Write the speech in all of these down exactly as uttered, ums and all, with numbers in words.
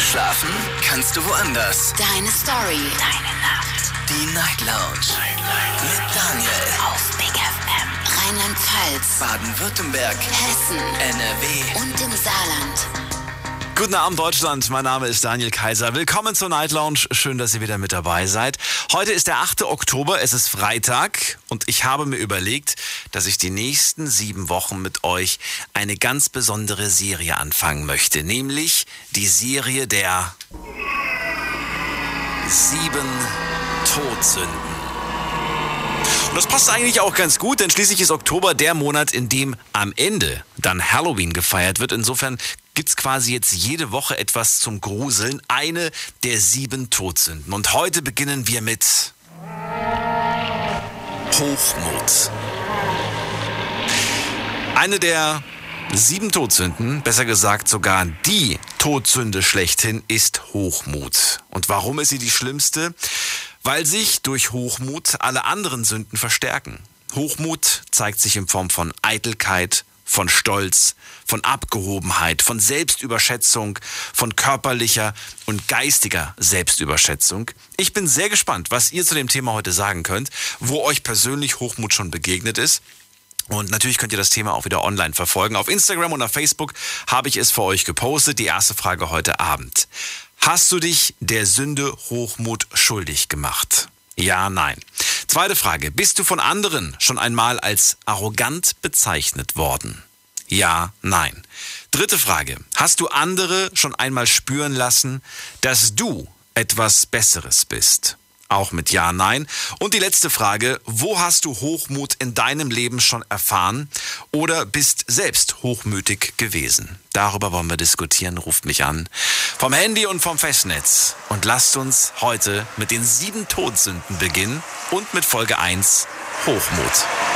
Schlafen kannst du woanders. Deine Story. Deine Nacht. Die Night Lounge. Night, Night. Mit Daniel. Auf Big F M. Rheinland-Pfalz. Baden-Württemberg. Hessen. N R W. Und im Saarland. Guten Abend, Deutschland. Mein Name ist Daniel Kaiser. Willkommen zur Night Lounge. Schön, dass ihr wieder mit dabei seid. Heute ist der achte Oktober. Es ist Freitag. Und ich habe mir überlegt, dass ich die nächsten sieben Wochen mit euch eine ganz besondere Serie anfangen möchte. Nämlich die Serie der sieben Todsünden. Und das passt eigentlich auch ganz gut, denn schließlich ist Oktober der Monat, in dem am Ende dann Halloween gefeiert wird. Insofern gibt's quasi jetzt jede Woche etwas zum Gruseln. Eine der sieben Todsünden. Und heute beginnen wir mit Hochmut. Eine der sieben Todsünden, besser gesagt sogar die Todsünde schlechthin, ist Hochmut. Und warum ist sie die schlimmste? Weil sich durch Hochmut alle anderen Sünden verstärken. Hochmut zeigt sich in Form von Eitelkeit, von Stolz, von Abgehobenheit, von Selbstüberschätzung, von körperlicher und geistiger Selbstüberschätzung. Ich bin sehr gespannt, was ihr zu dem Thema heute sagen könnt, wo euch persönlich Hochmut schon begegnet ist. Und natürlich könnt ihr das Thema auch wieder online verfolgen. Auf Instagram und auf Facebook habe ich es für euch gepostet. Die erste Frage heute Abend. Hast du dich der Sünde Hochmut schuldig gemacht? Ja, nein. Zweite Frage. Bist du von anderen schon einmal als arrogant bezeichnet worden? Ja, nein. Dritte Frage. Hast du andere schon einmal spüren lassen, dass du etwas Besseres bist? Auch mit Ja, Nein. Und die letzte Frage, wo hast du Hochmut in deinem Leben schon erfahren oder bist selbst hochmütig gewesen? Darüber wollen wir diskutieren, ruft mich an. Vom Handy und vom Festnetz. Und lasst uns heute mit den sieben Todsünden beginnen und mit Folge eins, Hochmut.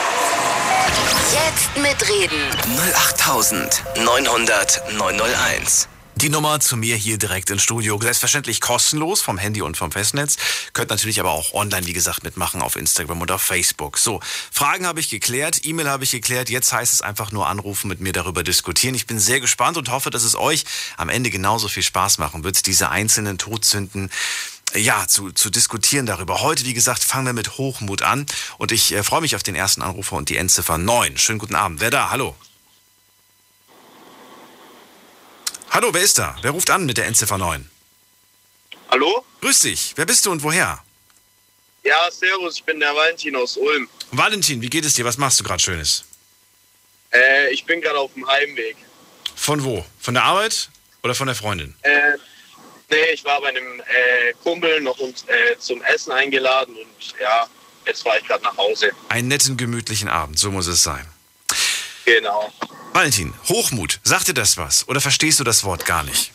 Jetzt mitreden. null acht neunhundert neunhunderteins. Die Nummer zu mir hier direkt ins Studio. Selbstverständlich kostenlos vom Handy und vom Festnetz. Könnt natürlich aber auch online, wie gesagt, mitmachen auf Instagram und auf Facebook. So, Fragen habe ich geklärt, E-Mail habe ich geklärt. Jetzt heißt es einfach nur anrufen, mit mir darüber diskutieren. Ich bin sehr gespannt und hoffe, dass es euch am Ende genauso viel Spaß machen wird, diese einzelnen Todsünden ja, zu, zu diskutieren darüber. Heute, wie gesagt, fangen wir mit Hochmut an. Und ich äh, freue mich auf den ersten Anrufer und die Endziffer neun. Schönen guten Abend. Wer da? Hallo. Hallo, wer ist da? Wer ruft an mit der Endziffer neun? Hallo? Grüß dich. Wer bist du und woher? Ja, servus, ich bin der Valentin aus Ulm. Valentin, wie geht es dir? Was machst du gerade Schönes? Äh, ich bin gerade auf dem Heimweg. Von wo? Von der Arbeit oder von der Freundin? Äh, nee, ich war bei einem äh, Kumpel noch und, äh, zum Essen eingeladen und ja, jetzt fahre ich gerade nach Hause. Einen netten, gemütlichen Abend, so muss es sein. Genau. Valentin, Hochmut, sagt dir das was? Oder verstehst du das Wort gar nicht?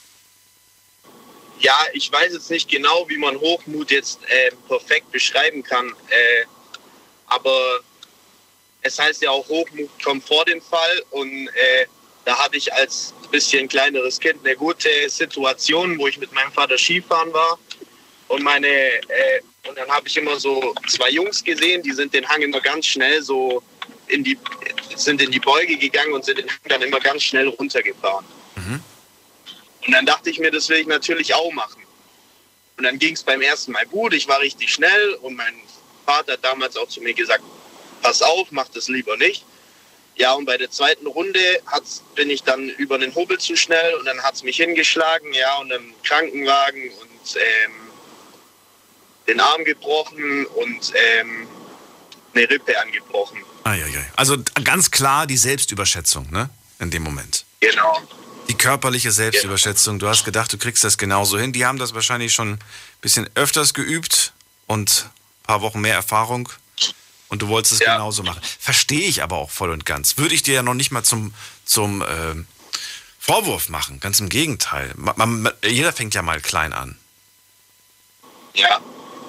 Ja, ich weiß jetzt nicht genau, wie man Hochmut jetzt äh, perfekt beschreiben kann. Äh, aber es heißt ja auch, Hochmut kommt vor dem Fall. Und äh, da hatte ich als bisschen kleineres Kind eine gute Situation, wo ich mit meinem Vater Skifahren war. Und meine äh, und dann habe ich immer so zwei Jungs gesehen, die sind den Hang immer ganz schnell so in die sind in die Beuge gegangen und sind den Hang dann immer ganz schnell runtergefahren. Mhm. Und dann dachte ich mir, das will ich natürlich auch machen. Und dann ging es beim ersten Mal gut, ich war richtig schnell und mein Vater hat damals auch zu mir gesagt, pass auf, mach das lieber nicht. Ja, und bei der zweiten Runde hat's, bin ich dann über einen Hubbel zu schnell und dann hat es mich hingeschlagen, ja, und im Krankenwagen und ähm, den Arm gebrochen und ähm, eine Rippe angebrochen. Eieiei. Also ganz klar die Selbstüberschätzung, ne? In dem Moment. Genau. Die körperliche Selbstüberschätzung. Du hast gedacht, du kriegst das genauso hin. Die haben das wahrscheinlich schon ein bisschen öfters geübt und ein paar Wochen mehr Erfahrung. Und du wolltest es ja. genauso machen. Verstehe ich aber auch voll und ganz. Würde ich dir ja noch nicht mal zum, zum äh, Vorwurf machen. Ganz im Gegenteil. Man, man, jeder fängt ja mal klein an. Ja.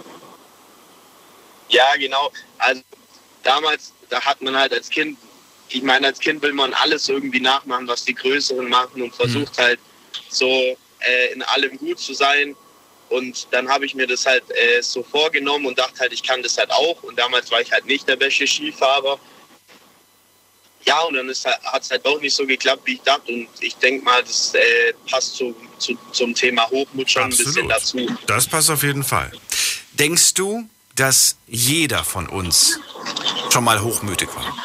Ja, genau. Also damals, da hat man halt als Kind, ich meine, als Kind will man alles irgendwie nachmachen, was die Größeren machen und versucht mhm. halt so äh, in allem gut zu sein. Und dann habe ich mir das halt äh, so vorgenommen und dachte halt, ich kann das halt auch. Und damals war ich halt nicht der beste Skifahrer. ja, und dann hat es halt doch nicht so geklappt, wie ich dachte. Und ich denke mal, das äh, passt zu, zu, zum Thema Hochmut schon Absolut. ein bisschen dazu. Das passt auf jeden Fall. Denkst du, dass jeder von uns schon mal hochmütig war?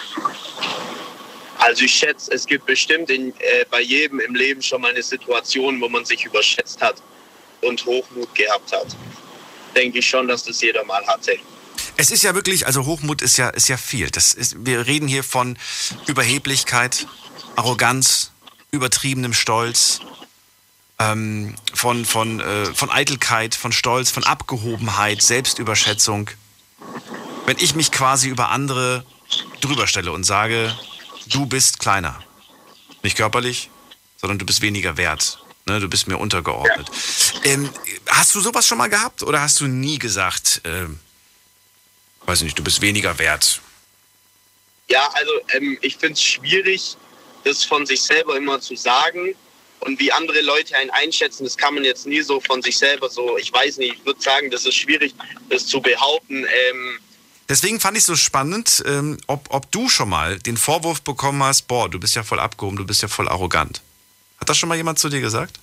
Also ich schätze, es gibt bestimmt in, äh, bei jedem im Leben schon mal eine Situation, wo man sich überschätzt hat und Hochmut gehabt hat. Denke ich schon, dass das jeder mal hatte. Es ist ja wirklich, also Hochmut ist ja, ist ja viel. Das ist, wir reden hier von Überheblichkeit, Arroganz, übertriebenem Stolz, ähm, von, von, äh, von Eitelkeit, von Stolz, von Abgehobenheit, Selbstüberschätzung. Wenn ich mich quasi über andere drüber stelle und sage, du bist kleiner. Nicht körperlich, sondern du bist weniger wert. Ne, du bist mir untergeordnet. Ja. Ähm, hast du sowas schon mal gehabt oder hast du nie gesagt, ähm, weiß nicht, du bist weniger wert? Ja, also ähm, ich finde es schwierig, das von sich selber immer zu sagen. Und wie andere Leute einen einschätzen, das kann man jetzt nie so von sich selber so, ich weiß nicht, ich würde sagen, das ist schwierig, das zu behaupten. Ähm, Deswegen fand ich es so spannend, ähm, ob, ob du schon mal den Vorwurf bekommen hast, boah, du bist ja voll abgehoben, du bist ja voll arrogant. Hat das schon mal jemand zu dir gesagt?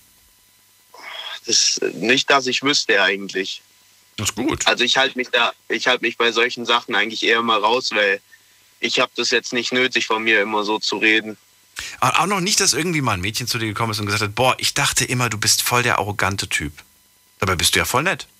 Das nicht, dass ich wüsste eigentlich. Das ist gut. Also ich halte mich da, ich halte mich bei solchen Sachen eigentlich eher mal raus, weil ich habe das jetzt nicht nötig, von mir immer so zu reden. Aber auch noch nicht, dass irgendwie mal ein Mädchen zu dir gekommen ist und gesagt hat, boah, ich dachte immer, du bist voll der arrogante Typ. Dabei bist du ja voll nett.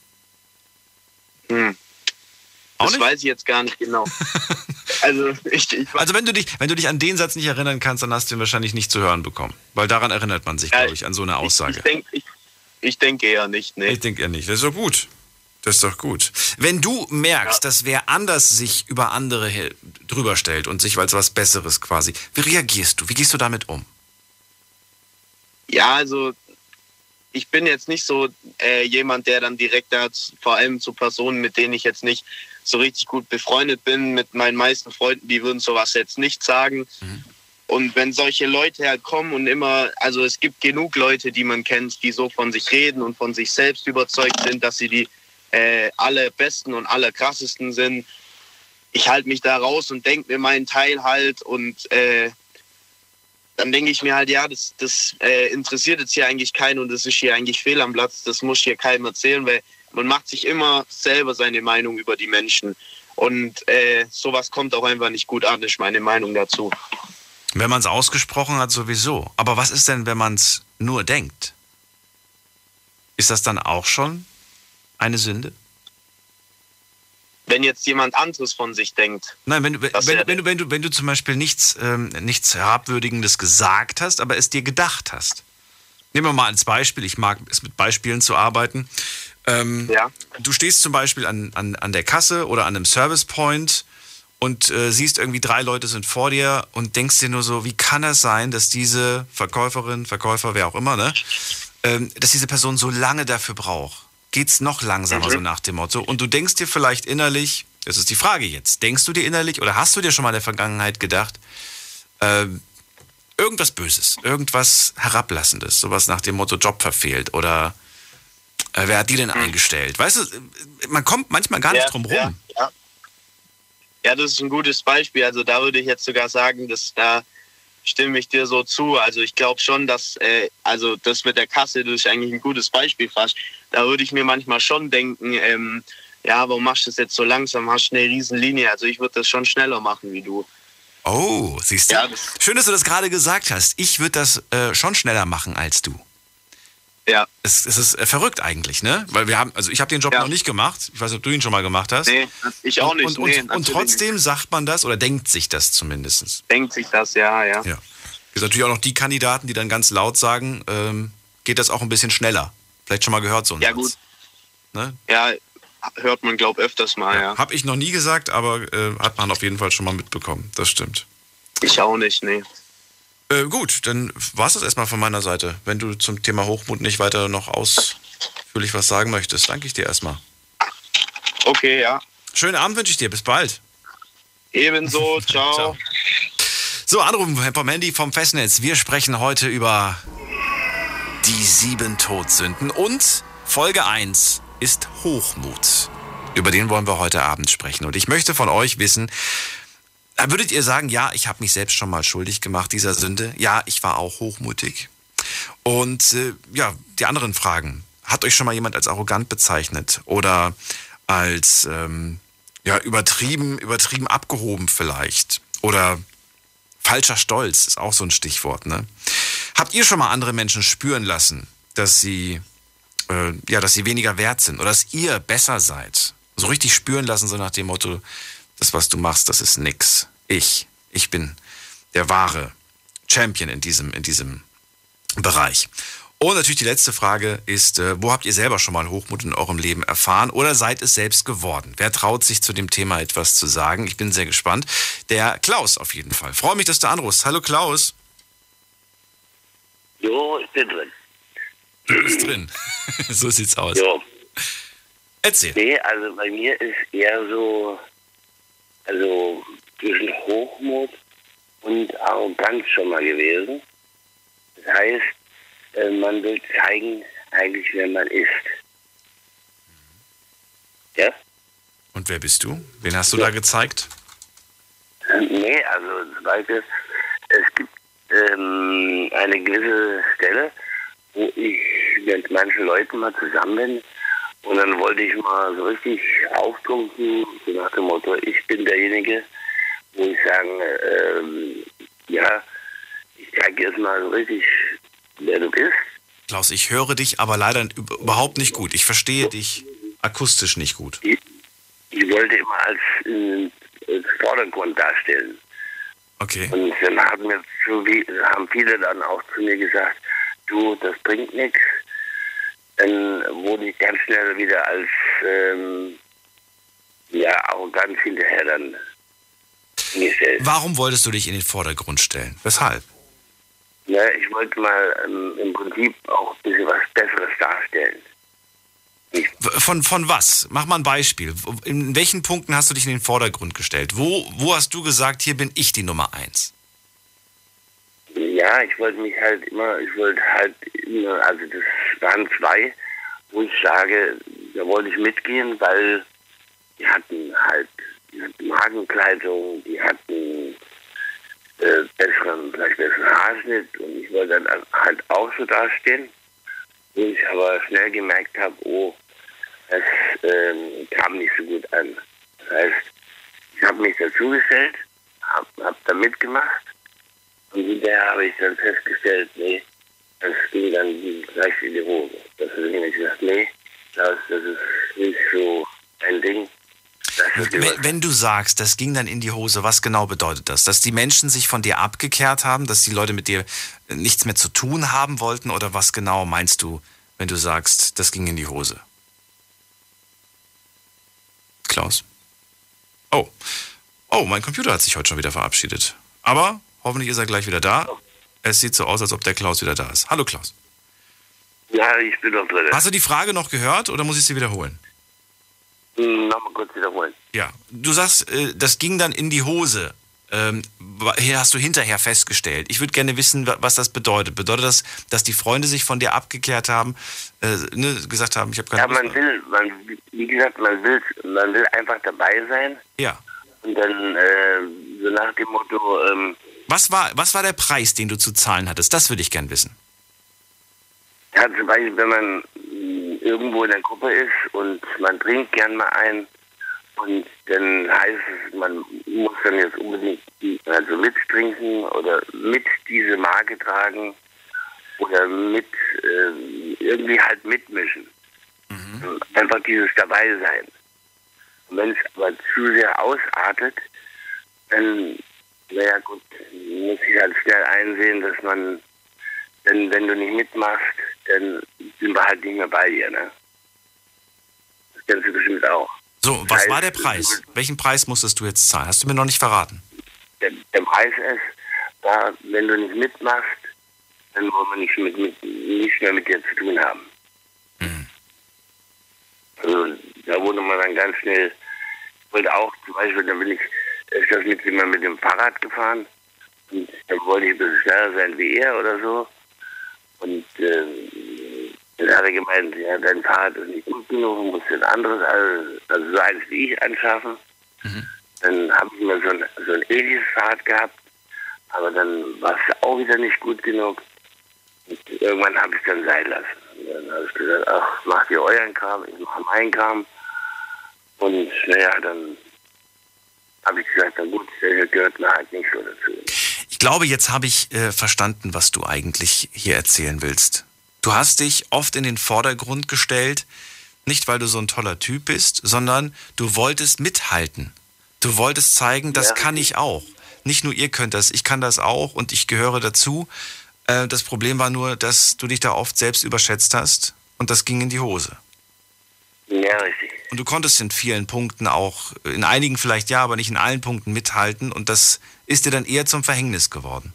Hm. Auch Das nicht? weiß ich jetzt gar nicht genau. Also, ich, ich Also wenn du dich, wenn du dich an den Satz nicht erinnern kannst, dann hast du ihn wahrscheinlich nicht zu hören bekommen. Weil daran erinnert man sich, Ja, glaube ich, an so eine Aussage. Ich, ich, denk, ich, ich denke eher nicht, nee. Ich denke eher nicht. Das ist doch gut. Das ist doch gut. Wenn du merkst, Ja. dass wer anders sich über andere he- drüber stellt und sich als was Besseres quasi, wie reagierst du? Wie gehst du damit um? Ja, also ich bin jetzt nicht so äh, jemand, der dann direkt da, vor allem zu Personen, mit denen ich jetzt nicht so richtig gut befreundet bin, mit meinen meisten Freunden, die würden sowas jetzt nicht sagen. Mhm. Und wenn solche Leute halt kommen und immer, also es gibt genug Leute, die man kennt, die so von sich reden und von sich selbst überzeugt sind, dass sie die äh, allerbesten und allerkrassesten sind. Ich halte mich da raus und denke mir meinen Teil halt und äh, dann denke ich mir halt, ja, das, das äh, interessiert jetzt hier eigentlich keinen und das ist hier eigentlich fehl am Platz, das muss hier keinem erzählen, weil man macht sich immer selber seine Meinung über die Menschen und äh, sowas kommt auch einfach nicht gut an, ist meine Meinung dazu. Wenn man es ausgesprochen hat, sowieso. Aber was ist denn, wenn man es nur denkt? Ist das dann auch schon eine Sünde? Wenn jetzt jemand anderes von sich denkt. Nein, wenn, wenn, Das wenn, wär- wenn, du, wenn, du, wenn du zum Beispiel nichts, ähm, nichts Herabwürdigendes gesagt hast, aber es dir gedacht hast. Nehmen wir mal als Beispiel, ich mag es mit Beispielen zu arbeiten. Ähm, Ja. Du stehst zum Beispiel an, an, an der Kasse oder an einem Service Point und äh, siehst irgendwie drei Leute sind vor dir und denkst dir nur so, wie kann es sein, dass diese Verkäuferin, Verkäufer, wer auch immer, ne, ähm, dass diese Person so lange dafür braucht. Geht's noch langsamer, Mhm. so nach dem Motto. Und du denkst dir vielleicht innerlich, das ist die Frage jetzt, denkst du dir innerlich oder hast du dir schon mal in der Vergangenheit gedacht, ähm, irgendwas Böses, irgendwas Herablassendes, sowas nach dem Motto Job verfehlt oder äh, wer hat die denn eingestellt? Weißt du, man kommt manchmal gar nicht drum rum. Ja, ja. ja, das ist ein gutes Beispiel. Also da würde ich jetzt sogar sagen, dass da stimme ich dir so zu. Also ich glaube schon, dass, äh, also das mit der Kasse, das ist eigentlich ein gutes Beispiel fast. Da würde ich mir manchmal schon denken, ähm, ja, warum machst du das jetzt so langsam? Hast du eine riesen Linie? Also ich würde das schon schneller machen wie du. Oh, siehst du? Ja, das- Schön, dass du das gerade gesagt hast. Ich würde das äh, schon schneller machen als du. Ja, Es, es ist äh, verrückt eigentlich, ne? Weil wir haben, also ich habe den Job Ja. noch nicht gemacht. Ich weiß nicht, ob du ihn schon mal gemacht hast. nee, ich auch nicht. Und, und, nee, und, und natürlich trotzdem sagt man das oder denkt sich das zumindest. nicht. Denkt sich das, ja, ja. Ja. Es gibt natürlich auch noch die Kandidaten, die dann ganz laut sagen, ähm, geht das auch ein bisschen schneller. Vielleicht schon mal gehört so ein Ja, Satz. gut. Ne? Ja, hört man, glaube ich, öfters mal, ja. Habe ich noch nie gesagt, aber äh, hat man auf jeden Fall schon mal mitbekommen. Das stimmt. Ich auch nicht, nee. Äh, gut, dann war es das erstmal von meiner Seite. Wenn du zum Thema Hochmut nicht weiter noch ausführlich was sagen möchtest, danke ich dir erstmal. Okay, ja. Schönen Abend wünsche ich dir. Bis bald. Ebenso, ciao. Ciao. So, Anruf vom Handy vom Festnetz. Wir sprechen heute über die sieben Todsünden und Folge eins ist Hochmut. Über den wollen wir heute Abend sprechen. Und ich möchte von euch wissen, Würdet ihr sagen, ja, ich habe mich selbst schon mal schuldig gemacht dieser Sünde? Ja, ich war auch hochmutig. Und äh, ja, die anderen Fragen. Hat euch schon mal jemand als arrogant bezeichnet oder als ähm, ja, übertrieben, übertrieben abgehoben vielleicht? Oder falscher Stolz ist auch so ein Stichwort, ne? Habt ihr schon mal andere Menschen spüren lassen, dass sie, äh, ja, dass sie weniger wert sind oder dass ihr besser seid? So richtig spüren lassen, so nach dem Motto, das, was du machst, das ist nix. Ich, ich bin der wahre Champion in diesem, in diesem Bereich. Und natürlich die letzte Frage ist, äh, wo habt ihr selber schon mal Hochmut in eurem Leben erfahren oder seid es selbst geworden? Wer traut sich zu dem Thema etwas zu sagen? Ich bin sehr gespannt. Der Klaus auf jeden Fall. Freue mich, dass du anrufst. Hallo Klaus. Jo, ich bin drin. Du bist drin. So sieht's aus. Jo. Erzähl. Nee, also bei mir ist eher so, also zwischen Hochmut und Arroganz schon mal gewesen. Das heißt, äh, man will zeigen, eigentlich, wer man ist. Ja? Und wer bist du? Wen hast du ja da gezeigt? Äh, nee, also zum Beispiel, es gibt ähm, eine gewisse Stelle, wo ich mit manchen Leuten mal zusammen bin. Und dann wollte ich mal so richtig auftrumpfen, so nach dem Motto, ich bin derjenige, wo ich sagen, ähm, ja, ich zeige jetzt mal so richtig, wer du bist. Klaus, ich höre dich aber leider überhaupt nicht gut. Ich verstehe dich akustisch nicht gut. Ich, ich wollte immer als, äh, als Vordergrund darstellen. Okay. Und dann haben, mir so wie, haben viele dann auch zu mir gesagt, du, das bringt nichts. Dann wurde ich ganz schnell wieder als ähm, ja, arrogant hinterher dann hingestellt. Warum wolltest du dich in den Vordergrund stellen? Weshalb? Ja, ich wollte mal ähm, im Prinzip auch ein bisschen was Besseres darstellen. Ich, von, von was? Mach mal ein Beispiel. In welchen Punkten hast du dich in den Vordergrund gestellt? Wo, wo hast du gesagt, hier bin ich die Nummer eins? Ja, ich wollte mich halt immer, ich wollte halt immer, also das waren zwei, wo ich sage, da wollte ich mitgehen, weil die hatten halt, die hatten Magenkleidung, die hatten äh, besseren, vielleicht besseren Haarschnitt und ich wollte dann halt auch so dastehen, wo ich aber schnell gemerkt habe, oh, das ähm, kam nicht so gut an. Das heißt, ich habe mich dazugestellt, habe hab da mitgemacht. Und hinterher habe ich dann festgestellt, nee, das ging dann gleich in die Hose. Das habe ich gesagt, nee, das, das ist nicht so ein Ding. Wenn, wenn du sagst, das ging dann in die Hose, was genau bedeutet das? Dass die Menschen sich von dir abgekehrt haben, dass die Leute mit dir nichts mehr zu tun haben wollten? Oder was genau meinst du, wenn du sagst, das ging in die Hose? Klaus? Oh, oh, mein Computer hat sich heute schon wieder verabschiedet. Aber hoffentlich ist er gleich wieder da. Es sieht so aus, als ob der Klaus wieder da ist. Hallo Klaus. Ja, ich bin noch drin. Hast du die Frage noch gehört oder muss ich sie wiederholen? Nochmal kurz wiederholen. Ja, du sagst, äh, das ging dann in die Hose. Ähm, hast du hinterher festgestellt. Ich würde gerne wissen, was das bedeutet. Bedeutet das, dass die Freunde sich von dir abgekehrt haben, äh, ne, gesagt haben, ich habe keine Ja, Lust man will, man, wie gesagt, man will, man will einfach dabei sein. Ja. Und dann äh, so nach dem Motto, ähm, Was war, was war der Preis, den du zu zahlen hattest? Das würde ich gern wissen. ja, zum Beispiel, wenn man mh, irgendwo in der Gruppe ist und man trinkt gern mal ein und dann heißt es, man muss dann jetzt unbedingt also mittrinken oder mit diese Marke tragen oder mit äh, irgendwie halt mitmischen. Mhm. Einfach dieses Dabeisein. Und wenn es aber zu sehr ausartet, dann, naja gut, muss ich halt schnell einsehen, dass man, denn wenn du nicht mitmachst, dann sind wir halt nicht mehr bei dir, ne? Das kennst du bestimmt auch. So, was das heißt, war der Preis? Welchen Preis musstest du jetzt zahlen? Hast du mir noch nicht verraten. Der, der Preis ist, da, wenn du nicht mitmachst, dann wollen wir nicht, mit, mit, nichts mehr mit dir zu tun haben. Mhm. Also da wurde man dann ganz schnell, ich wollte auch zum Beispiel, da bin ich öfters mit jemandem mit dem Fahrrad gefahren und dann wollte ich ein bisschen schneller sein wie er oder so. Und äh, dann hat er gemeint, ja, dein Fahrrad ist nicht gut genug, du musst ein anderes, also, also so eins wie ich anschaffen. Mhm. Dann habe ich immer so ein, so ein ähnliches Fahrrad gehabt, aber dann war es auch wieder nicht gut genug. Und irgendwann habe ich es dann sein lassen. Und dann habe ich gesagt, ach, macht ihr euren Kram, ich mache meinen Kram. Und naja, dann habe ich gesagt, na gut, der gehört mir halt nicht so dazu. Ich glaube, jetzt habe ich äh, verstanden, was du eigentlich hier erzählen willst. Du hast dich oft in den Vordergrund gestellt, nicht weil du so ein toller Typ bist, sondern du wolltest mithalten. Du wolltest zeigen, das ja. kann ich auch. Nicht nur ihr könnt das, ich kann das auch und ich gehöre dazu. Äh, das Problem war nur, dass du dich da oft selbst überschätzt hast und das ging in die Hose. Ja, richtig. Und du konntest in vielen Punkten auch, in einigen vielleicht ja, aber nicht in allen Punkten mithalten und das ist dir dann eher zum Verhängnis geworden.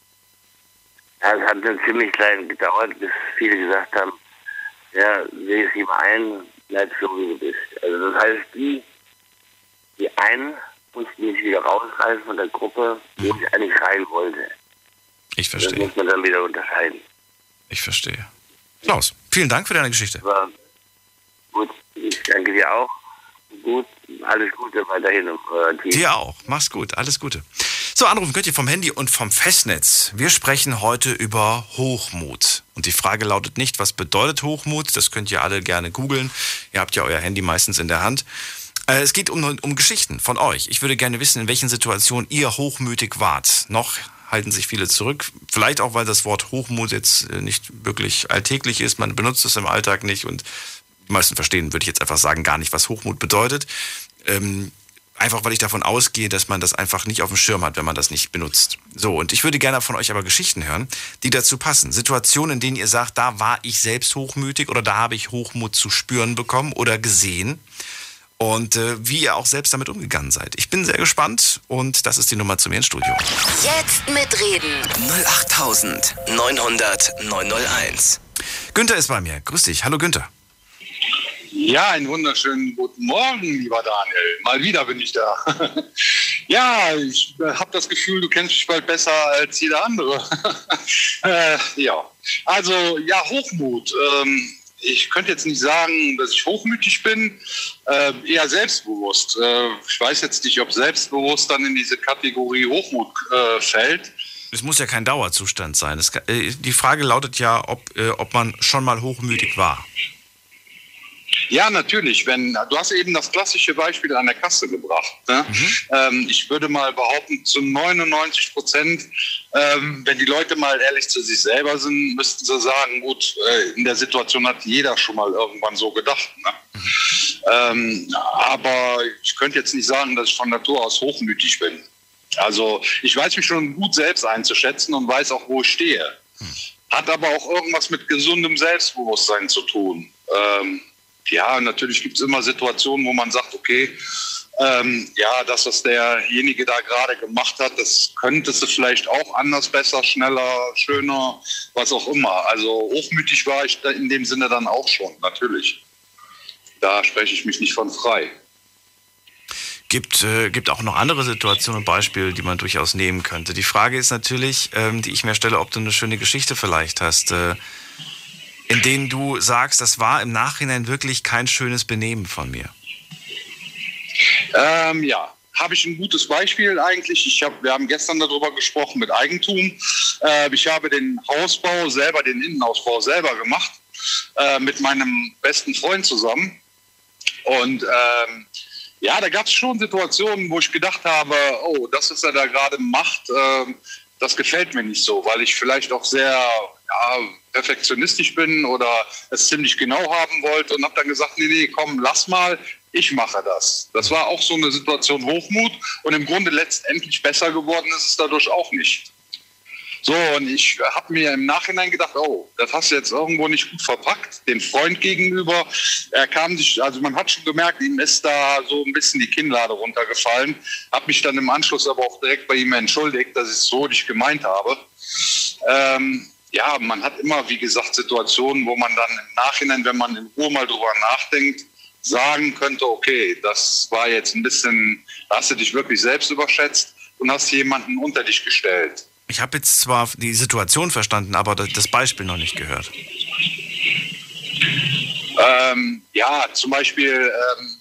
Ja, es hat dann ziemlich lange gedauert, bis viele gesagt haben, ja, sehe es lieber ein, bleib so wie du bist. Also das heißt, die, die einen mussten mich wieder rausreißen von der Gruppe, wo ich eigentlich rein wollte. Ich Das verstehe. muss man dann wieder unterscheiden. Ich verstehe. Klaus, vielen Dank für deine Geschichte. Aber gut, ich danke dir auch. Gut, alles Gute weiterhin und euer Team. Dir auch. Mach's gut. Alles Gute. So, anrufen könnt ihr vom Handy und vom Festnetz. Wir sprechen heute über Hochmut. Und die Frage lautet nicht, was bedeutet Hochmut? Das könnt ihr alle gerne googeln. Ihr habt ja euer Handy meistens in der Hand. Äh, es geht um, um Geschichten von euch. Ich würde gerne wissen, in welchen Situationen ihr hochmütig wart. Noch halten sich viele zurück. Vielleicht auch, weil das Wort Hochmut jetzt nicht wirklich alltäglich ist. Man benutzt es im Alltag nicht und die meisten verstehen, würde ich jetzt einfach sagen, gar nicht, was Hochmut bedeutet. Ähm, einfach, weil ich davon ausgehe, dass man das einfach nicht auf dem Schirm hat, wenn man das nicht benutzt. So, und ich würde gerne von euch aber Geschichten hören, die dazu passen. Situationen, in denen ihr sagt, da war ich selbst hochmütig oder da habe ich Hochmut zu spüren bekommen oder gesehen. Und äh, wie ihr auch selbst damit umgegangen seid. Ich bin sehr gespannt und das ist die Nummer zu mir ins Studio. Jetzt mitreden. null acht neun null null neun null eins. Günther ist bei mir. Grüß dich. Hallo Günther. Ja, einen wunderschönen guten Morgen, lieber Daniel. Mal wieder bin ich da. Ja, ich habe das Gefühl, du kennst mich bald besser als jeder andere. äh, ja, also ja, Hochmut. Ähm, ich könnte jetzt nicht sagen, dass ich hochmütig bin, äh, eher selbstbewusst. Äh, ich weiß jetzt nicht, ob selbstbewusst dann in diese Kategorie Hochmut äh, fällt. Es muss ja kein Dauerzustand sein. Es, äh, die Frage lautet ja, ob, äh, ob man schon mal hochmütig war. Ja, natürlich. Wenn du hast eben das klassische Beispiel an der Kasse gebracht. Ne? Mhm. Ähm, ich würde mal behaupten, zu neunundneunzig Prozent, ähm, wenn die Leute mal ehrlich zu sich selber sind, müssten sie sagen, gut, äh, in der Situation hat jeder schon mal irgendwann so gedacht. Ne? Mhm. Ähm, aber ich könnte jetzt nicht sagen, dass ich von Natur aus hochmütig bin. Also ich weiß mich schon gut selbst einzuschätzen und weiß auch, wo ich stehe. Mhm. Hat aber auch irgendwas mit gesundem Selbstbewusstsein zu tun. Ähm, Ja, natürlich gibt es immer Situationen, wo man sagt, okay, ähm, ja, das, was derjenige da gerade gemacht hat, das könntest du vielleicht auch anders, besser, schneller, schöner, was auch immer. Also hochmütig war ich da in dem Sinne dann auch schon, natürlich. Da spreche ich mich nicht von frei. Gibt, äh, gibt auch noch andere Situationen und Beispiele, die man durchaus nehmen könnte. Die Frage ist natürlich, ähm, die ich mir stelle, ob du eine schöne Geschichte vielleicht hast, äh, in denen du sagst, das war im Nachhinein wirklich kein schönes Benehmen von mir. Ähm, ja, habe ich ein gutes Beispiel eigentlich. Ich hab, wir haben gestern darüber gesprochen mit Eigentum. Äh, ich habe den Hausbau selber, den Innenausbau selber gemacht, äh, mit meinem besten Freund zusammen. Und ähm, ja, da gab es schon Situationen, wo ich gedacht habe, oh, das, was er da gerade macht, äh, das gefällt mir nicht so, weil ich vielleicht auch sehr ja, perfektionistisch bin oder es ziemlich genau haben wollte und habe dann gesagt, nee, nee, komm, lass mal, ich mache das. Das war auch so eine Situation Hochmut und im Grunde letztendlich besser geworden ist es dadurch auch nicht. So, und ich habe mir im Nachhinein gedacht, oh, das hast du jetzt irgendwo nicht gut verpackt, dem Freund gegenüber. Er kam sich, also man hat schon gemerkt, ihm ist da so ein bisschen die Kinnlade runtergefallen. Habe mich dann im Anschluss aber auch direkt bei ihm entschuldigt, dass ich es so nicht gemeint habe. Ähm, ja, man hat immer, wie gesagt, Situationen, wo man dann im Nachhinein, wenn man in Ruhe mal drüber nachdenkt, sagen könnte, okay, das war jetzt ein bisschen, da hast du dich wirklich selbst überschätzt und hast jemanden unter dich gestellt. Ich habe jetzt zwar die Situation verstanden, aber das Beispiel noch nicht gehört. Ähm, ja, zum Beispiel, ähm,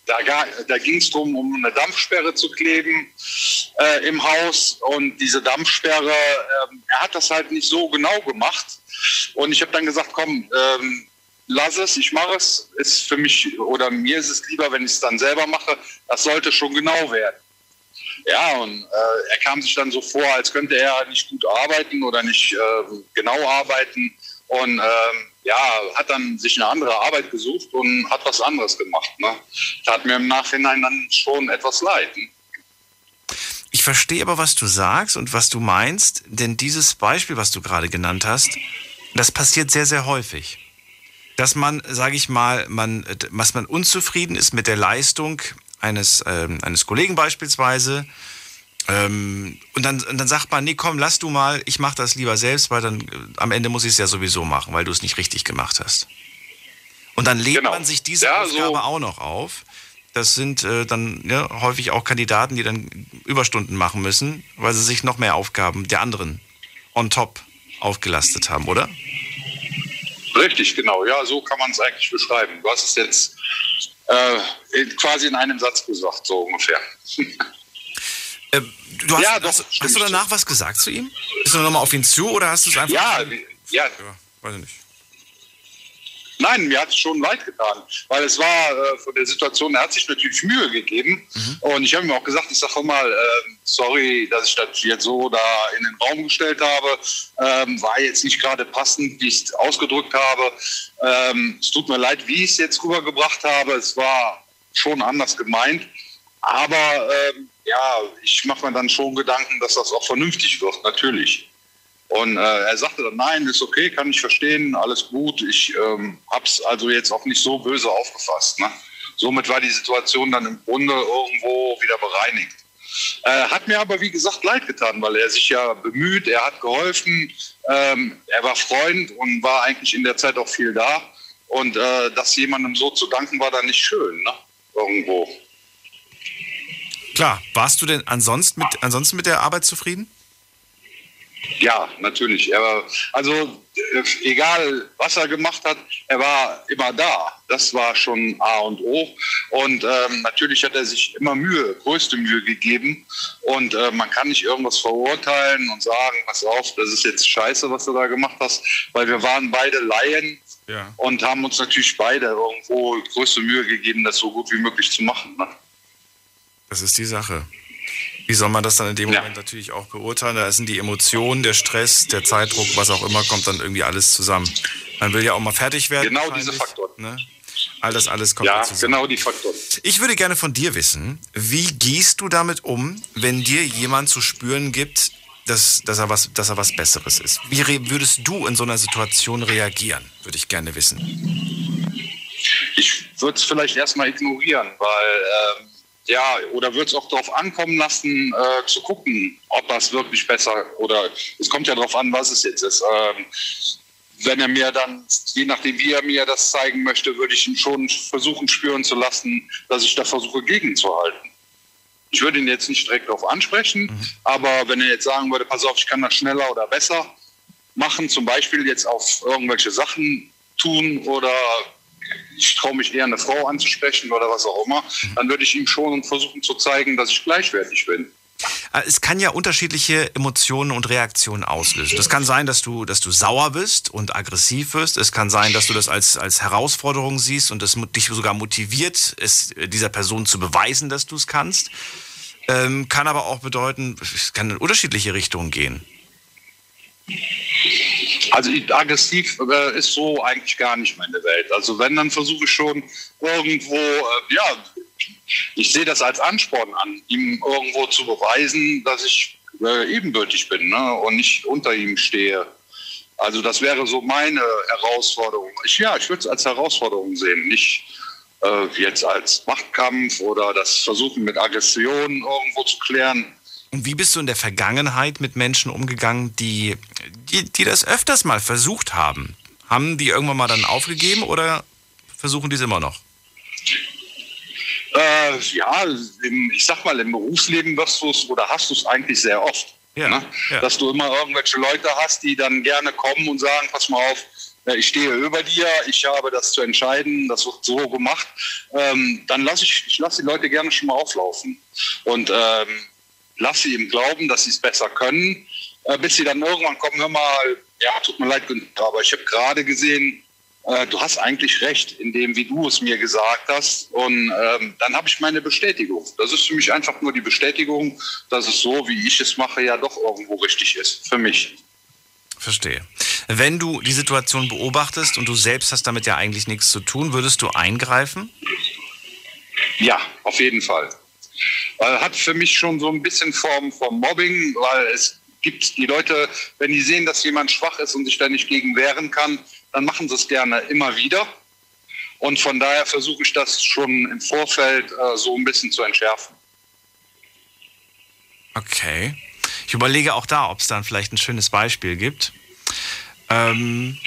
da, da ging es darum, um eine Dampfsperre zu kleben äh, im Haus. Und diese Dampfsperre, äh, er hat das halt nicht so genau gemacht. Und ich habe dann gesagt, komm, ähm, lass es, ich mache es. Ist für mich, oder mir ist es lieber, wenn ich es dann selber mache. Das sollte schon genau werden. Ja, und äh, er kam sich dann so vor, als könnte er nicht gut arbeiten oder nicht äh, genau arbeiten. Und ähm, ja, hat dann sich eine andere Arbeit gesucht und hat was anderes gemacht. Ne? Tat mir im Nachhinein dann schon etwas leid. Ne? Ich verstehe aber, was du sagst und was du meinst, denn dieses Beispiel, was du gerade genannt hast, das passiert sehr, sehr häufig. Dass man, sage ich mal, man, dass man unzufrieden ist mit der Leistung eines, ähm, eines Kollegen beispielsweise, ähm, und dann, und dann sagt man, nee, komm, lass du mal, ich mache das lieber selbst, weil dann äh, am Ende muss ich es ja sowieso machen, weil du es nicht richtig gemacht hast. Und dann lädt Genau. man sich diese Ja, Aufgabe so. auch noch auf. Das sind äh, dann ja, häufig auch Kandidaten, die dann Überstunden machen müssen, weil sie sich noch mehr Aufgaben der anderen on top aufgelastet haben, oder? Richtig, genau. Ja, so kann man es eigentlich beschreiben. Du hast es jetzt äh, quasi in einem Satz gesagt, so ungefähr. Äh, du hast, Ja, doch, hast, stimmt, hast du danach stimmt. was gesagt zu ihm? Bist du nochmal auf ihn zu oder hast du es einfach... Ja, wie- ja, Ja, weiß ich nicht. nein, mir hat es schon leid getan, weil es war äh, von der Situation, er hat sich natürlich Mühe gegeben Mhm. und ich habe ihm auch gesagt, ich sage mal, äh, sorry, dass ich das jetzt so da in den Raum gestellt habe, ähm, war jetzt nicht gerade passend, wie ich es ausgedrückt habe. Ähm, es tut mir leid, wie ich es jetzt rübergebracht habe, es war schon anders gemeint, aber ähm, ja, ich mache mir dann schon Gedanken, dass das auch vernünftig wird, natürlich. Und äh, er sagte dann, nein, ist okay, kann ich verstehen, alles gut. Ich ähm, habe es also jetzt auch nicht so böse aufgefasst. Ne? Somit war die Situation dann im Grunde irgendwo wieder bereinigt. Äh, hat mir aber, wie gesagt, leid getan, weil er sich ja bemüht, er hat geholfen, ähm, er war Freund und war eigentlich in der Zeit auch viel da. Und äh, das jemandem so zu danken, war dann nicht schön, ne? Irgendwo. Klar, warst du denn ansonsten mit, ansonsten mit der Arbeit zufrieden? Ja, natürlich. Er war, also äh, egal, was er gemacht hat, er war immer da. Das war schon A und O. Und ähm, natürlich hat er sich immer Mühe, größte Mühe gegeben. Und äh, man kann nicht irgendwas verurteilen und sagen, pass auf, das ist jetzt scheiße, was du da gemacht hast. Weil wir waren beide Laien Ja. und haben uns natürlich beide irgendwo größte Mühe gegeben, das so gut wie möglich zu machen. Ne? Das ist die Sache. Wie soll man das dann in dem Ja. Moment natürlich auch beurteilen? Da sind die Emotionen, der Stress, der Zeitdruck, was auch immer, kommt dann irgendwie alles zusammen. Man will ja auch mal fertig werden. Genau diese wahrscheinlich, Faktoren. Ne? All das alles kommt Ja, da zusammen. genau die Faktoren. Ich würde gerne von dir wissen, wie gehst du damit um, wenn dir jemand zu spüren gibt, dass, dass, er, was, dass er was Besseres ist? Wie re- würdest du in so einer Situation reagieren? Würde ich gerne wissen. Ich würde es vielleicht erstmal ignorieren, weil, ähm, ja, oder würde es auch darauf ankommen lassen, äh, zu gucken, ob das wirklich besser, oder es kommt ja darauf an, was es jetzt ist. Ähm, wenn er mir dann, je nachdem wie er mir das zeigen möchte, würde ich ihm schon versuchen spüren zu lassen, dass ich da versuche gegenzuhalten. Ich würde ihn jetzt nicht direkt darauf ansprechen, mhm. aber wenn er jetzt sagen würde, pass auf, ich kann das schneller oder besser machen, zum Beispiel jetzt auf irgendwelche Sachen tun oder ich traue mich eher eine Frau anzusprechen oder was auch immer, dann würde ich ihm schon versuchen zu zeigen, dass ich gleichwertig bin. Es kann ja unterschiedliche Emotionen und Reaktionen auslösen. Das kann sein, dass du, dass du sauer bist und aggressiv wirst. Es kann sein, dass du das als, als Herausforderung siehst und das dich sogar motiviert, es dieser Person zu beweisen, dass du es kannst. Ähm, kann aber auch bedeuten, es kann in unterschiedliche Richtungen gehen. Also aggressiv äh, ist so eigentlich gar nicht meine Welt. Also wenn, dann versuche ich schon irgendwo, äh, ja, ich sehe das als Ansporn an, ihm irgendwo zu beweisen, dass ich äh, ebenbürtig bin, ne, und nicht unter ihm stehe. Also das wäre so meine Herausforderung. Ich, ja, ich würde es als Herausforderung sehen, nicht äh, jetzt als Machtkampf oder das Versuchen mit Aggression irgendwo zu klären. Und wie bist du in der Vergangenheit mit Menschen umgegangen, die, die, die das öfters mal versucht haben? Haben die irgendwann mal dann aufgegeben oder versuchen die es immer noch? Äh, ja, im, ich sag mal, im Berufsleben wirst du es oder hast du es eigentlich sehr oft. Ja, Ne? ja. Dass du immer irgendwelche Leute hast, die dann gerne kommen und sagen, pass mal auf, ich stehe über dir, ich habe das zu entscheiden, das wird so gemacht, ähm, dann lasse ich, ich lasse die Leute gerne schon mal auflaufen und ähm, lasse sie im Glauben, dass sie es besser können, äh, bis sie dann irgendwann kommen, hör mal, ja, tut mir leid, Günther, aber ich habe gerade gesehen, äh, du hast eigentlich recht in dem, wie du es mir gesagt hast, und ähm, dann habe ich meine Bestätigung. Das ist für mich einfach nur die Bestätigung, dass es so, wie ich es mache, ja doch irgendwo richtig ist, für mich. Verstehe. Wenn du die Situation beobachtest und du selbst hast damit ja eigentlich nichts zu tun, würdest du eingreifen? Ja, auf jeden Fall. Weil hat für mich schon so ein bisschen Form von Mobbing, weil es gibt die Leute, wenn die sehen, dass jemand schwach ist und sich da nicht gegen wehren kann, dann machen sie es gerne immer wieder. Und von daher versuche ich das schon im Vorfeld äh, so ein bisschen zu entschärfen. Okay. Ich überlege auch da, ob es dann vielleicht ein schönes Beispiel gibt. Ähm,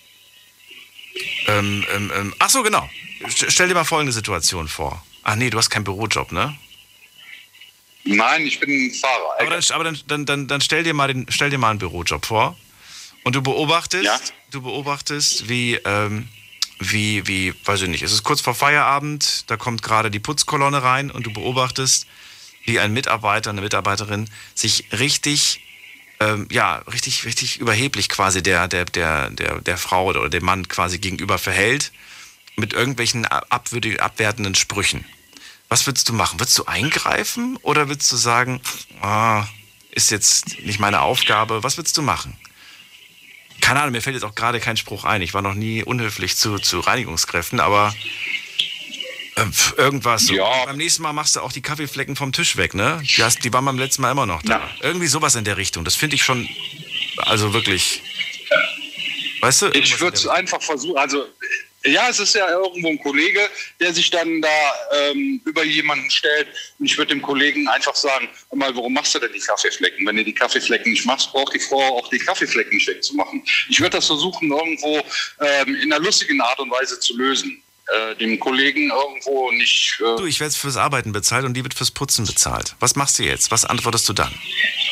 ähm, ähm, ähm, ach so, genau. Stell dir mal folgende Situation vor. Ach nee, du hast keinen Bürojob, ne? Nein, ich bin ein Fahrer. Aber dann, aber dann, dann, dann, dann stell dir mal den, stell dir mal einen Bürojob vor und du beobachtest, ja? du beobachtest, wie, ähm, wie, wie, weiß ich nicht, es ist kurz vor Feierabend, da kommt gerade die Putzkolonne rein und du beobachtest, wie ein Mitarbeiter, eine Mitarbeiterin sich richtig, ähm, ja, richtig, richtig überheblich quasi der, der, der, der, der Frau oder dem Mann quasi gegenüber verhält mit irgendwelchen abwürdigen, abwertenden Sprüchen. Was würdest du machen? Würdest du eingreifen oder würdest du sagen, ah, ist jetzt nicht meine Aufgabe? Was würdest du machen? Keine Ahnung, mir fällt jetzt auch gerade kein Spruch ein. Ich war noch nie unhöflich zu, zu Reinigungskräften, aber äh, irgendwas. So. Ja. Beim nächsten Mal machst du auch die Kaffeeflecken vom Tisch weg, ne? Die, hast, die waren beim letzten Mal immer noch da. Ja. Irgendwie sowas in der Richtung. Das finde ich schon, also wirklich, weißt du? Ich würde es einfach versuchen, also ja, es ist ja irgendwo ein Kollege, der sich dann da ähm, über jemanden stellt. Und ich würde dem Kollegen einfach sagen, mal, warum machst du denn die Kaffeeflecken? Wenn du die Kaffeeflecken nicht machst, braucht die Frau auch die Kaffeeflecken nicht wegzumachen. Ich würde das versuchen, irgendwo ähm, in einer lustigen Art und Weise zu lösen. Äh, dem Kollegen irgendwo nicht... Äh du, ich werde fürs Arbeiten bezahlt und die wird fürs Putzen bezahlt. Was machst du jetzt? Was antwortest du dann?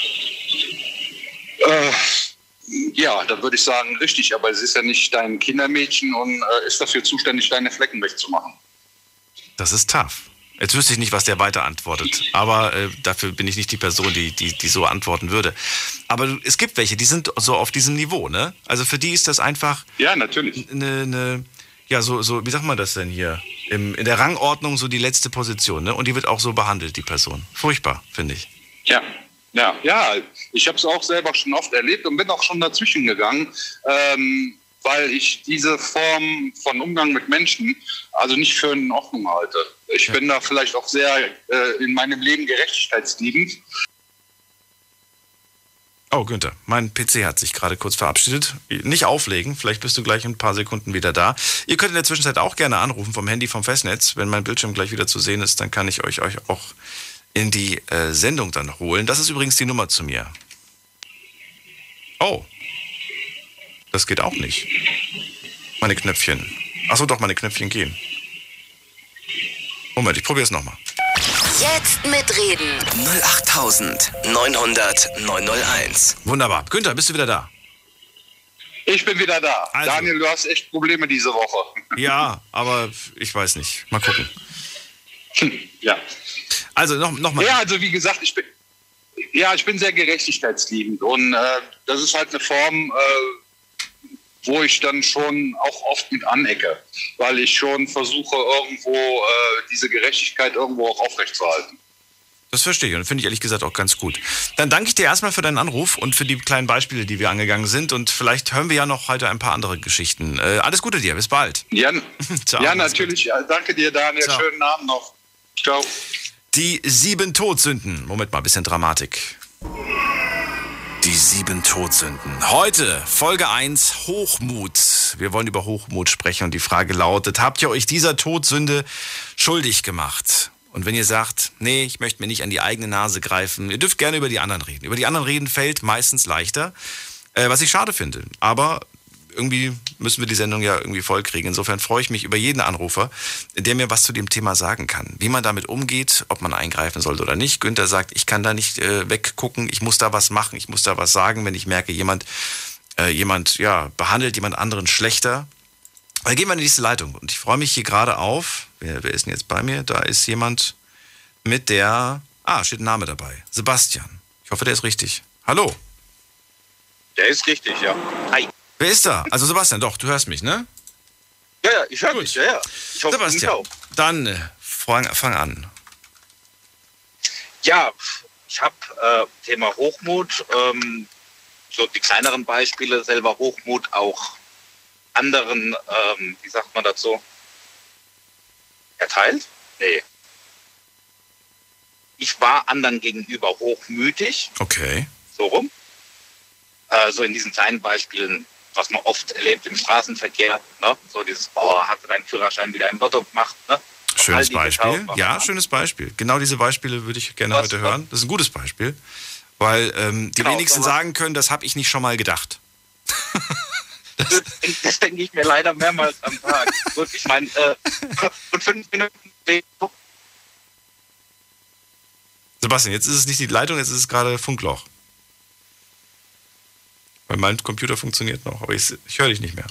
Äh... Ja, da würde ich sagen, richtig, aber es ist ja nicht dein Kindermädchen und äh, ist dafür zuständig, deine Flecken wegzumachen. Das ist tough. Jetzt wüsste ich nicht, was der weiter antwortet, aber äh, dafür bin ich nicht die Person, die, die, die so antworten würde. Aber es gibt welche, die sind so auf diesem Niveau, ne? Also für die ist das einfach... Ja, natürlich. Eine, eine, ja, so, so, wie sagt man das denn hier? Im, in der Rangordnung so die letzte Position, ne? Und die wird auch so behandelt, die Person. Furchtbar, finde ich. Ja. Ja, ja, ich habe es auch selber schon oft erlebt und bin auch schon dazwischen gegangen, ähm, weil ich diese Form von Umgang mit Menschen also nicht für in Ordnung halte. Ich ja. bin da vielleicht auch sehr äh, in meinem Leben gerechtigkeitsliebend. Oh, Günther, mein P C hat sich gerade kurz verabschiedet. Nicht auflegen, vielleicht bist du gleich in ein paar Sekunden wieder da. Ihr könnt in der Zwischenzeit auch gerne anrufen vom Handy, vom Festnetz. Wenn mein Bildschirm gleich wieder zu sehen ist, dann kann ich euch, euch auch in die äh, Sendung dann holen. Das ist übrigens die Nummer zu mir. Oh, das geht auch nicht. Meine Knöpfchen. Achso, doch, meine Knöpfchen gehen. Moment, ich probiere es nochmal. Jetzt mitreden. null acht neunhundert neunhunderteins. Wunderbar. Günther, bist du wieder da? Ich bin wieder da. Also. Daniel, du hast echt Probleme diese Woche. Ja, aber ich weiß nicht. Mal gucken. Ja. Also noch, noch mal. Ja, also wie gesagt, ich bin, ja, ich bin sehr gerechtigkeitsliebend und äh, das ist halt eine Form, äh, wo ich dann schon auch oft mit anecke, weil ich schon versuche, irgendwo äh, diese Gerechtigkeit irgendwo auch aufrechtzuerhalten. Das verstehe ich und finde ich ehrlich gesagt auch ganz gut. Dann danke ich dir erstmal für deinen Anruf und für die kleinen Beispiele, die wir angegangen sind und vielleicht hören wir ja noch heute ein paar andere Geschichten. Äh, alles Gute dir, bis bald. Ja, Ciao, ja natürlich. Ja, danke dir, Daniel. Ciao. Schönen Abend noch. Ciao. Die sieben Todsünden. Moment mal, bisschen Dramatik. Die sieben Todsünden. Heute Folge eins, Hochmut. Wir wollen über Hochmut sprechen und die Frage lautet, habt ihr euch dieser Todsünde schuldig gemacht? Und wenn ihr sagt, nee, ich möchte mir nicht an die eigene Nase greifen, ihr dürft gerne über die anderen reden. Über die anderen reden fällt meistens leichter, äh, was ich schade finde. Aber irgendwie müssen wir die Sendung ja irgendwie vollkriegen. Insofern freue ich mich über jeden Anrufer, der mir was zu dem Thema sagen kann. Wie man damit umgeht, ob man eingreifen sollte oder nicht. Günther sagt, ich kann da nicht äh, weggucken, ich muss da was machen, ich muss da was sagen, wenn ich merke, jemand äh, jemand, ja, behandelt jemand anderen schlechter. Dann gehen wir in die nächste Leitung. Und ich freue mich hier gerade auf, wer, wer ist denn jetzt bei mir? Da ist jemand mit der, ah, steht ein Name dabei. Sebastian. Ich hoffe, der ist richtig. Hallo. Der ist richtig, ja. Hi. Wer ist da? Also Sebastian, doch, du hörst mich, ne? Ja, ja, ich höre dich, ja, ja. Ich hoffe, Sebastian, auch. dann äh, fang, fang an. Ja, ich habe äh, Thema Hochmut, ähm, so die kleineren Beispiele, selber Hochmut auch anderen, ähm, wie sagt man dazu, erteilt? Nee. Ich war anderen gegenüber hochmütig. Okay. So rum. Äh, so in diesen kleinen Beispielen, was man oft erlebt im Straßenverkehr. Ne? So dieses, oh, hast du deinen Führerschein wieder im Lotto gemacht? Ne? Schönes Beispiel. Ja, schönes Beispiel. Genau diese Beispiele würde ich gerne was, heute hören. Das ist ein gutes Beispiel. Weil ähm, die genau, wenigsten so sagen können, das habe ich nicht schon mal gedacht. das, das denke ich mir leider mehrmals am Tag. Gut, ich meine, äh, und fünf Minuten... Sebastian, jetzt ist es nicht die Leitung, jetzt ist es gerade Funkloch. Weil mein Computer funktioniert noch, aber ich, ich höre dich nicht mehr.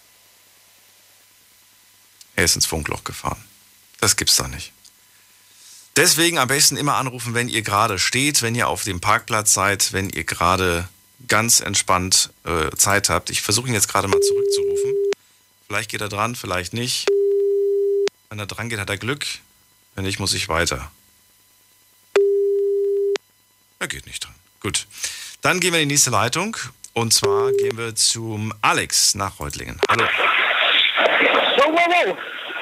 Er ist ins Funkloch gefahren. Das gibt's da nicht. Deswegen am besten immer anrufen, wenn ihr gerade steht, wenn ihr auf dem Parkplatz seid, wenn ihr gerade ganz entspannt äh, Zeit habt. Ich versuche ihn jetzt gerade mal zurückzurufen. Vielleicht geht er dran, vielleicht nicht. Wenn er dran geht, hat er Glück. Wenn nicht, muss ich weiter. Er geht nicht dran. Gut. Dann gehen wir in die nächste Leitung. Und zwar gehen wir zum Alex nach Reutlingen. Hallo. Wow, wow, wow.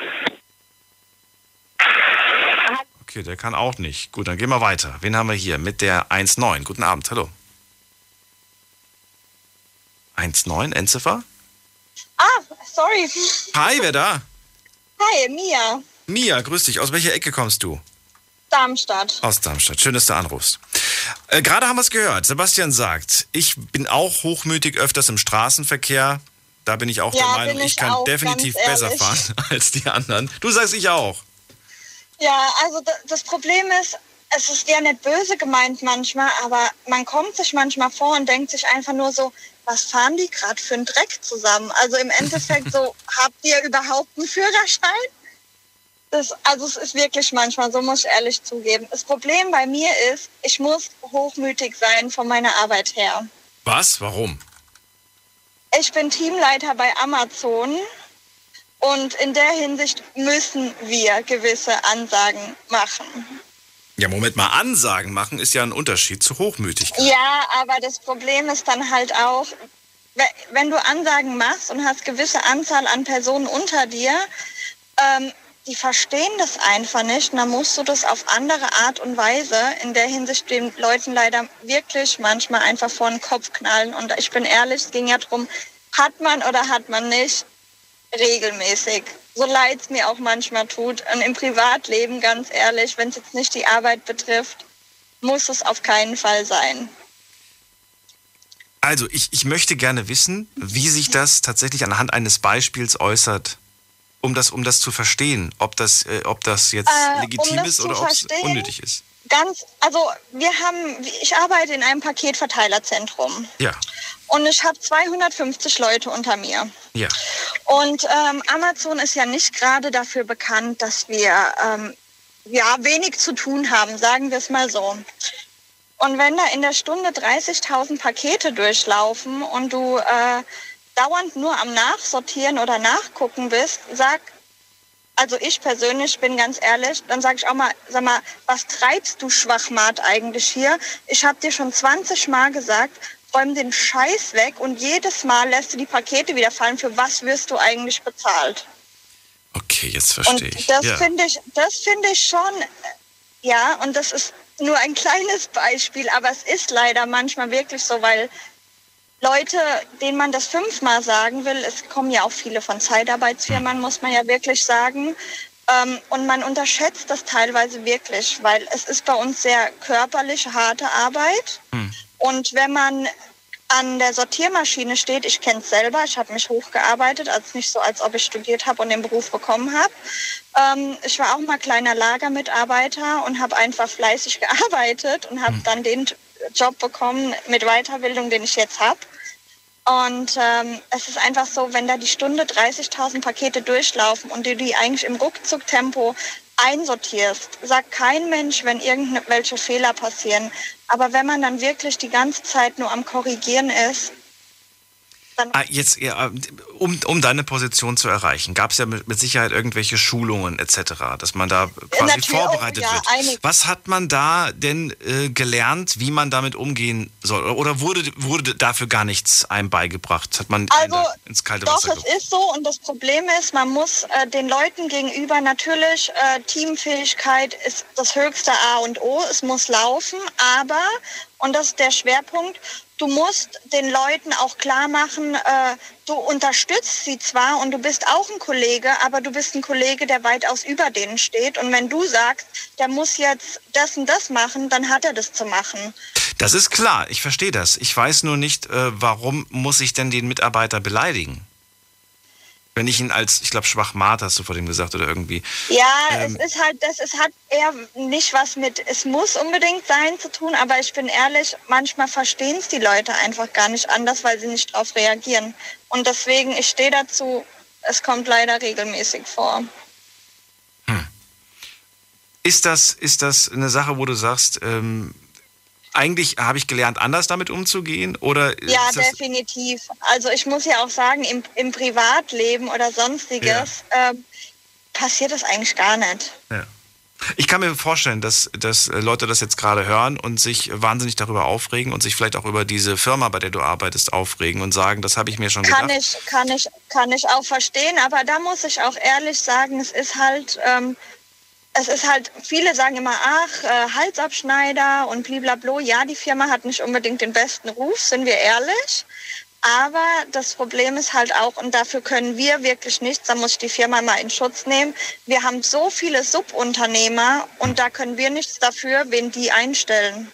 Okay, der kann auch nicht. Gut, dann gehen wir weiter. Wen haben wir hier mit der eins neun? Guten Abend, hallo. eins neun, Endziffer? Ah, sorry. Hi, wer da? Hi, Mia. Mia, grüß dich. Aus welcher Ecke kommst du? Darmstadt. Aus Darmstadt. Schön, dass du anrufst. Äh, gerade haben wir es gehört. Sebastian sagt, ich bin auch hochmütig öfters im Straßenverkehr. Da bin ich auch ja, der Meinung, ich, ich kann auch, definitiv besser fahren als die anderen. Du sagst, ich auch. Ja, also das Problem ist, es ist ja nicht böse gemeint manchmal, aber man kommt sich manchmal vor und denkt sich einfach nur so, was fahren die gerade für einen Dreck zusammen? Also im Endeffekt so, habt ihr überhaupt einen Führerschein? Das, also es ist wirklich manchmal, so muss ich ehrlich zugeben. Das Problem bei mir ist, ich muss hochmütig sein von meiner Arbeit her. Was? Warum? Ich bin Teamleiter bei Amazon und in der Hinsicht müssen wir gewisse Ansagen machen. Ja, Moment mal, Ansagen machen ist ja ein Unterschied zu Hochmütigkeit. Ja, aber das Problem ist dann halt auch, wenn du Ansagen machst und hast gewisse Anzahl an Personen unter dir, ähm, die verstehen das einfach nicht. Und dann musst du das auf andere Art und Weise in der Hinsicht den Leuten leider wirklich manchmal einfach vor den Kopf knallen. Und ich bin ehrlich, es ging ja darum, hat man oder hat man nicht regelmäßig. So leid es mir auch manchmal tut. Und im Privatleben, ganz ehrlich, wenn es jetzt nicht die Arbeit betrifft, muss es auf keinen Fall sein. Also ich, ich möchte gerne wissen, wie sich das tatsächlich anhand eines Beispiels äußert. Um das, um das zu verstehen, ob das, äh, ob das jetzt äh, legitim um ist oder ob es unnötig ist. Ganz, also wir haben, ich arbeite in einem Paketverteilerzentrum. Ja. Und ich habe zweihundertfünfzig Leute unter mir. Ja. Und ähm, Amazon ist ja nicht gerade dafür bekannt, dass wir ähm, ja wenig zu tun haben, sagen wir es mal so. Und wenn da in der Stunde dreißigtausend Pakete durchlaufen und du äh, dauernd nur am Nachsortieren oder Nachgucken bist, sag, also ich persönlich bin ganz ehrlich, dann sage ich auch mal, sag mal, was treibst du Schwachmat eigentlich hier? Ich habe dir schon zwanzig Mal gesagt, räum den Scheiß weg und jedes Mal lässt du die Pakete wieder fallen. Für was wirst du eigentlich bezahlt? Okay, jetzt verstehe ich. Und das ja. finde ich, das finde ich schon, ja, und das ist nur ein kleines Beispiel, aber es ist leider manchmal wirklich so, weil Leute, denen man das fünfmal sagen will, es kommen ja auch viele von Zeitarbeitsfirmen, muss man ja wirklich sagen. Ähm, und man unterschätzt das teilweise wirklich, weil es ist bei uns sehr körperlich harte Arbeit. Hm. Und wenn man an der Sortiermaschine steht, ich kenne es selber, ich habe mich hochgearbeitet, also nicht so, als ob ich studiert habe und den Beruf bekommen habe. Ähm, ich war auch mal kleiner Lagermitarbeiter und habe einfach fleißig gearbeitet und habe hm. dann den Job bekommen mit Weiterbildung, den ich jetzt habe. Und ähm, es ist einfach so, wenn da die Stunde dreißigtausend Pakete durchlaufen und du die eigentlich im Ruckzucktempo einsortierst, sagt kein Mensch, wenn irgendwelche Fehler passieren. Aber wenn man dann wirklich die ganze Zeit nur am Korrigieren ist, dann... Ah, jetzt, ja, um, um deine Position zu erreichen, gab es ja mit, mit Sicherheit irgendwelche Schulungen et cetera, dass man da quasi Natürlich, vorbereitet ja, wird. einig. Was hat man da denn äh, gelernt, wie man damit umgehen soll? Oder wurde, wurde dafür gar nichts einem beigebracht? Hat man Also, einen ins kalte doch, Wasser es geworfen? ist so und das Problem ist, man muss äh, den Leuten gegenüber natürlich, äh, Teamfähigkeit ist das höchste A und O, es muss laufen, aber, und das ist der Schwerpunkt, du musst den Leuten auch klar machen, äh, du unterstützt sie zwar und du bist auch ein Kollege, aber du bist ein Kollege, der weitaus über denen steht. Und wenn du sagst, der muss jetzt das und das machen, dann hat er das zu machen. Das ist klar, ich verstehe das. Ich weiß nur nicht, äh, warum muss ich denn den Mitarbeiter beleidigen? Wenn ich ihn als, ich glaube, Schwachmat hast du vor dem gesagt oder irgendwie. Ja, Ähm, es ist halt, das ist, hat eher nicht was mit, es muss unbedingt sein zu tun, aber ich bin ehrlich, manchmal verstehen es die Leute einfach gar nicht anders, weil sie nicht darauf reagieren. Und deswegen, ich stehe dazu, es kommt leider regelmäßig vor. Ist das, ist das eine Sache, wo du sagst, ähm, eigentlich habe ich gelernt, anders damit umzugehen? Oder Ja, ist das, definitiv. Also ich muss ja auch sagen, im, im Privatleben oder sonstiges ähm, passiert das eigentlich gar nicht. ja. Ich kann mir vorstellen, dass, dass Leute das jetzt gerade hören und sich wahnsinnig darüber aufregen und sich vielleicht auch über diese Firma, bei der du arbeitest, aufregen und sagen, das habe ich mir schon Kann gedacht. ich, kann ich, kann ich auch verstehen, aber da muss ich auch ehrlich sagen, es ist halt, ähm, es ist halt, viele sagen immer, ach, äh, Halsabschneider und blablabla. Ja, die Firma hat nicht unbedingt den besten Ruf, sind wir ehrlich. Aber das Problem ist halt auch, und dafür können wir wirklich nichts, da muss ich die Firma mal in Schutz nehmen, wir haben so viele Subunternehmer und da können wir nichts dafür, wen die einstellen.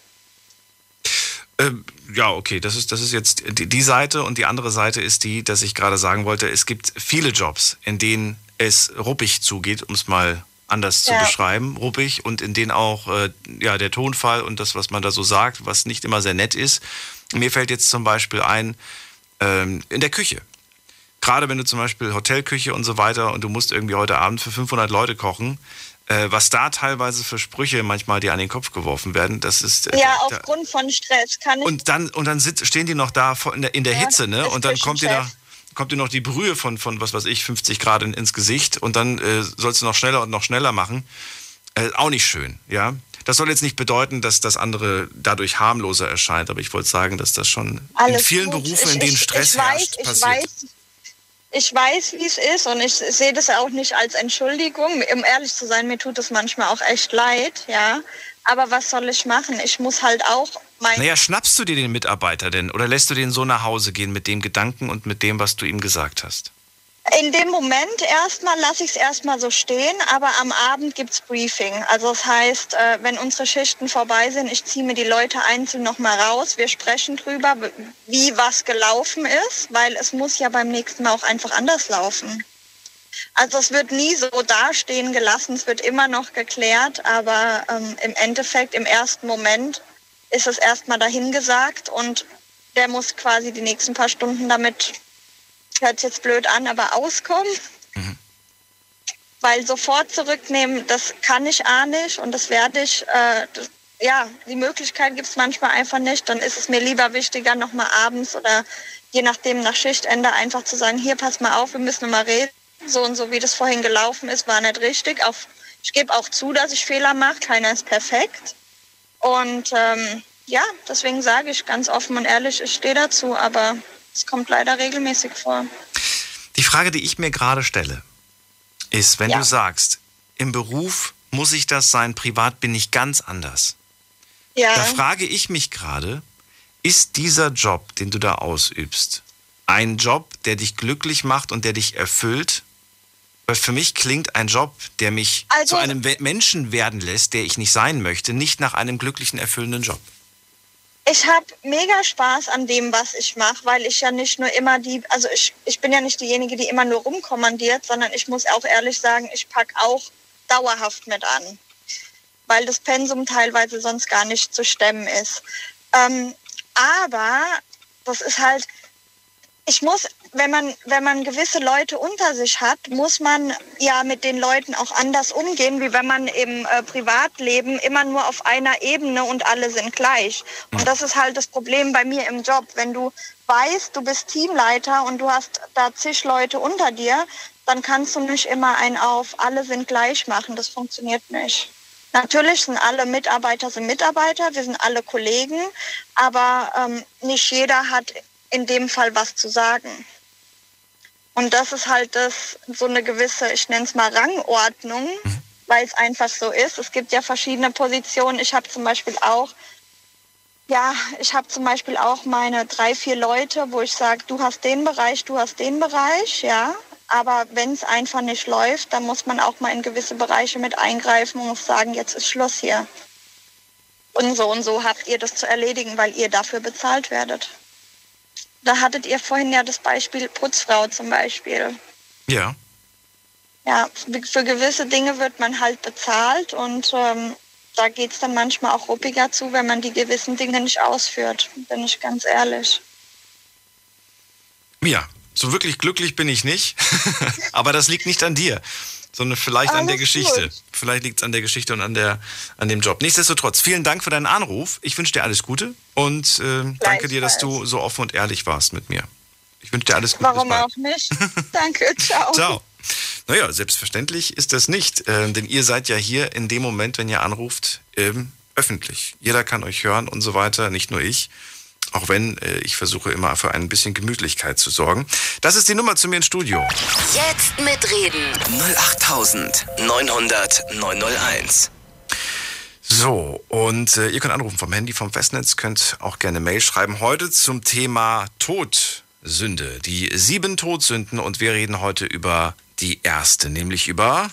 Ähm, ja, okay, das ist, das ist jetzt die, die Seite und die andere Seite ist die, dass ich gerade sagen wollte, es gibt viele Jobs, in denen es ruppig zugeht, um es mal anders zu Ja. beschreiben, ruppig und in denen auch äh, ja, der Tonfall und das, was man da so sagt, was nicht immer sehr nett ist. Mir fällt jetzt zum Beispiel ein, ähm, in der Küche. Gerade wenn du zum Beispiel Hotelküche und so weiter und du musst irgendwie heute Abend für fünfhundert Leute kochen, äh, was da teilweise für Sprüche manchmal dir an den Kopf geworfen werden, das ist... Äh, Ja, da, aufgrund von Stress kann ich... und dann, und dann sit, stehen die noch da vor- in der, in der Ja, Hitze, ne? das Und dann kommt dir da, Küchenchef. kommt dir noch die Brühe von, von, was weiß ich, fünfzig Grad in, ins Gesicht und dann äh, sollst du noch schneller und noch schneller machen. Äh, auch nicht schön, ja? Das soll jetzt nicht bedeuten, dass das andere dadurch harmloser erscheint, aber ich wollte sagen, dass das schon Alles in vielen gut. Berufen, ich, in denen ich, Stress ich weiß, herrscht, ich passiert. Weiß, ich weiß, wie es ist und ich sehe das auch nicht als Entschuldigung. Um ehrlich zu sein, mir tut es manchmal auch echt leid, ja. Aber was soll ich machen? Ich muss halt auch mein... Naja, schnappst du dir den Mitarbeiter denn oder lässt du den so nach Hause gehen mit dem Gedanken und mit dem, was du ihm gesagt hast? In dem Moment erstmal lasse ich es erstmal so stehen, aber am Abend gibt's Briefing. Also das heißt, äh, wenn unsere Schichten vorbei sind, ich ziehe mir die Leute einzeln nochmal raus. Wir sprechen drüber, wie was gelaufen ist, weil es muss ja beim nächsten Mal auch einfach anders laufen. Also es wird nie so dastehen gelassen, es wird immer noch geklärt, aber ähm, im Endeffekt, im ersten Moment ist es erstmal dahingesagt und der muss quasi die nächsten paar Stunden damit... hört sich jetzt blöd an, aber auskommen. Mhm. Weil sofort zurücknehmen, das kann ich auch nicht und das werde ich, äh, das, ja, die Möglichkeit gibt es manchmal einfach nicht. Dann ist es mir lieber wichtiger, nochmal abends oder je nachdem nach Schichtende einfach zu sagen, hier, pass mal auf, wir müssen mal reden. So und so, wie das vorhin gelaufen ist, war nicht richtig. Auch, ich gebe auch zu, dass ich Fehler mache, keiner ist perfekt. Und ähm, ja, deswegen sage ich ganz offen und ehrlich, ich stehe dazu, aber... es kommt leider regelmäßig vor. Die Frage, die ich mir gerade stelle, ist, wenn Ja. du sagst, im Beruf muss ich das sein, privat bin ich ganz anders. Ja. Da frage ich mich gerade, ist dieser Job, den du da ausübst, ein Job, der dich glücklich macht und der dich erfüllt? Weil für mich klingt ein Job, der mich Also- zu einem We- Menschen werden lässt, der ich nicht sein möchte, nicht nach einem glücklichen, erfüllenden Job. Ich habe mega Spaß an dem, was ich mache, weil ich ja nicht nur immer die, also ich, ich bin ja nicht diejenige, die immer nur rumkommandiert, sondern ich muss auch ehrlich sagen, ich packe auch dauerhaft mit an, weil das Pensum teilweise sonst gar nicht zu stemmen ist. Ähm, aber das ist halt, ich muss, wenn man, wenn man gewisse Leute unter sich hat, muss man ja mit den Leuten auch anders umgehen, wie wenn man im äh, Privatleben immer nur auf einer Ebene und alle sind gleich. Und das ist halt das Problem bei mir im Job. Wenn du weißt, du bist Teamleiter und du hast da zig Leute unter dir, dann kannst du nicht immer ein auf alle sind gleich machen. Das funktioniert nicht. Natürlich sind alle Mitarbeiter sind Mitarbeiter, wir sind alle Kollegen, aber ähm, nicht jeder hat in dem Fall was zu sagen. Und das ist halt das, so eine gewisse, ich nenne es mal Rangordnung, weil es einfach so ist. Es gibt ja verschiedene Positionen. Ich habe zum Beispiel auch, ja, ich habe zum Beispiel auch meine drei, vier Leute, wo ich sage, du hast den Bereich, du hast den Bereich, ja. Aber wenn es einfach nicht läuft, dann muss man auch mal in gewisse Bereiche mit eingreifen und muss sagen, jetzt ist Schluss hier. Und so und so habt ihr das zu erledigen, weil ihr dafür bezahlt werdet. Da hattet ihr vorhin ja das Beispiel Putzfrau zum Beispiel. Ja. Ja, für gewisse Dinge wird man halt bezahlt und ähm, da geht es dann manchmal auch ruppiger zu, wenn man die gewissen Dinge nicht ausführt, bin ich ganz ehrlich. Ja, so wirklich glücklich bin ich nicht, aber das liegt nicht an dir, sondern vielleicht Alles an der Geschichte. Gut. Vielleicht liegt es an der Geschichte und an, der, an dem Job. Nichtsdestotrotz, vielen Dank für deinen Anruf. Ich wünsche dir alles Gute und äh, danke dir, dass du so offen und ehrlich warst mit mir. Ich wünsche dir alles Gute. Warum auch nicht? Danke, ciao. Ciao. Naja, selbstverständlich ist das nicht, äh, denn ihr seid ja hier in dem Moment, wenn ihr anruft, ähm, öffentlich. Jeder kann euch hören und so weiter, nicht nur ich. Auch wenn äh, ich versuche immer für ein bisschen Gemütlichkeit zu sorgen. Das ist die Nummer zu mir ins Studio. Jetzt mitreden. null acht neun null null neun null eins. So, und äh, ihr könnt anrufen vom Handy, vom Festnetz, könnt auch gerne Mail schreiben. Heute zum Thema Todsünde. Die sieben Todsünden und wir reden heute über die erste, nämlich über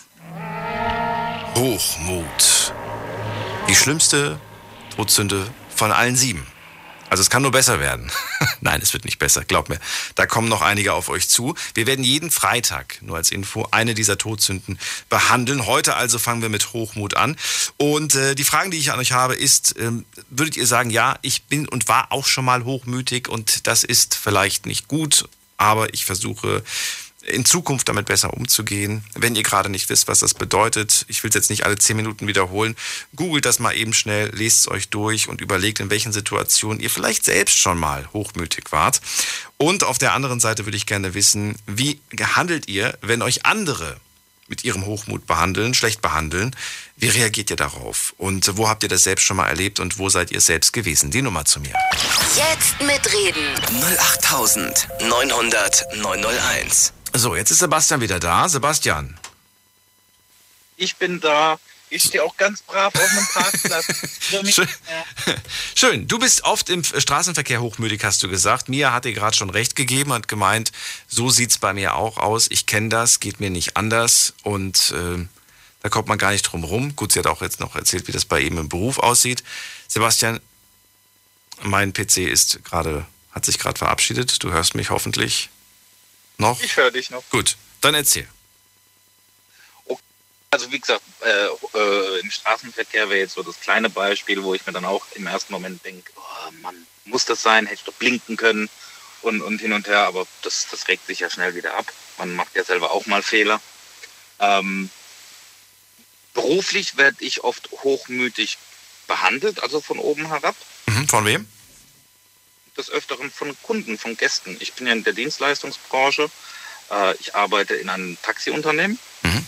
Hochmut. Die schlimmste Todsünde von allen sieben. Also es kann nur besser werden. Nein, es wird nicht besser, glaubt mir. Da kommen noch einige auf euch zu. Wir werden jeden Freitag, nur als Info, eine dieser Todsünden behandeln. Heute also fangen wir mit Hochmut an. Und äh, die Frage, die ich an euch habe, ist, ähm, würdet ihr sagen, ja, ich bin und war auch schon mal hochmütig und das ist vielleicht nicht gut, aber ich versuche in Zukunft damit besser umzugehen. Wenn ihr gerade nicht wisst, was das bedeutet, ich will es jetzt nicht alle zehn Minuten wiederholen, googelt das mal eben schnell, lest es euch durch und überlegt, in welchen Situationen ihr vielleicht selbst schon mal hochmütig wart. Und auf der anderen Seite würde ich gerne wissen, wie handelt ihr, wenn euch andere mit ihrem Hochmut behandeln, schlecht behandeln? Wie reagiert ihr darauf? Und wo habt ihr das selbst schon mal erlebt und wo seid ihr selbst gewesen? Die Nummer zu mir. Jetzt mitreden. null acht neun null null neun null eins. So, jetzt ist Sebastian wieder da. Sebastian. Ich bin da. Ich stehe auch ganz brav auf einem Parkplatz. Schön. Schön. Du bist oft im Straßenverkehr hochmütig, hast du gesagt. Mia hat dir gerade schon recht gegeben und gemeint, so sieht's bei mir auch aus. Ich kenne das, geht mir nicht anders und äh, da kommt man gar nicht drum rum. Gut, sie hat auch jetzt noch erzählt, wie das bei ihm im Beruf aussieht. Sebastian, mein P C ist gerade, hat sich gerade verabschiedet. Du hörst mich hoffentlich noch. Ich höre dich noch. Gut, dann erzähl. Okay. Also wie gesagt, äh, äh, im Straßenverkehr wäre jetzt so das kleine Beispiel, wo ich mir dann auch im ersten Moment denke, oh Mann, muss das sein? Hätte ich doch blinken können und, und hin und her, aber das, das regt sich ja schnell wieder ab. Man macht ja selber auch mal Fehler. Ähm, beruflich werde ich oft hochmütig behandelt, also von oben herab. Mhm, von wem? Des Öfteren von Kunden, von Gästen. Ich bin ja in der Dienstleistungsbranche. Äh, ich arbeite in einem Taxiunternehmen. Mhm.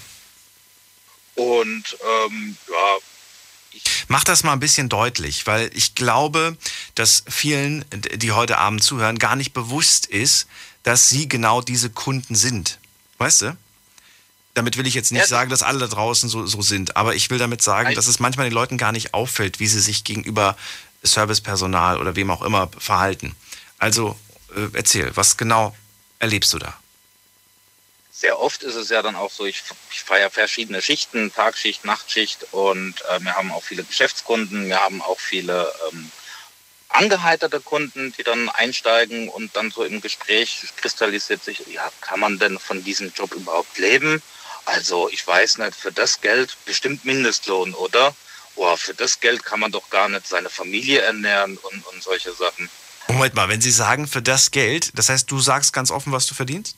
Und ähm, ja. Ich Mach das mal ein bisschen deutlich, weil ich glaube, dass vielen, die heute Abend zuhören, gar nicht bewusst ist, dass sie genau diese Kunden sind. Weißt du? Damit will ich jetzt nicht ja, sagen, dass alle da draußen so, so sind. Aber ich will damit sagen, dass es manchmal den Leuten gar nicht auffällt, wie sie sich gegenüber Servicepersonal oder wem auch immer verhalten. Also äh, erzähl, was genau erlebst du da? Sehr oft ist es ja dann auch so, ich, ich fahre ja verschiedene Schichten, Tagschicht, Nachtschicht und äh, wir haben auch viele Geschäftskunden, wir haben auch viele ähm, angeheiterte Kunden, die dann einsteigen und dann so im Gespräch kristallisiert sich, ja, kann man denn von diesem Job überhaupt leben? Also ich weiß nicht, für das Geld bestimmt Mindestlohn, oder? Boah, für das Geld kann man doch gar nicht seine Familie ernähren und, und solche Sachen. Moment mal, wenn Sie sagen, für das Geld, das heißt, du sagst ganz offen, was du verdienst?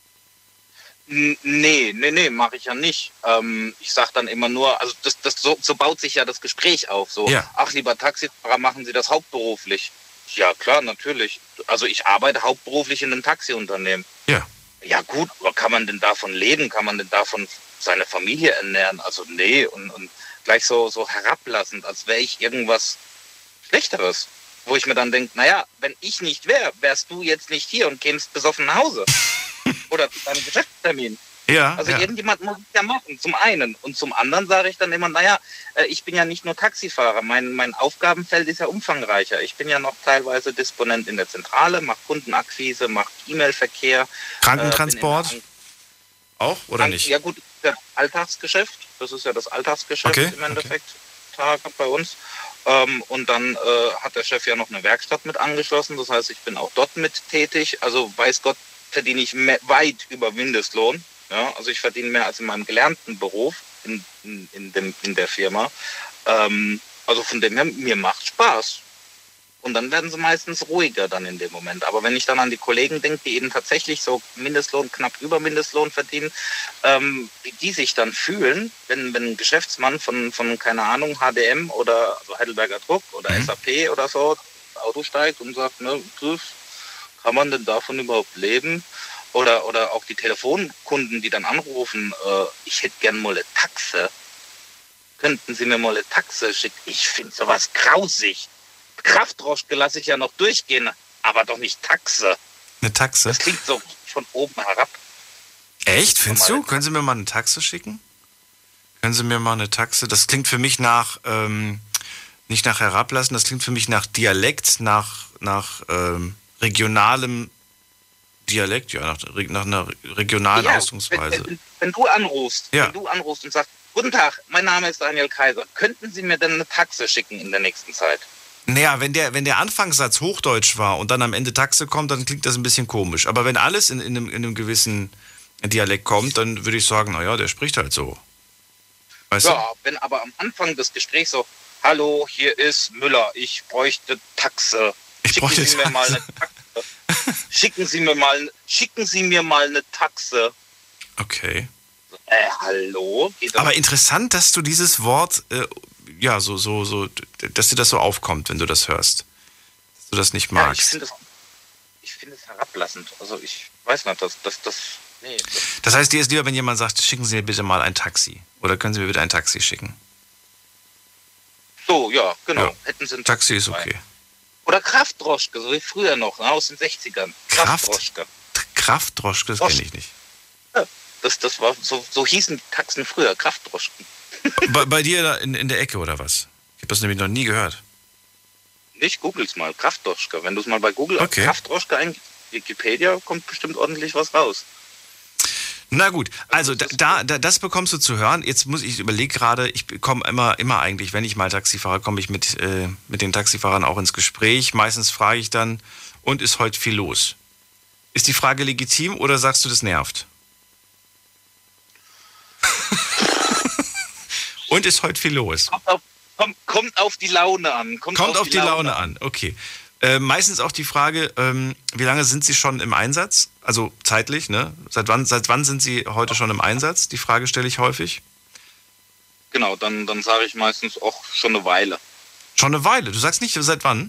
N- Nee, nee, nee, mache ich ja nicht. Ähm, ich sage dann immer nur, also das, das so, so baut sich ja das Gespräch auf. So, Ja. ach lieber Taxifahrer, machen Sie das hauptberuflich? Ja klar, natürlich. Also ich arbeite hauptberuflich in einem Taxiunternehmen. Ja. Ja gut, aber kann man denn davon leben? Kann man denn davon seine Familie ernähren? Also nee, und, und gleich so, so herablassend, als wäre ich irgendwas Schlechteres. Wo ich mir dann denke, naja, wenn ich nicht wäre, wärst du jetzt nicht hier und kämst besoffen nach Hause. Oder zu deinem Geschäftstermin. Ja, Also ja. irgendjemand muss es ja machen, zum einen. Und zum anderen sage ich dann immer, naja, äh, ich bin ja nicht nur Taxifahrer, mein, mein Aufgabenfeld ist ja umfangreicher. Ich bin ja noch teilweise Disponent in der Zentrale, mache Kundenakquise, mache E-Mail-Verkehr. Krankentransport? Äh, Auch oder Krank- nicht? Ja gut, das ist ja Alltagsgeschäft. Das ist ja das Alltagsgeschäft Okay, im Endeffekt Tage bei uns. Ähm, und dann äh, hat der Chef ja noch eine Werkstatt mit angeschlossen. Das heißt, ich bin auch dort mit tätig. Also weiß Gott, verdiene ich mehr, weit über Mindestlohn. Ja, also ich verdiene mehr als in meinem gelernten Beruf in, in, in, dem, in der Firma. Ähm, also von dem her, mir macht Spaß. Und dann werden sie meistens ruhiger dann in dem Moment. Aber wenn ich dann an die Kollegen denke, die eben tatsächlich so Mindestlohn, knapp über Mindestlohn verdienen, ähm, wie die sich dann fühlen, wenn, wenn ein Geschäftsmann von, von, keine Ahnung, H D M oder also Heidelberger Druck oder Mhm. S A P oder so, ins Auto steigt und sagt, ne, das, kann man denn davon überhaupt leben? Oder, oder auch die Telefonkunden, die dann anrufen, äh, ich hätte gern mal eine Taxe. Könnten Sie mir mal eine Taxe schicken? Ich finde sowas grausig. Kraftroschke lasse ich ja noch durchgehen, aber doch nicht Taxe. Eine Taxe? Das klingt so von oben herab. Echt, findest du? Können Sie mir mal eine Taxe schicken? Können Sie mir mal eine Taxe? Das klingt für mich nach, ähm, nicht nach herablassen, das klingt für mich nach Dialekt, nach, nach ähm, regionalem Dialekt, ja, nach, nach einer regionalen Ja, Ausdrucksweise. Wenn, wenn, wenn du anrufst, Ja. wenn du anrufst und sagst, guten Tag, mein Name ist Daniel Kaiser, könnten Sie mir denn eine Taxe schicken in der nächsten Zeit? Naja, wenn der, wenn der Anfangssatz Hochdeutsch war und dann am Ende Taxe kommt, dann klingt das ein bisschen komisch. Aber wenn alles in, in, einem, in einem gewissen Dialekt kommt, dann würde ich sagen, naja, der spricht halt so. Weißt Ja, wenn aber am Anfang des Gesprächs so, hallo, hier ist Müller, ich bräuchte Taxe. Ich Schicken bräuchte Sie mir mal eine Taxe. Schicken Sie mir mal, schicken Sie mir mal eine Taxe. du? Okay. Äh, hallo? Geht das? Aber interessant, dass du dieses Wort, äh, ja, so, so, so, dass dir das so aufkommt, wenn du das hörst. Dass du das nicht Ja, ich magst. finde es ich find es herablassend. Also ich weiß nicht, dass das, das, nee. Das, Das heißt, dir ist lieber, wenn jemand sagt, schicken Sie mir bitte mal ein Taxi. Oder können Sie mir bitte ein Taxi schicken? so, ja, genau. Ja. Hätten Sie ein Taxi ist dabei. okay. Oder Kraftdroschke, so wie früher noch, ne, aus den sechzigern. Kraft? Kraftdroschke. Kraftdroschke, das kenne ich nicht. Das, das war, so, so hießen die Taxen früher, Kraftdroschken. Bei, bei dir da in, in der Ecke oder was? Ich habe das nämlich noch nie gehört. Nicht, googles mal, Kraftdroschke. Wenn du es mal bei Google Okay. auf Kraftdroschke eingibst, Wikipedia, kommt bestimmt ordentlich was raus. Na gut, also da, da, da, das bekommst du zu hören. Jetzt muss ich überlege gerade, ich komme immer, immer eigentlich, wenn ich mal Taxi fahre, komme ich mit, äh, mit den Taxifahrern auch ins Gespräch. Meistens frage ich dann, und ist heute viel los? Ist die Frage legitim oder sagst du, das nervt? Und ist heute viel los? Kommt auf, kommt, kommt auf die Laune an. Kommt, Kommt auf die Laune an, okay. Äh, meistens auch die Frage, ähm, wie lange sind Sie schon im Einsatz? Also zeitlich, ne? Seit wann, seit wann sind Sie heute schon im Einsatz? Die Frage stelle ich häufig. Genau, dann, dann sage ich meistens auch schon eine Weile. Schon eine Weile. Du sagst nicht, seit wann?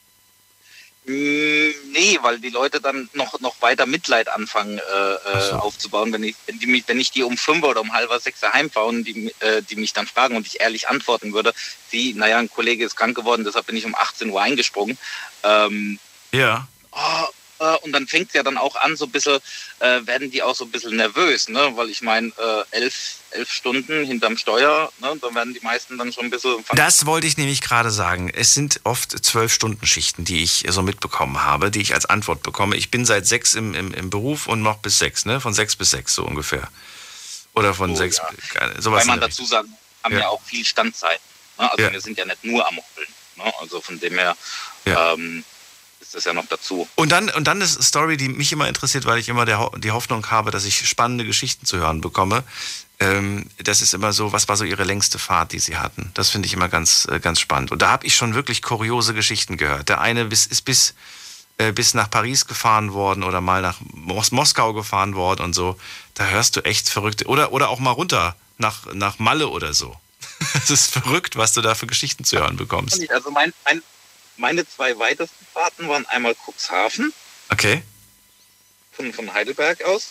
Mm, Nee, weil die Leute dann noch, noch weiter Mitleid anfangen äh, äh, so. aufzubauen, wenn ich, wenn, die mich, wenn ich die um fünf oder um halb sechs heimfahre und die, äh, die mich dann fragen und ich ehrlich antworten würde, sie, naja, ein Kollege ist krank geworden, deshalb bin ich um achtzehn Uhr eingesprungen. Ähm, Ja. oh, äh, und dann fängt es ja dann auch an, so ein bisschen, äh, werden die auch so ein bisschen nervös, ne? Weil ich meine, äh, elf, elf Stunden hinterm Steuer, ne? Da werden die meisten dann schon ein bisschen... Das wollte ich nämlich gerade sagen. Es sind oft zwölf-Stunden-Schichten, die ich so mitbekommen habe, die ich als Antwort bekomme. Ich bin seit sechs im, im, im Beruf und noch bis sechs, ne? Von sechs bis sechs so ungefähr. Oder von Oh, sechs, ja. sowas. Weil man in der dazu sagen, haben Ja. ja auch viel Standzeit. Ne? Also Ja. wir sind ja nicht nur am Hoppeln. Ne? Also von dem her Ja. ähm, ist das ja noch dazu. Und dann, und dann ist eine Story, die mich immer interessiert, weil ich immer der, Ho- die Hoffnung habe, dass ich spannende Geschichten zu hören bekomme. Ähm, das ist immer so, was war so Ihre längste Fahrt, die Sie hatten? Das finde ich immer ganz, äh, ganz spannend. Und da habe ich schon wirklich kuriose Geschichten gehört. Der eine bis, ist bis, äh, bis nach Paris gefahren worden oder mal nach Mos- Moskau gefahren worden und so. Da hörst du echt verrückte. Oder, oder auch mal runter nach, nach Malle oder so. Es ist verrückt, was du da für Geschichten zu hören bekommst. Also mein, mein, meine zwei weitesten Fahrten waren einmal Cuxhaven. Okay. Von, von Heidelberg aus.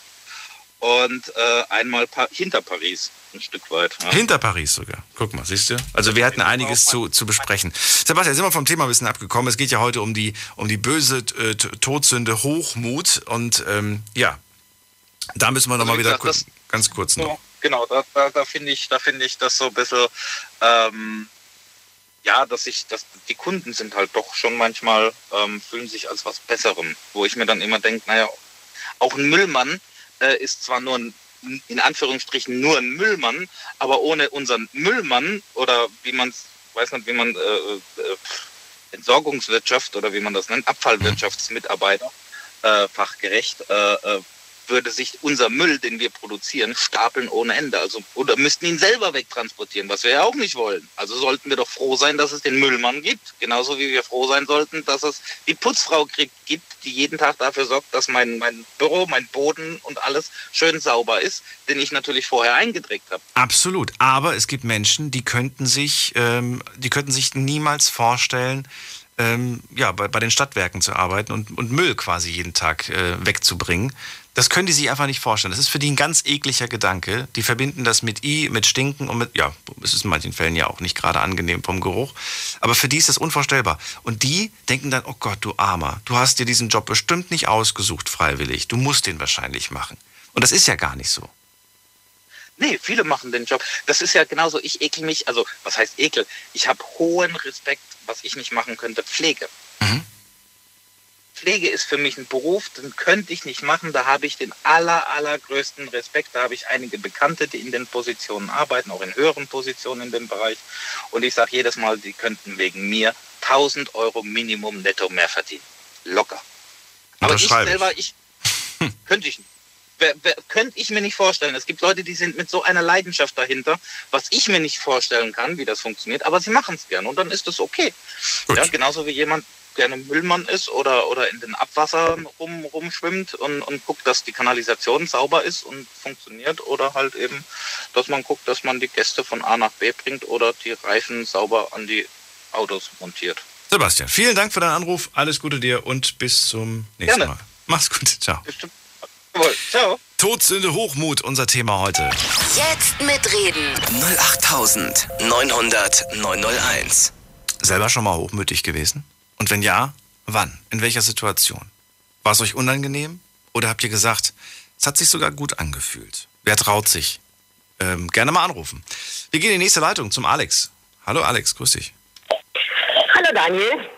Und äh, einmal pa- hinter Paris, ein Stück weit. Ja. Hinter Paris sogar. Guck mal, siehst du? Also wir hatten einiges zu, zu besprechen. Sebastian, sind wir vom Thema ein bisschen abgekommen. Es geht ja heute um die, um die böse äh, Todsünde Hochmut. Und ähm, ja, da müssen wir nochmal Also, wieder gesagt, kurz, ganz kurz noch. So, genau, da, da, da finde ich, da finde ich das so ein bisschen, ähm, ja, dass ich, dass die Kunden sind halt doch schon manchmal, ähm, fühlen sich als was Besserem. Wo ich mir dann immer denke, naja, auch ein Müllmann äh, ist zwar nur ein, in Anführungsstrichen nur ein Müllmann, aber ohne unseren Müllmann oder wie man es, weiß nicht, wie man äh, äh, Entsorgungswirtschaft oder wie man das nennt, Abfallwirtschaftsmitarbeiter, äh, fachgerecht, äh, äh, würde sich unser Müll, den wir produzieren, stapeln ohne Ende. Also, oder müssten ihn selber wegtransportieren, was wir ja auch nicht wollen. Also sollten wir doch froh sein, dass es den Müllmann gibt. Genauso wie wir froh sein sollten, dass es die Putzfrau gibt, die jeden Tag dafür sorgt, dass mein, mein Büro, mein Boden und alles schön sauber ist, den ich natürlich vorher eingedreckt habe. Absolut. Aber es gibt Menschen, die könnten sich, ähm, die könnten sich niemals vorstellen, ähm, ja, bei, bei den Stadtwerken zu arbeiten und, und Müll quasi jeden Tag äh, wegzubringen. Das können die sich einfach nicht vorstellen. Das ist für die ein ganz ekliger Gedanke. Die verbinden das mit I, mit Stinken und mit, ja, es ist in manchen Fällen ja auch nicht gerade angenehm vom Geruch. Aber für die ist das unvorstellbar. Und die denken dann, oh Gott, du Armer, du hast dir diesen Job bestimmt nicht ausgesucht freiwillig. Du musst den wahrscheinlich machen. Und das ist ja gar nicht so. Nee, viele machen den Job. Das ist ja genauso, ich ekel mich, also was heißt ekel? Ich habe hohen Respekt, was ich nicht machen könnte, Pflege. Mhm. Pflege ist für mich ein Beruf, den könnte ich nicht machen, da habe ich den aller, allergrößten Respekt. Da habe ich einige Bekannte, die in den Positionen arbeiten, auch in höheren Positionen in dem Bereich. Und ich sage jedes Mal, die könnten wegen mir tausend Euro Minimum netto mehr verdienen. Locker. Aber ich selber, ich könnte ich nicht. Wer, wer, könnte ich mir nicht vorstellen. Es gibt Leute, die sind mit so einer Leidenschaft dahinter, was ich mir nicht vorstellen kann, wie das funktioniert, aber sie machen es gern und dann ist das okay. Ja, genauso wie jemand gerne Müllmann ist oder, oder in den Abwassern rum, rumschwimmt und, und guckt, dass die Kanalisation sauber ist und funktioniert oder halt eben, dass man guckt, dass man die Gäste von A nach B bringt oder die Reifen sauber an die Autos montiert. Sebastian, vielen Dank für deinen Anruf, alles Gute dir und bis zum nächsten Gerne. Mal. Mach's gut, ciao. Bestimmt. Jawohl, ciao. Todsünde Hochmut, unser Thema heute. Jetzt mitreden. null acht neun null null neun null eins. Selber schon mal hochmütig gewesen? Und wenn ja, wann? In welcher Situation? War es euch unangenehm? Oder habt ihr gesagt, es hat sich sogar gut angefühlt? Wer traut sich? Ähm, gerne mal anrufen. Wir gehen in die nächste Leitung zum Alex. Hallo Alex, grüß dich. Hallo Daniel.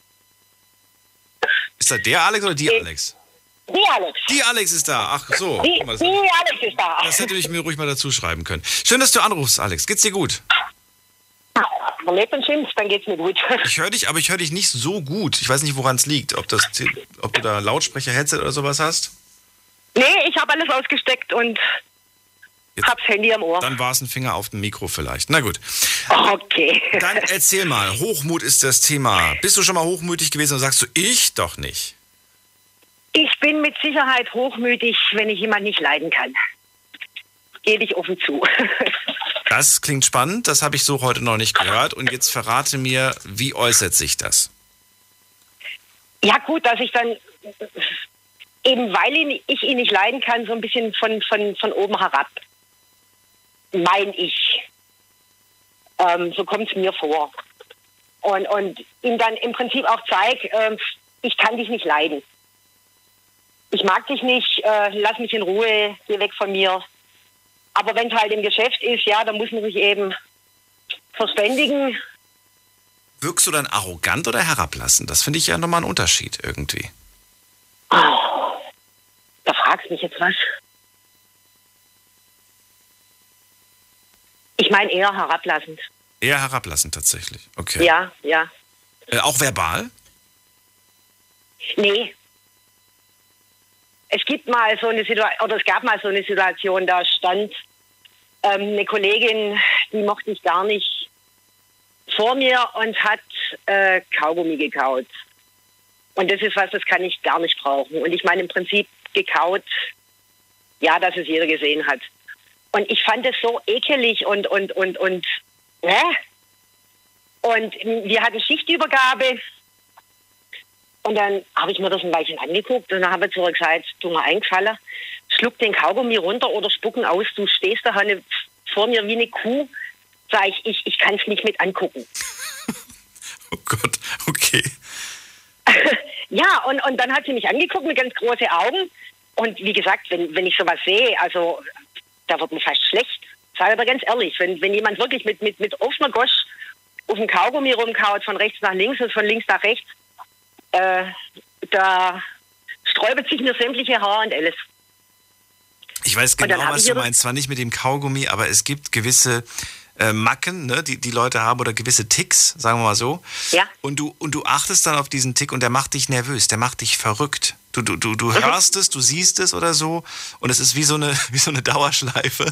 Ist das der Alex oder die Alex? Die Alex. Die Alex ist da. Ach so. Die, Guck mal, das, die Alex ist da. das hätte ich mir ruhig mal dazu schreiben können. Schön, dass du anrufst, Alex. Geht's dir gut? Man lebt und schimpft, dann geht's mir gut. Ich höre dich, aber ich höre dich nicht so gut. Ich weiß nicht, woran es liegt. Ob, das, ob du da Lautsprecher, Headset oder sowas hast? Nee, ich habe alles ausgesteckt und Jetzt, hab's Handy am Ohr. Dann war es ein Finger auf dem Mikro vielleicht. Na gut. Okay. Dann erzähl mal, Hochmut ist das Thema. Bist du schon mal hochmütig gewesen und sagst du, ich doch nicht? Ich bin mit Sicherheit hochmütig, wenn ich jemanden nicht leiden kann. Gebe ich offen zu. Das klingt spannend, das habe ich so heute noch nicht gehört. Und jetzt verrate mir, wie äußert sich das? Ja gut, dass ich dann, eben weil ihn, ich ihn nicht leiden kann, so ein bisschen von, von, von oben herab, mein ich. Ähm, so kommt es mir vor. Und, und ihm dann im Prinzip auch zeige, äh, ich kann dich nicht leiden. Ich mag dich nicht, äh, lass mich in Ruhe, geh weg von mir. Aber wenn es halt im Geschäft ist, ja, dann muss man sich eben verständigen. Wirkst du dann arrogant oder herablassend? Das finde ich ja nochmal ein Unterschied irgendwie. Oh, da fragst du mich jetzt was. Ich meine eher herablassend. Eher herablassend tatsächlich, okay. Ja, ja. Äh, auch verbal? Nee. Es gibt mal so eine Situation, oder es gab mal so eine Situation, da stand ähm, eine Kollegin, die mochte ich gar nicht, vor mir und hat äh, Kaugummi gekaut. Und das ist was, das kann ich gar nicht brauchen. Und ich meine, im Prinzip gekaut, ja, dass es jeder gesehen hat. Und ich fand es so ekelig und, und, und, und, hä? Und wir hatten Schichtübergabe. Und dann habe ich mir das ein Weilchen angeguckt und dann habe ich zurück gesagt, du mal eingefallen, schluck den Kaugummi runter oder spucken aus, du stehst da vor mir wie eine Kuh. Sag ich, ich, ich kann es nicht mit angucken. Oh Gott, okay. Ja, und, und dann hat sie mich angeguckt mit ganz großen Augen. Und wie gesagt, wenn, wenn ich sowas sehe, also da wird mir fast schlecht. Sag aber ganz ehrlich, wenn, wenn jemand wirklich mit, mit, mit offener Gosch auf dem Kaugummi rumkaut, von rechts nach links und von links nach rechts, äh, da sträubt sich mir sämtliche Haare und alles. Ich weiß genau, was du meinst. Zwar nicht mit dem Kaugummi, aber es gibt gewisse äh, Macken, ne, die die Leute haben oder gewisse Ticks, sagen wir mal so. Ja. Und du, und du achtest dann auf diesen Tick und der macht dich nervös, der macht dich verrückt. Du, du, du, du hörst es, du siehst es oder so und es ist wie so eine, wie so eine Dauerschleife.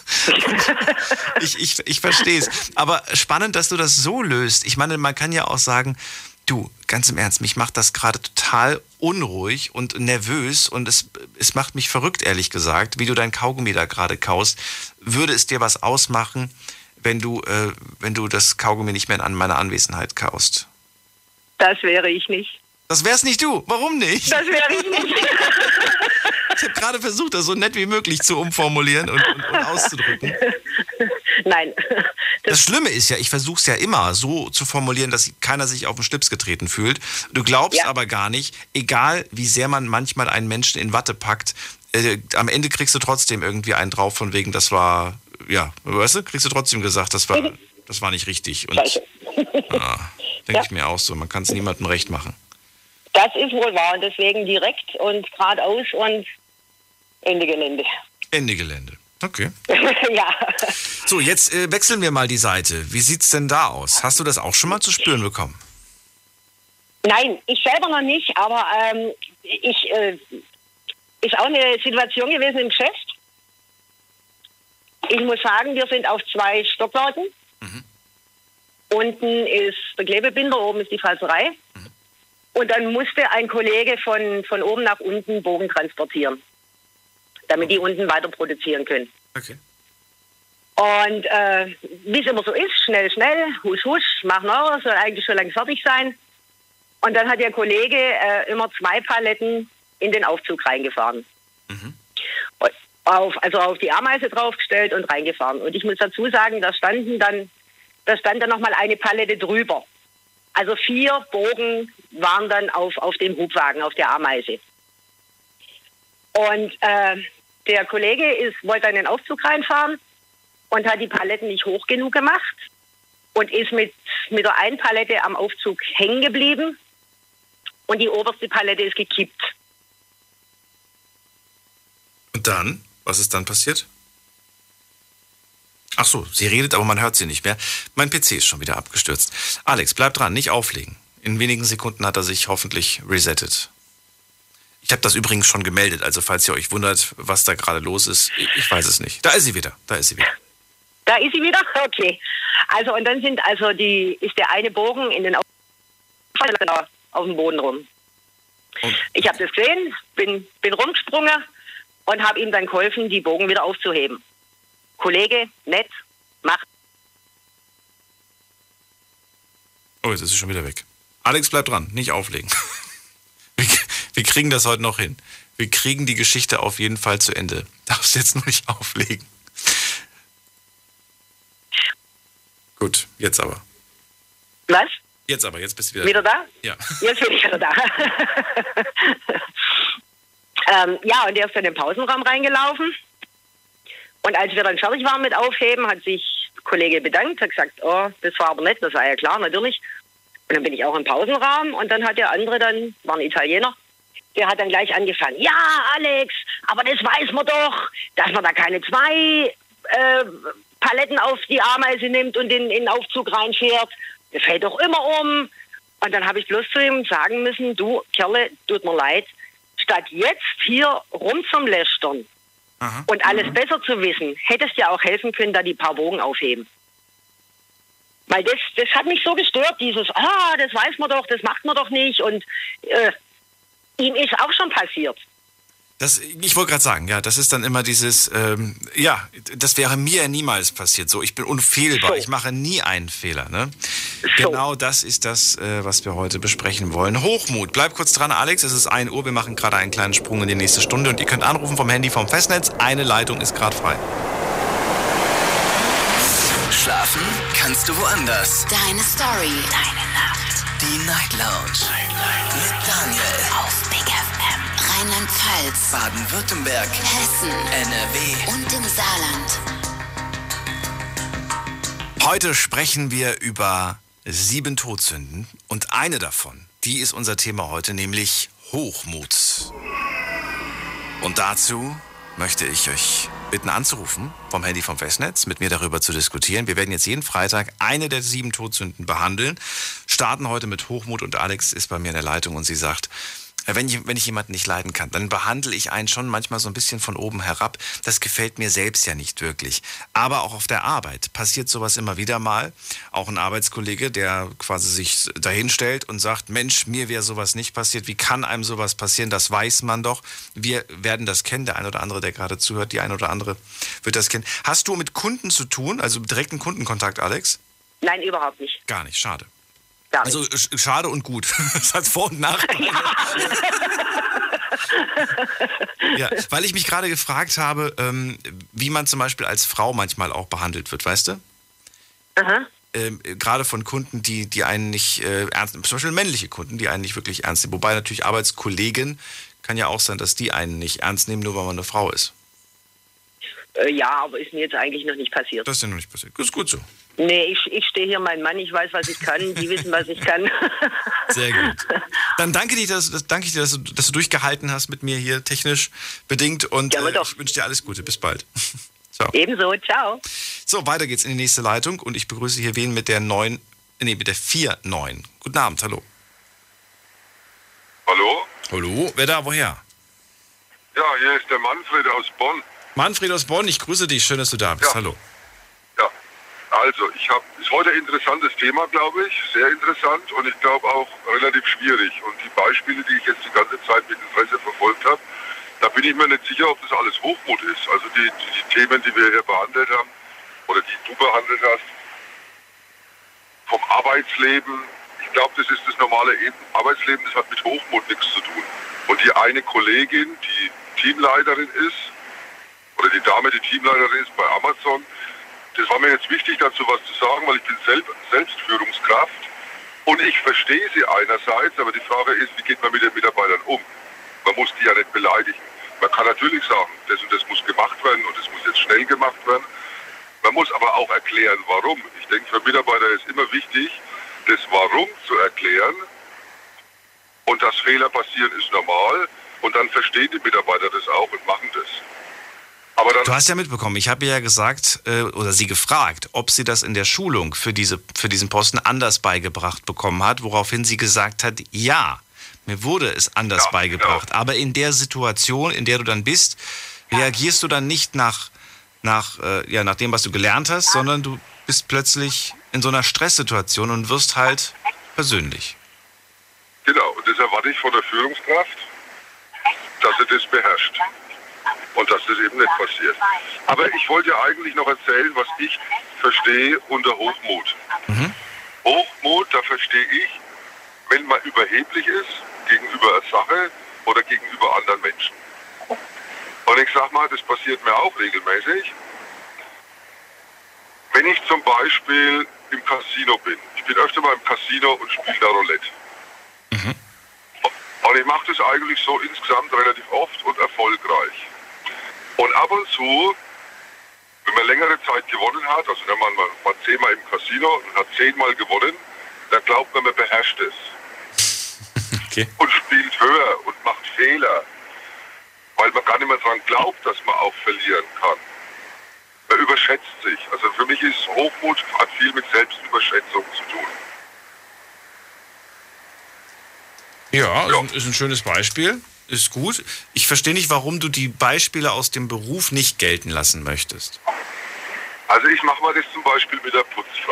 ich ich, ich verstehe es. Aber spannend, dass du das so löst. Ich meine, man kann ja auch sagen, du, ganz im Ernst, mich macht das gerade total unruhig und nervös und es, es macht mich verrückt, ehrlich gesagt, wie du dein Kaugummi da gerade kaust. Würde es dir was ausmachen, wenn du, äh, wenn du das Kaugummi nicht mehr in meiner Anwesenheit kaust? Das wäre ich nicht. Das wär's nicht du. Warum nicht? Das wäre ich nicht. Ich habe gerade versucht, das so nett wie möglich zu umformulieren und, und, und auszudrücken. Nein. Das, das Schlimme ist ja, ich versuche es ja immer so zu formulieren, dass keiner sich auf den Schlips getreten fühlt. Du glaubst ja. aber gar nicht, egal wie sehr man manchmal einen Menschen in Watte packt, äh, am Ende kriegst du trotzdem irgendwie einen drauf von wegen, das war, ja, weißt du, kriegst du trotzdem gesagt, das war, das war nicht richtig. Und ja, denke ja. ich mir auch so, man kann es niemandem recht machen. Das ist wohl wahr und deswegen direkt und geradeaus und Ende Gelände. Ende Gelände, okay. Ja. So, jetzt äh, wechseln wir mal die Seite. Wie sieht's denn da aus? Hast du das auch schon mal zu spüren bekommen? Nein, ich selber noch nicht, aber ähm, ich äh, ist auch eine Situation gewesen im Geschäft. Ich muss sagen, wir sind auf zwei Stockwerken. Mhm. Unten ist der Klebebinder, oben ist die Falserei. Mhm. Und dann musste ein Kollege von, von oben nach unten Bogen transportieren, damit die unten weiter produzieren können. Okay. Und äh, wie es immer so ist, schnell, schnell, husch, husch, mach noch, soll eigentlich schon lange fertig sein. Und dann hat der Kollege äh, immer zwei Paletten in den Aufzug reingefahren. Mhm. Auf, also auf die Ameise draufgestellt und reingefahren. Und ich muss dazu sagen, da standen dann, da stand dann nochmal eine Palette drüber. Also vier Bogen waren dann auf, auf dem Hubwagen, auf der Ameise. Und äh, der Kollege ist, wollte in den Aufzug reinfahren und hat die Paletten nicht hoch genug gemacht und ist mit, mit der einen Palette am Aufzug hängen geblieben und die oberste Palette ist gekippt. Und dann? Was ist dann passiert? Ach so, sie redet, aber man hört sie nicht mehr. Mein P C ist schon wieder abgestürzt. Alex, bleib dran, nicht auflegen. In wenigen Sekunden hat er sich hoffentlich resettet. Ich habe das übrigens schon gemeldet, also falls ihr euch wundert, was da gerade los ist, ich weiß es nicht. Da ist sie wieder, da ist sie wieder. Da ist sie wieder? Okay. Also und dann sind also die ist der eine Bogen in den Auf auf dem Boden rum. Und? Ich habe das gesehen, bin, bin rumgesprungen und habe ihm dann geholfen, die Bogen wieder aufzuheben. Kollege, nett, macht. Oh, jetzt ist sie schon wieder weg. Alex, bleib dran, nicht auflegen. Wir, wir kriegen das heute noch hin. Wir kriegen die Geschichte auf jeden Fall zu Ende. Darfst jetzt nur nicht auflegen. Gut, jetzt aber. Was? Jetzt aber, jetzt bist du wieder, wieder da. Ja. Jetzt bin ich wieder da. ähm, ja, und der ist dann in den Pausenraum reingelaufen. Und als wir dann fertig waren mit Aufheben, hat sich der Kollege bedankt, hat gesagt, oh, das war aber nett, das war ja klar, natürlich. Und dann bin ich auch im Pausenraum und dann hat der andere dann, war ein Italiener, der hat dann gleich angefangen, ja, Alex, aber das weiß man doch, dass man da keine zwei äh, Paletten auf die Ameise nimmt und in, in den Aufzug reinfährt. Das fällt doch immer um. Und dann habe ich bloß zu ihm sagen müssen, du, Kerle, tut mir leid, statt jetzt hier rum zum Lästern, aha, und alles mhm. besser zu wissen, hättest ja auch helfen können, da die paar Bogen aufheben. Weil das, das hat mich so gestört, dieses, ah, das weiß man doch, das macht man doch nicht. Und äh, ihm ist auch schon passiert. Das, ich wollte gerade sagen, ja, das ist dann immer dieses, ähm, ja, das wäre mir niemals passiert. So, ich bin unfehlbar, so. Ich mache nie einen Fehler. Ne? So. Genau das ist das, äh, was wir heute besprechen wollen. Hochmut. Bleib kurz dran, Alex. Es ist ein Uhr. Wir machen gerade einen kleinen Sprung in die nächste Stunde und ihr könnt anrufen vom Handy vom Festnetz. Eine Leitung ist gerade frei. Schlafen kannst du woanders. Deine Story. Deine Nacht. Die Night Lounge. Night, Night. Mit Daniel. Auf Big F M. Rheinland-Pfalz. Baden-Württemberg. Hessen. N R W. Und im Saarland. Heute sprechen wir über sieben Todsünden. Und eine davon, die ist unser Thema heute, nämlich Hochmut. Und dazu möchte ich euch bitten anzurufen vom Handy vom Festnetz, mit mir darüber zu diskutieren. Wir werden jetzt jeden Freitag eine der sieben Todsünden behandeln, starten heute mit Hochmut und Alex ist bei mir in der Leitung und sie sagt, wenn ich, wenn ich jemanden nicht leiden kann, dann behandle ich einen schon manchmal so ein bisschen von oben herab. Das gefällt mir selbst ja nicht wirklich. Aber auch auf der Arbeit passiert sowas immer wieder mal. Auch ein Arbeitskollege, der quasi sich dahinstellt und sagt, Mensch, mir wäre sowas nicht passiert. Wie kann einem sowas passieren? Das weiß man doch. Wir werden das kennen. Der ein oder andere, der gerade zuhört, die ein oder andere wird das kennen. Hast du mit Kunden zu tun, also direkten Kundenkontakt, Alex? Nein, überhaupt nicht. Gar nicht, schade. Gar Also nicht. sch- schade und gut. Das hat Vor- und Nachteile. Ja, weil ich mich gerade gefragt habe, ähm, wie man zum Beispiel als Frau manchmal auch behandelt wird, weißt du? Aha. Ähm, gerade von Kunden, die, die einen nicht äh, ernst nehmen. Zum Beispiel männliche Kunden, die einen nicht wirklich ernst nehmen. Wobei natürlich Arbeitskollegen kann ja auch sein, dass die einen nicht ernst nehmen, nur weil man eine Frau ist. Äh, ja, aber ist mir jetzt eigentlich noch nicht passiert. Das ist ja noch nicht passiert. Das ist gut so. Nee, ich, ich stehe hier, mein Mann, ich weiß, was ich kann, die wissen, was ich kann. Sehr gut. Dann danke dir, dass, dass, danke ich dir, dass du, dass du durchgehalten hast mit mir hier, technisch bedingt. Und Ja, äh, doch. ich wünsche dir alles Gute. Bis bald. So. Ebenso, ciao. So, weiter geht's in die nächste Leitung. Und ich begrüße hier wen mit der neun, nee, mit der vier neun. Guten Abend, hallo. Hallo? Hallo, wer da, woher? Ja, hier ist der Manfred aus Bonn. Manfred aus Bonn, ich grüße dich. Schön, dass du da bist. Ja. Hallo. Ja, also ich habe, ist heute ein interessantes Thema, glaube ich, sehr interessant und ich glaube auch relativ schwierig. Und die Beispiele, die ich jetzt die ganze Zeit mit Interesse verfolgt habe, da bin ich mir nicht sicher, ob das alles Hochmut ist. Also die, die, die Themen, die wir hier behandelt haben oder die du behandelt hast, vom Arbeitsleben, ich glaube, das ist das normale Eben. Arbeitsleben, das hat mit Hochmut nichts zu tun. Und die eine Kollegin, die Teamleiterin ist, oder die Dame, die Teamleiterin ist bei Amazon, das war mir jetzt wichtig, dazu was zu sagen, weil ich bin selbst, selbst Führungskraft und ich verstehe sie einerseits, aber die Frage ist, wie geht man mit den Mitarbeitern um? Man muss die ja nicht beleidigen. Man kann natürlich sagen, das und das muss gemacht werden und das muss jetzt schnell gemacht werden. Man muss aber auch erklären, warum. Ich denke, für Mitarbeiter ist immer wichtig, das Warum zu erklären. Und dass Fehler passieren, ist normal. Und dann verstehen die Mitarbeiter das auch und machen das. Aber dann Du hast ja mitbekommen, ich habe ja gesagt, äh, oder sie gefragt, ob sie das in der Schulung für, diese, für diesen Posten anders beigebracht bekommen hat, woraufhin sie gesagt hat, ja, mir wurde es anders Ja, beigebracht. genau. Aber in der Situation, in der du dann bist, reagierst du dann nicht nach, nach, äh, ja, nach dem, was du gelernt hast, sondern du bist plötzlich in so einer Stresssituation und wirst halt persönlich. Genau, und das erwarte ich von der Führungskraft, dass sie das beherrscht. Und dass das eben nicht passiert. Aber ich wollte ja eigentlich noch erzählen, was ich verstehe unter Hochmut. Mhm. Hochmut, da verstehe ich, wenn man überheblich ist gegenüber einer Sache oder gegenüber anderen Menschen. Und ich sag mal, das passiert mir auch regelmäßig. Wenn ich zum Beispiel im Casino bin, ich bin öfter mal im Casino und spiele da Roulette. Mhm. Und ich mache das eigentlich so insgesamt relativ oft und erfolgreich. Und ab und zu, wenn man längere Zeit gewonnen hat, also wenn man mal zehnmal im Casino und hat zehnmal gewonnen, dann glaubt man, man beherrscht es. Okay. Und spielt höher und macht Fehler. Weil man gar nicht mehr daran glaubt, dass man auch verlieren kann. Man überschätzt sich. Also für mich ist Hochmut, hat viel mit Selbstüberschätzung zu tun. Ja, Ja. Ist, ein, ist ein schönes Beispiel. Ist gut. Ich verstehe nicht, warum du die Beispiele aus dem Beruf nicht gelten lassen möchtest. Also ich mache mal das zum Beispiel mit der Putzfrau.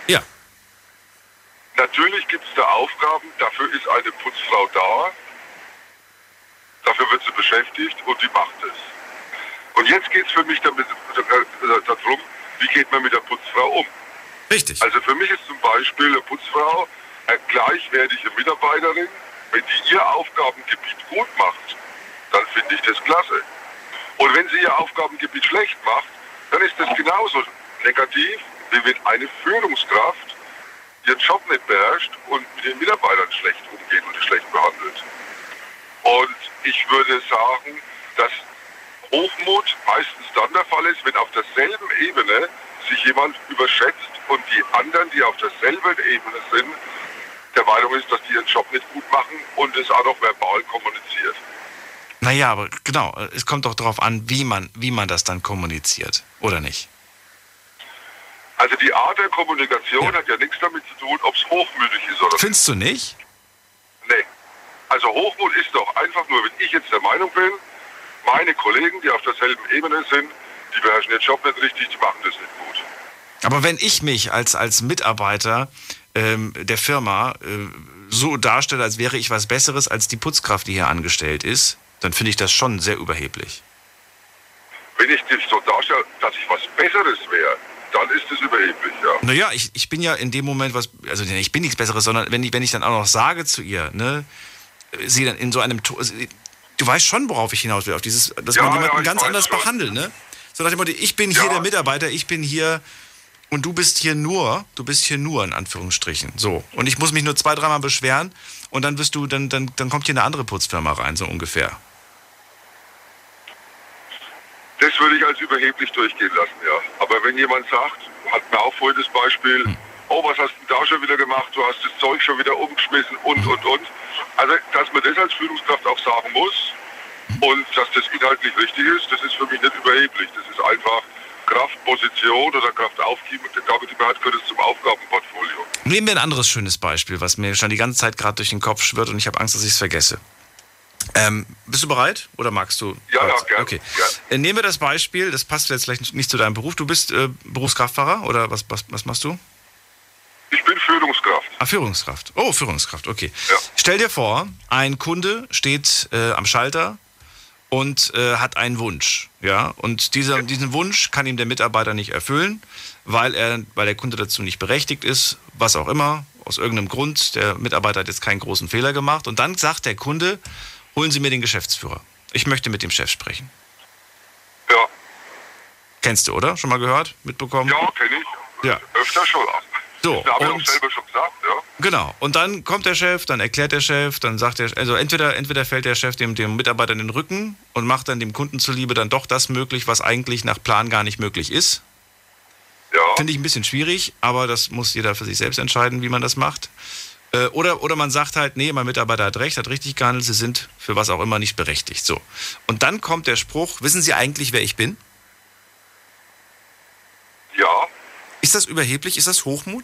Ja. Natürlich gibt es da Aufgaben, dafür ist eine Putzfrau da, dafür wird sie beschäftigt und die macht es. Und jetzt geht es für mich damit, äh, darum, wie geht man mit der Putzfrau um? Richtig. Also für mich ist zum Beispiel eine Putzfrau eine gleichwertige Mitarbeiterin. Wenn die ihr Aufgabengebiet gut macht, dann finde ich das klasse. Und wenn sie ihr Aufgabengebiet schlecht macht, dann ist das genauso negativ, wie wenn eine Führungskraft ihren Job nicht beherrscht und mit den Mitarbeitern schlecht umgeht und sie schlecht behandelt. Und ich würde sagen, dass Hochmut meistens dann der Fall ist, wenn auf derselben Ebene sich jemand überschätzt und die anderen, die auf derselben Ebene sind, der Meinung ist, dass die ihren Job nicht gut machen und es auch noch verbal kommuniziert. Naja, aber genau, es kommt doch darauf an, wie man, wie man das dann kommuniziert, oder nicht? Also die Art der Kommunikation ja. hat ja nichts damit zu tun, ob es hochmütig ist oder nicht. Findest du nicht? Nee. Also Hochmut ist doch einfach nur, wenn ich jetzt der Meinung bin, meine Kollegen, die auf derselben Ebene sind, die beherrschen den Job nicht richtig, die machen das nicht gut. Aber wenn ich mich als, als Mitarbeiter ähm, der Firma äh, so darstelle, als wäre ich was Besseres als die Putzkraft, die hier angestellt ist, dann finde ich das schon sehr überheblich. Wenn ich dich so darstelle, dass ich was Besseres wäre, dann ist es überheblich, ja. Naja, ich, ich bin ja in dem Moment was, also ich bin nichts Besseres, sondern wenn ich, wenn ich dann auch noch sage zu ihr, ne, sie dann in so einem, du weißt schon, worauf ich hinaus will, auf dieses, dass ja, man jemanden ja, ganz anders schon. behandelt, ne? So nach dem Motto, ich bin hier ja. der Mitarbeiter, ich bin hier und du bist hier nur, du bist hier nur in Anführungsstrichen, so. Und ich muss mich nur zwei, dreimal beschweren und dann wirst du, dann, dann, dann kommt hier eine andere Putzfirma rein, so ungefähr. Das würde ich als überheblich durchgehen lassen, ja. Aber wenn jemand sagt, hat mir auch vorhin das Beispiel, hm. oh, was hast du da schon wieder gemacht, du hast das Zeug schon wieder umgeschmissen und, und, und. Also, dass man das als Führungskraft auch sagen muss und dass das inhaltlich richtig ist, das ist für mich nicht überheblich. Das ist einfach Kraftposition oder Kraftaufgabe, die man hat, gehört es zum Aufgabenportfolio. Nehmen wir ein anderes schönes Beispiel, was mir schon die ganze Zeit gerade durch den Kopf schwirrt und ich habe Angst, dass ich es vergesse. Ähm, bist du bereit oder magst du? Ja, ja, gerne. Okay. Gern. Nehmen wir das Beispiel, das passt jetzt vielleicht nicht zu deinem Beruf. Du bist äh, Berufskraftfahrer oder was, was, was machst du? Ich bin Führungskraft. Ah, Führungskraft. Oh, Führungskraft, okay. Ja. Stell dir vor, ein Kunde steht äh, am Schalter und äh, hat einen Wunsch. Ja? Und dieser, ja. diesen Wunsch kann ihm der Mitarbeiter nicht erfüllen, weil, er, weil der Kunde dazu nicht berechtigt ist, was auch immer, aus irgendeinem Grund. Der Mitarbeiter hat jetzt keinen großen Fehler gemacht. Und dann sagt der Kunde, holen Sie mir den Geschäftsführer. Ich möchte mit dem Chef sprechen. Ja. Kennst du, oder? Schon mal gehört? Mitbekommen? Ja, kenne ich. Ja. Öfter schon. So, das habe ich und, auch selber schon gesagt, ja. Genau. Und dann kommt der Chef, dann erklärt der Chef, dann sagt der, also entweder, entweder fällt der Chef dem, dem Mitarbeiter in den Rücken und macht dann dem Kunden zuliebe dann doch das möglich, was eigentlich nach Plan gar nicht möglich ist. Ja. Finde ich ein bisschen schwierig, aber das muss jeder für sich selbst entscheiden, wie man das macht. Oder, oder man sagt halt, nee, mein Mitarbeiter hat recht, hat richtig gehandelt, sie sind für was auch immer nicht berechtigt. So. Und dann kommt der Spruch, wissen Sie eigentlich, wer ich bin? Ja. Ist das überheblich? Ist das Hochmut?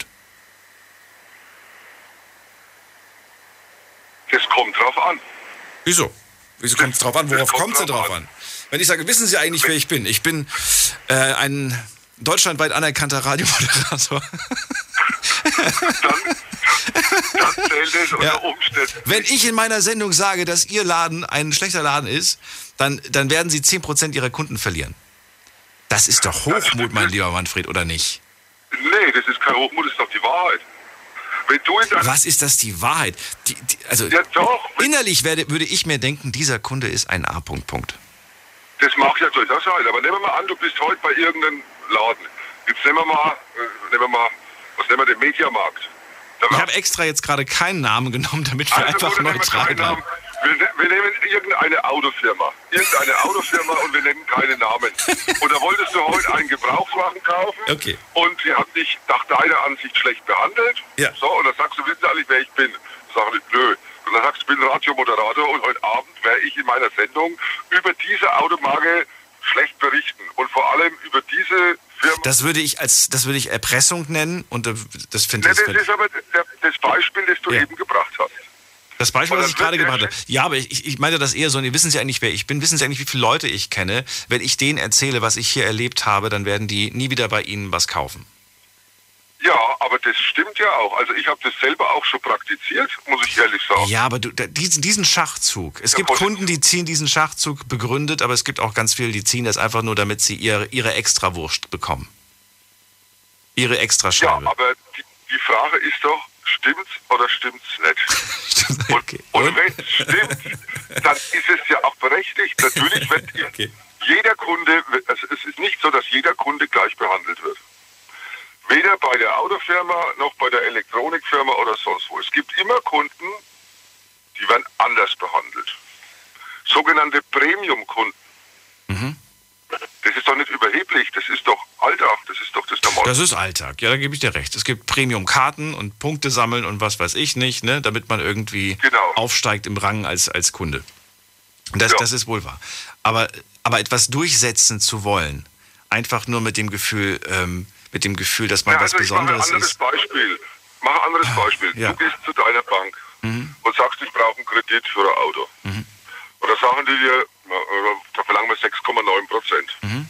Das kommt drauf an. Wieso? Wieso kommt es drauf an? Worauf kommt es denn drauf an? Wenn ich sage, wissen Sie eigentlich, wer ich bin? Ich bin äh, ein deutschlandweit anerkannter Radiomoderator. Dann, dann zählt es unter Ja. Umständen. Wenn ich in meiner Sendung sage, dass Ihr Laden ein schlechter Laden ist, dann, dann werden Sie zehn Prozent Ihrer Kunden verlieren. Das ist doch Hochmut, mein lieber Manfred, oder nicht? Nee, das ist kein Hochmut, das ist doch die Wahrheit. Wenn du in Was ist das, die Wahrheit? Die, die, also Ja, doch. innerlich werde, würde ich mir denken, dieser Kunde ist ein A. Punkt, Punkt. Das mag ja durchaus sein, aber nehmen wir mal an, du bist heute bei irgendeinem Laden. Jetzt nehmen wir mal, äh, nehmen wir mal, was nehmen wir, den Mediamarkt. Da Ich habe extra jetzt gerade keinen Namen genommen, damit wir Also einfach gut, dann nehmen wir neutral keinen bleiben. Namen. Wir, ne- wir nehmen irgendeine Autofirma. Irgendeine Autofirma und wir nennen keine Namen. Und da wolltest du heute einen Gebrauchswagen kaufen Okay. und sie haben dich nach deiner Ansicht schlecht behandelt. Ja. So, und dann sagst du, wissen Sie eigentlich, wer ich bin? Sag ich, nö. Und dann sagst du, ich bin Radiomoderator und heute Abend werde ich in meiner Sendung über diese Automarke schlecht berichten. Und vor allem über diese Firma. Das würde ich als, das würde ich Erpressung nennen und äh, das finde Ne, ich. das ist aber der, das Beispiel, das du Ja. eben gebracht hast. Das Beispiel, Und was dann ich gerade wird der gebracht habe. Ja, aber ich, ich meine das eher so, wissen Sie eigentlich, wer ich bin? Wissen Sie eigentlich, wie viele Leute ich kenne? Wenn ich denen erzähle, was ich hier erlebt habe, dann werden die nie wieder bei Ihnen was kaufen. Ja, aber das stimmt ja auch. Also ich habe das selber auch schon praktiziert, muss ich ehrlich sagen. Ja, aber du, diesen, diesen Schachzug. Es Ja, gibt voll. Kunden, die ziehen diesen Schachzug begründet, aber es gibt auch ganz viele, die ziehen das einfach nur, damit sie ihre, ihre Extrawurst bekommen. Ihre Ja, Extrascheibe. aber die, die Frage ist doch, stimmt's oder stimmt's nicht? Okay. Und, und wenn es stimmt, dann ist es ja auch berechtigt. Natürlich wird Okay. jeder Kunde, also es ist nicht so, dass jeder Kunde gleich behandelt wird. Weder bei der Autofirma noch bei der Elektronikfirma oder sonst wo. Es gibt immer Kunden, die werden anders behandelt. Sogenannte Premium-Kunden. Mhm. Das ist doch nicht überheblich, das ist doch Alltag, das ist doch das Normale. Das ist Alltag, ja, da gebe ich dir recht. Es gibt Premium-Karten und Punkte sammeln und was weiß ich nicht, ne, damit man irgendwie Genau. aufsteigt im Rang als, als Kunde. Und das, Ja. das ist wohl wahr. Aber, aber etwas durchsetzen zu wollen, einfach nur mit dem Gefühl, ähm, mit dem Gefühl, dass man Ja, was also ich mache ein Besonderes anderes ist. Beispiel. Mach ein anderes Beispiel. Ja. Du gehst zu deiner Bank Mhm. und sagst, ich brauche einen Kredit für ein Auto. Mhm. Und da sagen die dir, na, äh, da verlangen wir sechs Komma neun Prozent. Mhm.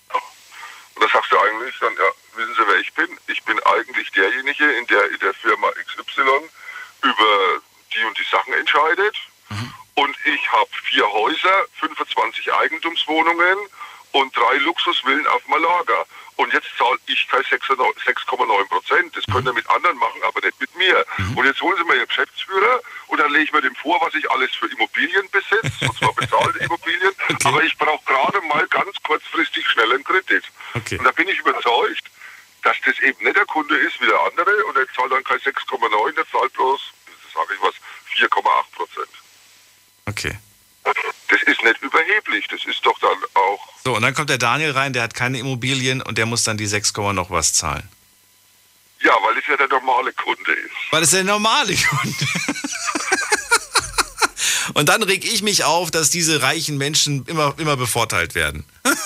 Und da sagst du eigentlich dann, ja, wissen Sie, wer ich bin? Ich bin eigentlich derjenige, in der in der Firma X Y über die und die Sachen entscheidet. Mhm. Und ich habe vier Häuser, fünfundzwanzig Eigentumswohnungen und drei Luxusvillen auf Mallorca. Und jetzt zahle ich keine sechs Komma neun Prozent. Das können wir mit anderen machen, aber nicht mit mir. Mhm. Und jetzt holen Sie mir Ihren Geschäftsführer und dann lege ich mir dem vor, was ich alles für Immobilien besitze, und zwar bezahlte Immobilien. Okay. Aber ich brauche gerade mal ganz kurzfristig schnell einen Kredit. Okay. Und da bin ich überzeugt, dass das eben nicht der Kunde ist wie der andere und er zahlt dann kein sechs Komma neun, der zahlt bloß, sage ich was, vier Komma acht Prozent. Okay. Das ist nicht überheblich, das ist doch dann auch... So, und dann kommt der Daniel rein, der hat keine Immobilien und der muss dann die sechs, noch was zahlen. Ja, weil es ja der normale Kunde ist. Weil es der normale Kunde. Und dann reg ich mich auf, dass diese reichen Menschen immer, immer bevorteilt werden.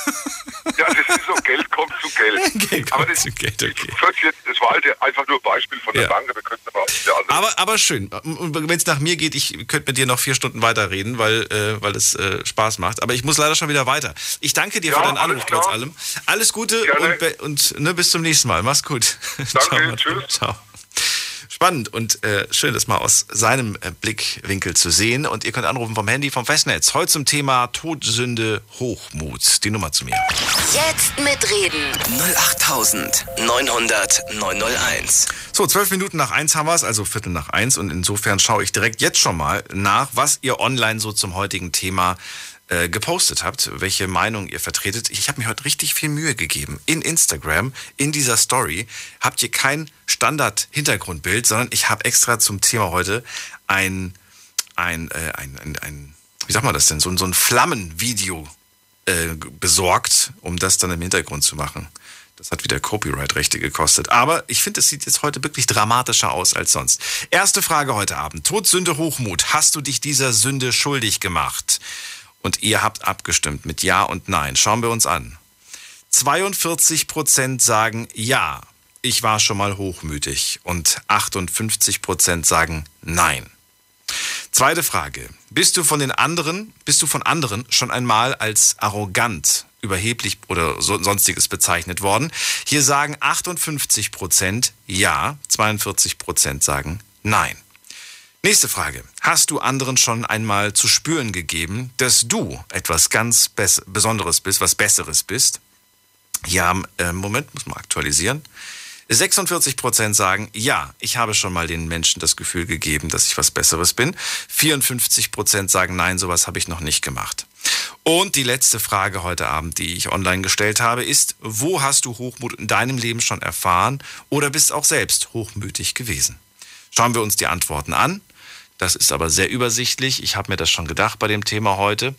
Ja, das ist so, Geld kommt zu Geld. Geld aber kommt das, zu Geld, okay. ich könnte jetzt, das war halt einfach nur ein Beispiel von der Ja. Bank, wir könnten aber auch viele andere... Aber, aber schön. Wenn es nach mir geht, ich könnte mit dir noch vier Stunden weiterreden, weil, äh, weil es äh, Spaß macht. Aber ich muss leider schon wieder weiter. Ich danke dir Ja, für deinen alles Anruf klar. trotz allem. Alles Gute Gerne. und, be- und ne, bis zum nächsten Mal. Mach's gut. Danke, Ciao, tschüss. Ciao. Spannend und äh, schön, das mal aus seinem äh, Blickwinkel zu sehen. Und ihr könnt anrufen vom Handy, vom Festnetz. Heute zum Thema Todsünde, Hochmut. Die Nummer zu mir. Jetzt mitreden. null acht neunhundert neunhunderteins. So, zwölf Minuten nach eins haben wir es, also Viertel nach eins. Und insofern schaue ich direkt jetzt schon mal nach, was ihr online so zum heutigen Thema äh, gepostet habt, welche Meinung ihr vertretet. Ich habe mir heute richtig viel Mühe gegeben. In Instagram, in dieser Story, habt ihr kein Standard-Hintergrundbild, sondern ich habe extra zum Thema heute ein, ein, äh, ein, ein, ein, wie sagt man das denn, so, so ein Flammenvideo äh, besorgt, um das dann im Hintergrund zu machen. Das hat wieder Copyright-Rechte gekostet. Aber ich finde, es sieht jetzt heute wirklich dramatischer aus als sonst. Erste Frage heute Abend. Todsünde, Hochmut. Hast du dich dieser Sünde schuldig gemacht? Und ihr habt abgestimmt mit Ja und Nein. Schauen wir uns an. zweiundvierzig Prozent sagen Ja, ich war schon mal hochmütig. Und achtundfünfzig Prozent sagen Nein. Zweite Frage. Bist du von den anderen, bist du von anderen schon einmal als arrogant, überheblich oder so, sonstiges bezeichnet worden? Hier sagen achtundfünfzig Prozent Ja, zweiundvierzig Prozent sagen Nein. Nächste Frage. Hast du anderen schon einmal zu spüren gegeben, dass du etwas ganz Bes- Besonderes bist, was Besseres bist? Ja, äh, Moment, muss man aktualisieren. sechsundvierzig Prozent sagen, ja, ich habe schon mal den Menschen das Gefühl gegeben, dass ich was Besseres bin. vierundfünfzig Prozent sagen, nein, sowas habe ich noch nicht gemacht. Und die letzte Frage heute Abend, die ich online gestellt habe, ist, wo hast du Hochmut in deinem Leben schon erfahren oder bist auch selbst hochmütig gewesen? Schauen wir uns die Antworten an. Das ist aber sehr übersichtlich. Ich habe mir das schon gedacht bei dem Thema heute.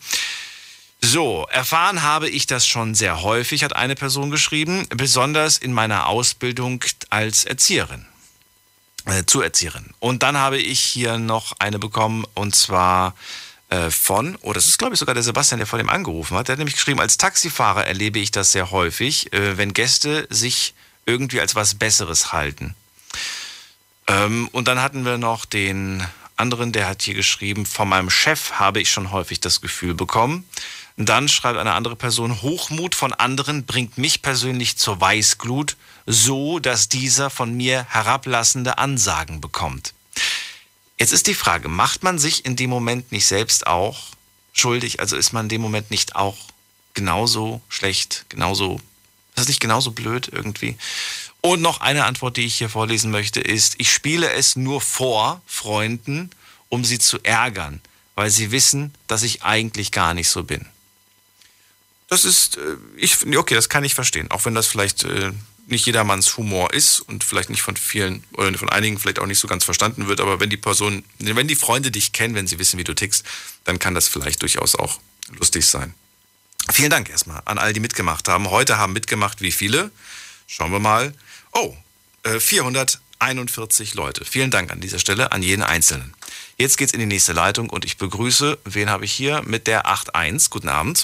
So, erfahren habe ich das schon sehr häufig, hat eine Person geschrieben, besonders in meiner Ausbildung als Erzieherin, äh, zur Erzieherin. Und dann habe ich hier noch eine bekommen, und zwar äh, von, oh, das ist glaube ich sogar der Sebastian, der vor dem angerufen hat. Der hat nämlich geschrieben, als Taxifahrer erlebe ich das sehr häufig, äh, wenn Gäste sich irgendwie als was Besseres halten. Ähm, und dann hatten wir noch den anderen, der hat hier geschrieben, von meinem Chef habe ich schon häufig das Gefühl bekommen. Und dann schreibt eine andere Person, Hochmut von anderen bringt mich persönlich zur Weißglut, so dass dieser von mir herablassende Ansagen bekommt. Jetzt ist die Frage, macht man sich in dem Moment nicht selbst auch schuldig? Also ist man in dem Moment nicht auch genauso schlecht, genauso, ist das nicht genauso blöd irgendwie? Und noch eine Antwort, die ich hier vorlesen möchte, ist, ich spiele es nur vor Freunden, um sie zu ärgern, weil sie wissen, dass ich eigentlich gar nicht so bin. Das ist, ich finde, okay, das kann ich verstehen, auch wenn das vielleicht äh, nicht jedermanns Humor ist und vielleicht nicht von vielen oder von einigen vielleicht auch nicht so ganz verstanden wird, aber wenn die Person, wenn die Freunde dich kennen, wenn sie wissen, wie du tickst, dann kann das vielleicht durchaus auch lustig sein. Vielen Dank erstmal an all die mitgemacht haben. Heute haben mitgemacht wie viele? Schauen wir mal. Oh, äh, vierhunderteinundvierzig Leute. Vielen Dank an dieser Stelle, an jeden Einzelnen. Jetzt geht's in die nächste Leitung und ich begrüße, wen habe ich hier? Mit der acht eins. Guten Abend.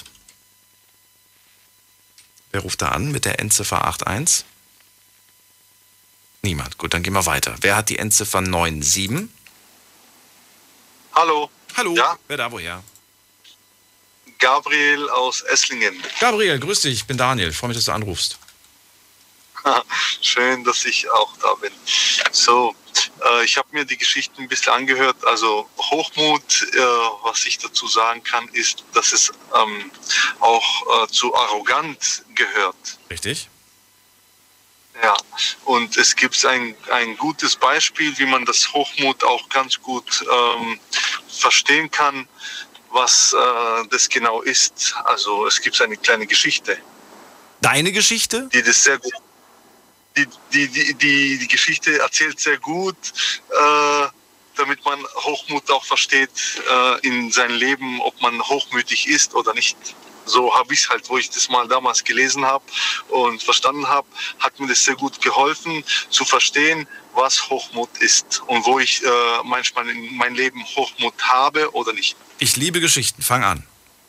Wer ruft da an mit der Endziffer acht eins? Niemand. Gut, dann gehen wir weiter. Wer hat die Endziffer neun sieben? Hallo. Hallo. Ja? Wer da woher? Gabriel aus Esslingen. Gabriel, grüß dich. Ich bin Daniel. Ich freue mich, dass du anrufst. Schön, dass ich auch da bin. So, äh, ich habe mir die Geschichten ein bisschen angehört. Also Hochmut, äh, was ich dazu sagen kann, ist, dass es ähm, auch äh, zu arrogant gehört. Richtig. Ja, und es gibt ein, ein gutes Beispiel, wie man das Hochmut auch ganz gut ähm, verstehen kann, was äh, das genau ist. Also es gibt eine kleine Geschichte. Deine Geschichte? Die das sehr gut Die, die, die, die, die Geschichte erzählt sehr gut, äh, damit man Hochmut auch versteht äh, in seinem Leben, ob man hochmütig ist oder nicht. So habe ich es halt, wo ich das mal damals gelesen habe und verstanden habe, hat mir das sehr gut geholfen zu verstehen, was Hochmut ist und wo ich äh, manchmal in meinem Leben Hochmut habe oder nicht. Ich liebe Geschichten, fang an.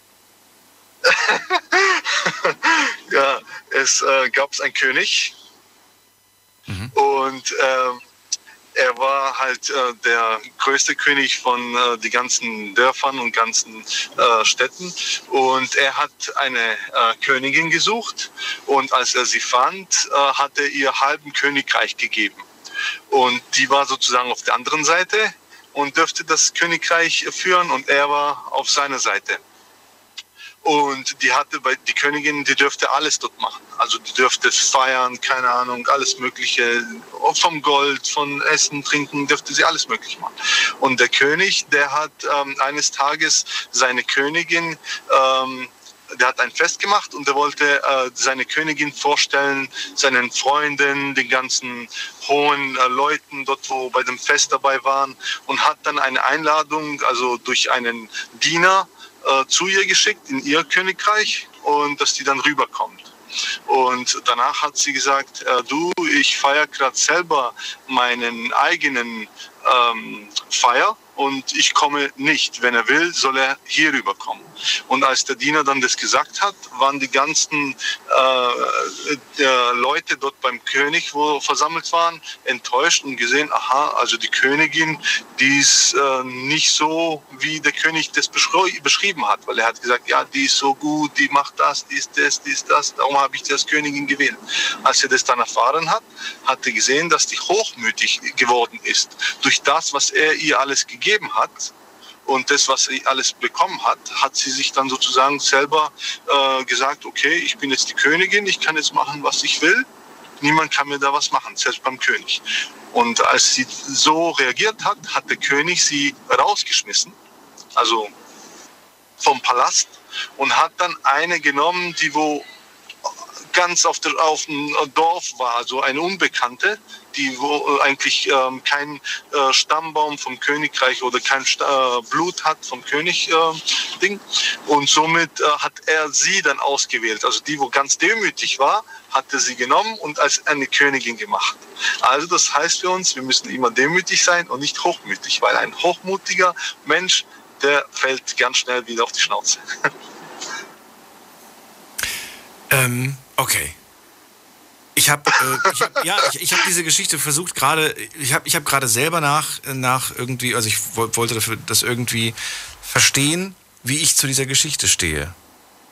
Ja, es äh, gab einen König. Mhm. Und äh, er war halt äh, der größte König von äh, den ganzen Dörfern und ganzen äh, Städten. Und er hat eine äh, Königin gesucht. Und als er sie fand, äh, hat er ihr halben Königreich gegeben. Und die war sozusagen auf der anderen Seite und dürfte das Königreich führen. Und er war auf seiner Seite. Und die hatte bei die Königin, die dürfte alles dort machen. Also die dürfte feiern, keine Ahnung, alles Mögliche, vom Gold, von Essen, Trinken, dürfte sie alles Mögliche machen. Und der König, der hat ähm, eines Tages seine Königin, ähm, der hat ein Fest gemacht und der wollte äh, seine Königin vorstellen, seinen Freunden, den ganzen hohen äh, Leuten dort, wo bei dem Fest dabei waren, und hat dann eine Einladung, also durch einen Diener, zu ihr geschickt in ihr Königreich, und dass die dann rüberkommt. Und danach hat sie gesagt, äh, du, ich feiere gerade selber meinen eigenen ähm, Feier und ich komme nicht. Wenn er will, soll er hier rüberkommen. Und als der Diener dann das gesagt hat, waren die ganzen äh, äh, Leute dort beim König, wo versammelt waren, enttäuscht und gesehen, aha, also die Königin, die ist äh, nicht so, wie der König das beschri- beschrieben hat. Weil er hat gesagt, ja, die ist so gut, die macht das, die ist das, die ist das, darum habe ich die als Königin gewählt. Als er das dann erfahren hat, hat er gesehen, dass die hochmütig geworden ist. Durch das, was er ihr alles gegeben hat, und das, was sie alles bekommen hat, hat sie sich dann sozusagen selber äh, gesagt, okay, ich bin jetzt die Königin, ich kann jetzt machen, was ich will. Niemand kann mir da was machen, selbst beim König. Und als sie so reagiert hat, hat der König sie rausgeschmissen, also vom Palast, und hat dann eine genommen, die wo ganz auf, der, auf dem Dorf war, also eine Unbekannte, die wo eigentlich ähm, kein äh, Stammbaum vom Königreich oder kein äh, Blut hat vom König äh, Ding. Und somit äh, hat er sie dann ausgewählt. Also die, wo ganz demütig war, hat er sie genommen und als eine Königin gemacht. Also das heißt für uns, wir müssen immer demütig sein und nicht hochmütig, weil ein hochmutiger Mensch, der fällt ganz schnell wieder auf die Schnauze. ähm, okay. Ich habe äh, ich hab, ja, ich, ich hab diese Geschichte versucht gerade, ich habe ich hab gerade selber nach, nach irgendwie, also ich wollte dafür das irgendwie verstehen, wie ich zu dieser Geschichte stehe.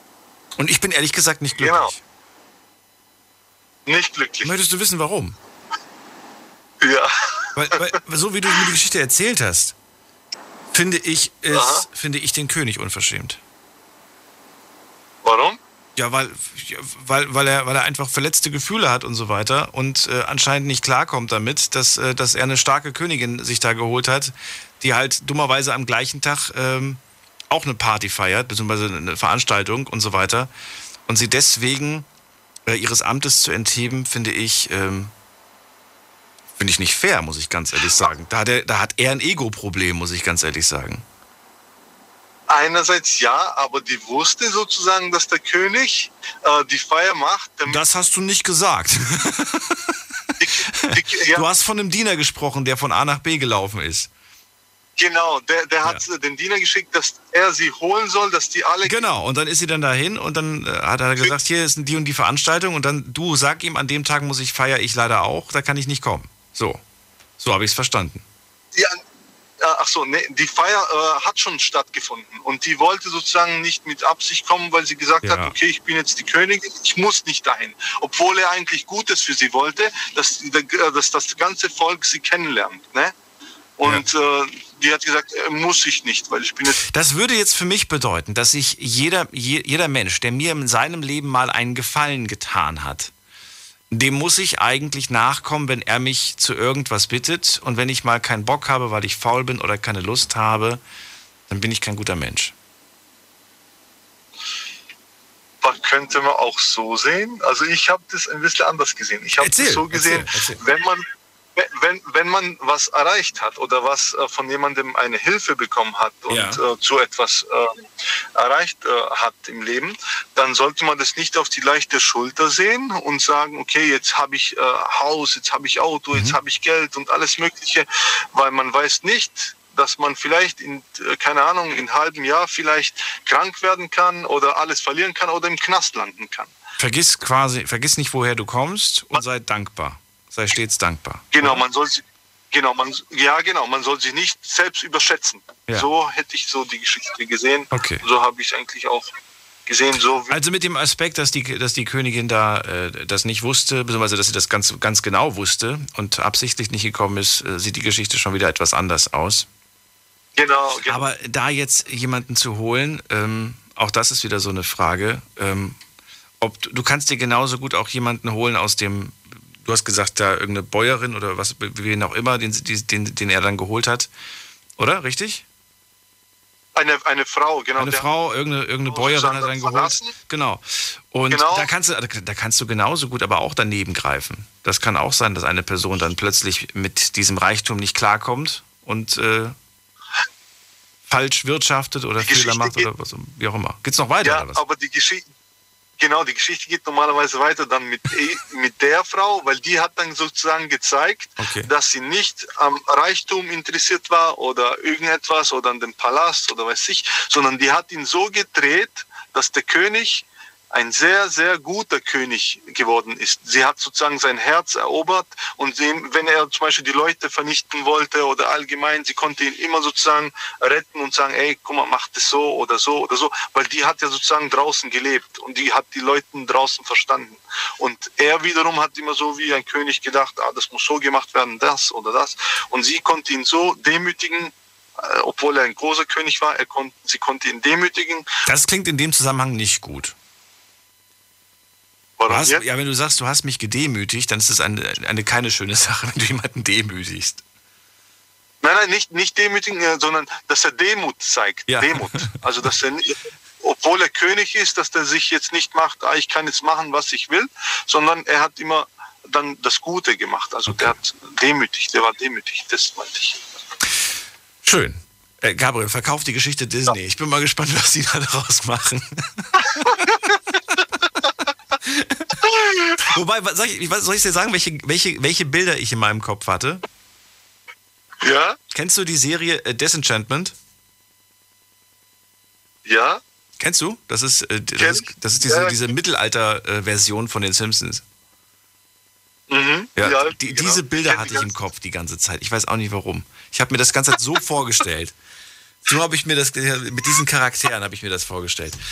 Und ich bin ehrlich gesagt nicht glücklich. Genau. Nicht glücklich. Möchtest du wissen, warum? Ja. Weil, weil so wie du mir die Geschichte erzählt hast, finde ich, es, finde ich den König unverschämt. Warum? Ja, weil, weil, weil, er, weil er einfach verletzte Gefühle hat und so weiter und äh, anscheinend nicht klarkommt damit, dass, äh, dass er eine starke Königin sich da geholt hat, die halt dummerweise am gleichen Tag ähm, auch eine Party feiert, beziehungsweise eine Veranstaltung und so weiter. Und sie deswegen äh, ihres Amtes zu entheben, finde ich, ähm, finde ich nicht fair, muss ich ganz ehrlich sagen. Da hat er, da hat er ein Ego-Problem, muss ich ganz ehrlich sagen. Einerseits ja, aber die wusste sozusagen, dass der König äh, die Feier macht. Das hast du nicht gesagt. Die, die, ja. Du hast von einem Diener gesprochen, der von A nach B gelaufen ist. Genau, der, der hat ja. den Diener geschickt, dass er sie holen soll, dass die alle... Genau, und dann ist sie dann dahin und dann äh, hat er gesagt, hier ist die und die Veranstaltung und dann, du, sag ihm, an dem Tag muss ich feiern, ich leider auch, da kann ich nicht kommen. So, so habe ich es verstanden. Ja, ach so, nee, die Feier äh, hat schon stattgefunden und die wollte sozusagen nicht mit Absicht kommen, weil sie gesagt ja. hat, okay, ich bin jetzt die Königin, ich muss nicht dahin. Obwohl er eigentlich Gutes für sie wollte, dass, dass das ganze Volk sie kennenlernt, ne? Und ja. äh, die hat gesagt, äh, muss ich nicht, weil ich bin jetzt... Das würde jetzt für mich bedeuten, dass sich jeder, je, jeder Mensch, der mir in seinem Leben mal einen Gefallen getan hat, dem muss ich eigentlich nachkommen, wenn er mich zu irgendwas bittet. Und wenn ich mal keinen Bock habe, weil ich faul bin oder keine Lust habe, dann bin ich kein guter Mensch. Das könnte man auch so sehen. Also ich habe das ein bisschen anders gesehen. Ich habe das so gesehen, erzähl, erzähl. wenn man... Wenn, wenn man was erreicht hat oder was äh, von jemandem eine Hilfe bekommen hat und ja. äh, zu etwas äh, erreicht äh, hat im Leben, dann sollte man das nicht auf die leichte Schulter sehen und sagen, okay, jetzt habe ich äh, Haus, jetzt habe ich Auto, mhm. jetzt habe ich Geld und alles Mögliche, weil man weiß nicht, dass man vielleicht in, äh, keine Ahnung, in einem halben Jahr vielleicht krank werden kann oder alles verlieren kann oder im Knast landen kann. Vergiss quasi, vergiss nicht, woher du kommst und sei dankbar. Sei stets dankbar. Genau, man soll sich, genau, man, ja, genau, man soll sich nicht selbst überschätzen. Ja. So hätte ich so die Geschichte gesehen. Okay. So habe ich es eigentlich auch gesehen. So also mit dem Aspekt, dass die, dass die Königin da äh, das nicht wusste, beziehungsweise dass sie das ganz, ganz genau wusste und absichtlich nicht gekommen ist, äh, sieht die Geschichte schon wieder etwas anders aus. Genau, genau. Aber da jetzt jemanden zu holen, ähm, auch das ist wieder so eine Frage. Ähm, ob du kannst dir genauso gut auch jemanden holen aus dem... Du hast gesagt, da irgendeine Bäuerin oder was, wen auch immer, den, den, den er dann geholt hat. Oder? Richtig? Eine, eine Frau, genau. Eine Frau, irgendeine, irgendeine Bäuerin hat er dann geholt. Genau. Und genau. Da, kannst du, da kannst du genauso gut aber auch daneben greifen. Das kann auch sein, dass eine Person dann plötzlich mit diesem Reichtum nicht klarkommt und äh, falsch wirtschaftet oder Fehler macht oder was, wie auch immer. Geht's noch weiter ja, oder was? Aber die Geschichte... Genau, die Geschichte geht normalerweise weiter dann mit, mit der Frau, weil die hat dann sozusagen gezeigt, okay. dass sie nicht am Reichtum interessiert war oder irgendetwas oder an dem Palast oder weiß ich, sondern die hat ihn so gedreht, dass der König ein sehr, sehr guter König geworden ist. Sie hat sozusagen sein Herz erobert und sie, wenn er zum Beispiel die Leute vernichten wollte oder allgemein, sie konnte ihn immer sozusagen retten und sagen, ey, guck mal, mach das so oder so oder so, weil die hat ja sozusagen draußen gelebt und die hat die Leute draußen verstanden. Und er wiederum hat immer so wie ein König gedacht, ah, das muss so gemacht werden, das oder das. Und sie konnte ihn so demütigen, äh, obwohl er ein großer König war, er kon- sie konnte ihn demütigen. Das klingt in dem Zusammenhang nicht gut. Hast, ja, wenn du sagst, du hast mich gedemütigt, dann ist das eine, eine keine schöne Sache, wenn du jemanden demütigst. Nein, nein, nicht, nicht demütigen, sondern dass er Demut zeigt. Ja. Demut. Also, dass er, obwohl er König ist, dass er sich jetzt nicht macht, ah, ich kann jetzt machen, was ich will, sondern er hat immer dann das Gute gemacht. Also, okay. Der hat demütig, der war demütig, das meinte ich. Schön. Äh, Gabriel, verkauf die Geschichte Disney. Ja. Ich bin mal gespannt, was sie da daraus machen. Wobei, soll ich, soll ich dir sagen, welche, welche, welche Bilder ich in meinem Kopf hatte? Ja? Kennst du die Serie äh, Disenchantment? Ja. Kennst du? Das ist, äh, das ist, das ist diese, ja. diese Mittelalter-Version äh, von den Simpsons. Mhm. Ja, ja, die, genau. Diese Bilder ich hatte ich im Kopf die ganze Zeit. Ich weiß auch nicht warum. Ich habe mir das Ganze so vorgestellt. So habe ich mir das, mit diesen Charakteren habe ich mir das vorgestellt.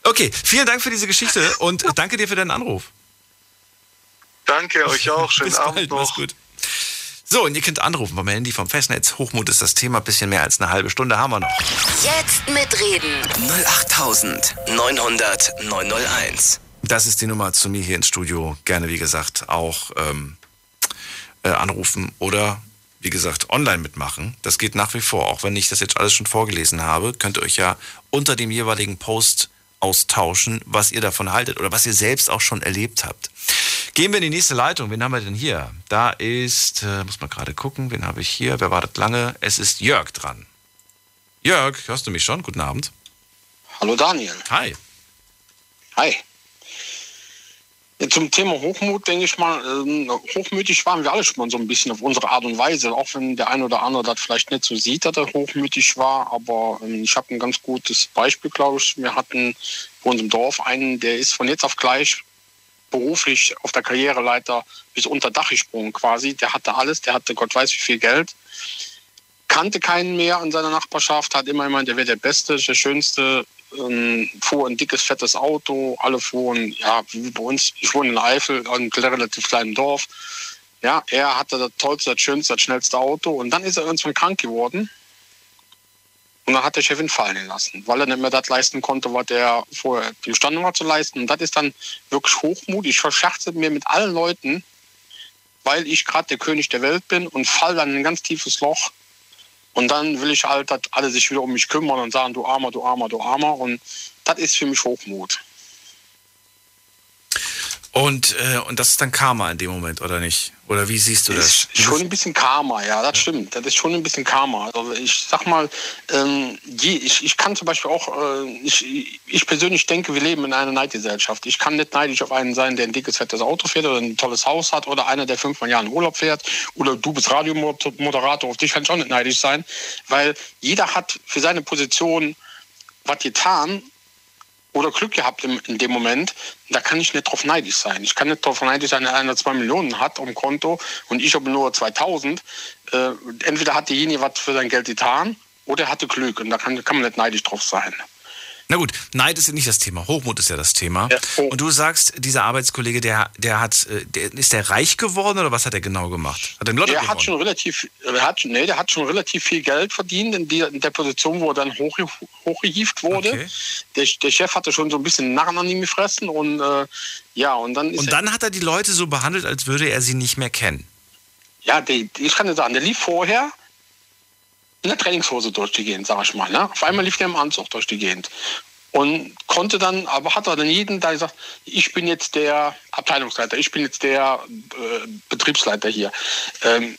Okay, vielen Dank für diese Geschichte und danke dir für deinen Anruf. Danke euch auch. Schönen Bis Abend bald, noch. mach's gut. So, und ihr könnt anrufen vom Handy, vom Festnetz. Hochmut ist das Thema, bisschen mehr als eine halbe Stunde haben wir noch. Jetzt mitreden. null acht neun null null neun null eins. Das ist die Nummer zu mir hier ins Studio. Gerne, wie gesagt, auch ähm, äh, anrufen oder, wie gesagt, online mitmachen. Das geht nach wie vor. Auch wenn ich das jetzt alles schon vorgelesen habe, könnt ihr euch ja unter dem jeweiligen Post austauschen, was ihr davon haltet oder was ihr selbst auch schon erlebt habt. Gehen wir in die nächste Leitung. Wen haben wir denn hier? Da ist, äh, muss man gerade gucken, wen habe ich hier? Wer wartet lange? Es ist Jörg dran. Jörg, hörst du mich schon? Guten Abend. Hallo Daniel. Hi. Hi. Ja, zum Thema Hochmut denke ich mal, äh, hochmütig waren wir alle schon mal so ein bisschen auf unsere Art und Weise, auch wenn der eine oder andere das vielleicht nicht so sieht, dass er hochmütig war, aber äh, ich habe ein ganz gutes Beispiel, glaube ich. Wir hatten bei uns im Dorf einen, der ist von jetzt auf gleich beruflich auf der Karriereleiter bis unter Dach gesprungen quasi. Der hatte alles, der hatte Gott weiß wie viel Geld, kannte keinen mehr in seiner Nachbarschaft, hat immer gemeint, der wäre der Beste, der Schönste, ähm, fuhr ein dickes, fettes Auto, alle fuhren, ja, wie bei uns, ich wohne in Eifel, einem relativ kleinen Dorf. Ja, er hatte das tollste, das schönste, das schnellste Auto und dann ist er irgendwann krank geworden. Und dann hat der Chef ihn fallen lassen, weil er nicht mehr das leisten konnte, was er vorher imstande war zu leisten. Und das ist dann wirklich Hochmut. Ich verscherze mir mit allen Leuten, weil ich gerade der König der Welt bin und fall dann in ein ganz tiefes Loch. Und dann will ich halt, dass alle sich wieder um mich kümmern und sagen, du Armer, du Armer, du Armer. Und das ist für mich Hochmut. Und, äh, und das ist dann Karma in dem Moment, oder nicht? Oder wie siehst du das? Ist schon ein bisschen Karma, ja, das stimmt. Das ist schon ein bisschen Karma. Also ich sag mal, ähm, je, ich, ich kann zum Beispiel auch, äh, ich, ich persönlich denke, wir leben in einer Neidgesellschaft. Ich kann nicht neidisch auf einen sein, der ein dickes, fettes Auto fährt oder ein tolles Haus hat oder einer, der fünfmal im Jahr in Urlaub fährt oder du bist Radiomoderator, auf dich kann ich auch nicht neidisch sein, weil jeder hat für seine Position was getan oder Glück gehabt in, in dem Moment, da kann ich nicht drauf neidisch sein. Ich kann nicht drauf neidisch sein, dass einer zwei Millionen hat auf dem Konto und ich habe nur zweitausend. Äh, entweder hat derjenige was für sein Geld getan oder er hatte Glück und da kann, kann man nicht neidisch drauf sein. Na gut, Neid ist ja nicht das Thema, Hochmut ist ja das Thema. Ja. Oh. Und du sagst, dieser Arbeitskollege, der, der hat, der, ist der reich geworden oder was hat er genau gemacht? Hat er im Lotto der gewonnen? hat schon relativ, der hat, nee, der hat schon relativ viel Geld verdient in, die, in der Position, wo er dann hoch, hochgehievt wurde. Okay. Der, der Chef hatte schon so ein bisschen Narren an ihm gefressen und äh, ja, und dann ist Und dann er, hat er die Leute so behandelt, als würde er sie nicht mehr kennen. Ja, der, ich kann dir sagen, der lief vorher in der Trainingshose durch die Gegend, sag ich mal. Ne? Auf einmal lief der im Anzug durch die Gegend. Und konnte dann, aber hat er dann jeden da gesagt, ich bin jetzt der Abteilungsleiter, ich bin jetzt der äh, Betriebsleiter hier. Ähm,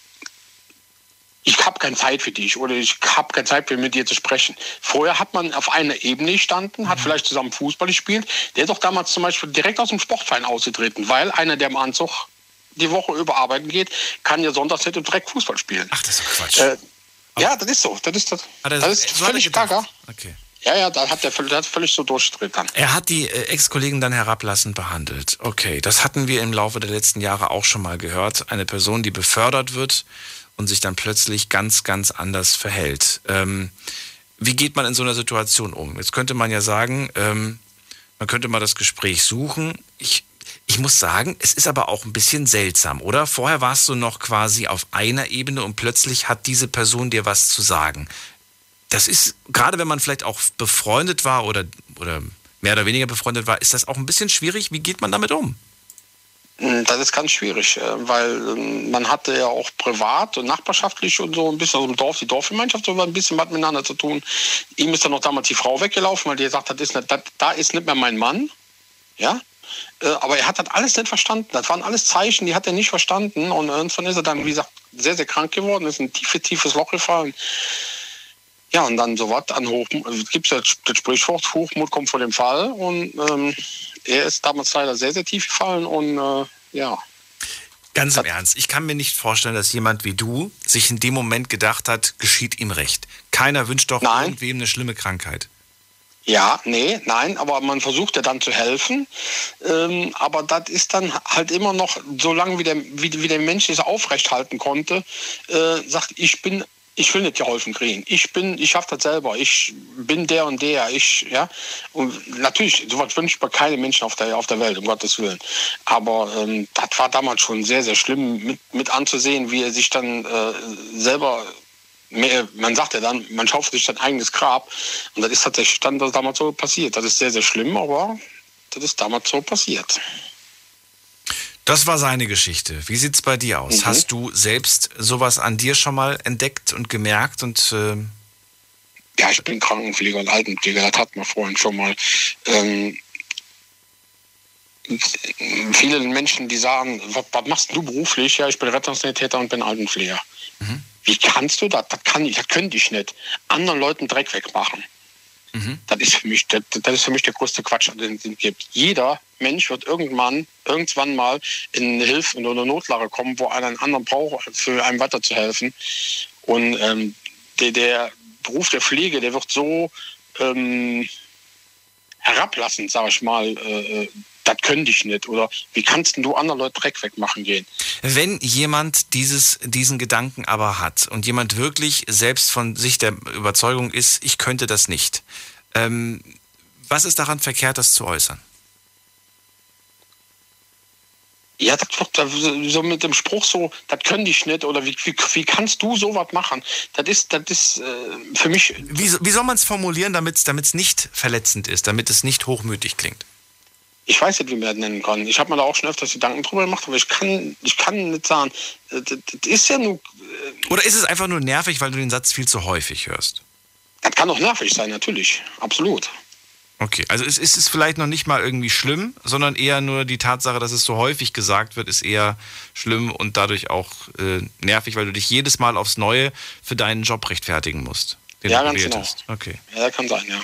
ich habe keine Zeit für dich oder ich habe keine Zeit für mit dir zu sprechen. Vorher hat man auf einer Ebene gestanden, hat mhm. vielleicht zusammen Fußball gespielt. Der ist doch damals zum Beispiel direkt aus dem Sportverein ausgetreten, weil einer, der im Anzug die Woche über arbeiten geht, kann ja sonntags nicht im Dreck Fußball spielen. Ach, das ist doch Quatsch. Äh, ja, das ist so. Das ist, das, das ist so völlig gaga. Okay. Ja, ja, da hat der, der hat völlig so durchgedreht dann. Er hat die äh, Ex-Kollegen dann herablassend behandelt. Okay, das hatten wir im Laufe der letzten Jahre auch schon mal gehört. Eine Person, die befördert wird und sich dann plötzlich ganz, ganz anders verhält. Ähm, wie geht man in so einer Situation um? Jetzt könnte man ja sagen, ähm, man könnte mal das Gespräch suchen. Ich, ich muss sagen, es ist aber auch ein bisschen seltsam, oder? Vorher warst du noch quasi auf einer Ebene und plötzlich hat diese Person dir was zu sagen. Das ist, gerade wenn man vielleicht auch befreundet war oder, oder mehr oder weniger befreundet war, ist das auch ein bisschen schwierig. Wie geht man damit um? Das ist ganz schwierig, weil man hatte ja auch privat und nachbarschaftlich und so ein bisschen aus dem Dorf, die Dorfgemeinschaft, so ein bisschen was miteinander zu tun. Ihm ist dann noch damals die Frau weggelaufen, weil die gesagt hat, das ist nicht, das, da ist nicht mehr mein Mann. Ja? Aber er hat das alles nicht verstanden. Das waren alles Zeichen, die hat er nicht verstanden. Und irgendwann ist er dann, wie gesagt, sehr, sehr krank geworden, ist in ein tiefes, tiefes Loch gefallen. Ja, und dann so was an Hochmut, also gibt es ja das Sprichwort, Hochmut kommt vor dem Fall. Und ähm, er ist damals leider sehr, sehr tief gefallen und äh, ja. Ganz im Ernst, ich kann mir nicht vorstellen, dass jemand wie du sich in dem Moment gedacht hat, geschieht ihm recht. Keiner wünscht doch nein. irgendwem eine schlimme Krankheit. Ja, nee, nein, aber man versucht ja dann zu helfen. Ähm, aber das ist dann halt immer noch, solange wie der, wie, wie der Mensch es aufrecht halten konnte, äh, sagt, ich bin ich will nicht geholfen kriegen. Ich bin, ich schaff das selber. Ich bin der und der. Ich, ja. Und natürlich, sowas wünscht man keine Menschen auf der, auf der Welt, um Gottes Willen. Aber ähm, das war damals schon sehr, sehr schlimm mit, mit anzusehen, wie er sich dann äh, selber, mehr, man sagt ja dann, man schaufelt sich sein eigenes Grab. Und das ist tatsächlich dann das damals so passiert. Das ist sehr, sehr schlimm, aber das ist damals so passiert. Das war seine Geschichte. Wie sieht's bei dir aus? Mhm. Hast du selbst sowas an dir schon mal entdeckt und gemerkt? Und äh ja, ich bin Krankenpfleger und Altenpfleger, das hatten wir vorhin schon mal. Ähm, viele Menschen, die sagen, was, was machst du beruflich? Ja, ich bin Rettungssanitäter und bin Altenpfleger. Mhm. Wie kannst du das? Das kann ich, das könnte ich nicht. Anderen Leuten Dreck wegmachen. Mhm. Das ist für mich, das, das ist für mich der größte Quatsch, den es gibt. Jeder Mensch wird irgendwann, irgendwann mal in eine Hilfe oder eine Notlage kommen, wo einer einen anderen braucht, für einem weiterzuhelfen. Und ähm, der, der Beruf der Pflege, der wird so ähm, herablassend, sag ich mal, äh, das könnte ich nicht. Oder wie kannst du anderen Leuten Dreck wegmachen gehen? Wenn jemand dieses, diesen Gedanken aber hat und jemand wirklich selbst von sich der Überzeugung ist, ich könnte das nicht, ähm, was ist daran verkehrt, das zu äußern? Ja, das wird so mit dem Spruch so, das könnte ich nicht oder wie, wie, wie kannst du sowas machen? Das ist, das ist äh, für mich... Wie, wie soll man es formulieren, damit es nicht verletzend ist, damit es nicht hochmütig klingt? Ich weiß nicht, wie man das nennen kann. Ich habe mir da auch schon öfters Gedanken drüber gemacht, aber ich kann, ich kann nicht sagen, das, das ist ja nur... Äh, oder ist es einfach nur nervig, weil du den Satz viel zu häufig hörst? Das kann auch nervig sein, natürlich. Absolut. Okay, also ist, ist es vielleicht noch nicht mal irgendwie schlimm, sondern eher nur die Tatsache, dass es so häufig gesagt wird, ist eher schlimm und dadurch auch äh, nervig, weil du dich jedes Mal aufs Neue für deinen Job rechtfertigen musst. Den ja, du ganz genau. Hast. Okay. Ja, kann sein, ja.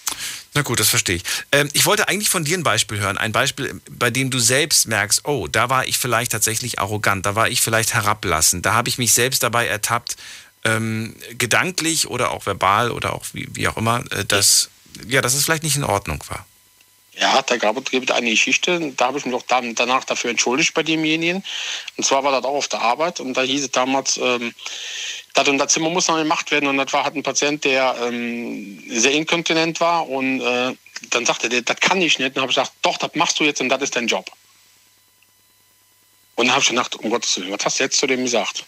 Na gut, das verstehe ich. Ähm, ich wollte eigentlich von dir ein Beispiel hören. Ein Beispiel, bei dem du selbst merkst, oh, da war ich vielleicht tatsächlich arrogant, da war ich vielleicht herablassend, da habe ich mich selbst dabei ertappt, ähm, gedanklich oder auch verbal oder auch wie, wie auch immer, äh, dass, ja, dass es vielleicht nicht in Ordnung war. Ja, da gab es eine Geschichte, da habe ich mich auch dann, danach dafür entschuldigt bei demjenigen. Und zwar war das auch auf der Arbeit und da hieß es damals, ähm, das und das Zimmer muss noch gemacht werden und das war halt ein Patient, der ähm, sehr inkontinent war und äh, dann sagte der, das kann ich nicht. Und dann habe ich gesagt, doch, das machst du jetzt und das ist dein Job. Und dann habe ich gedacht, um Gottes Willen, was hast du jetzt zu dem gesagt?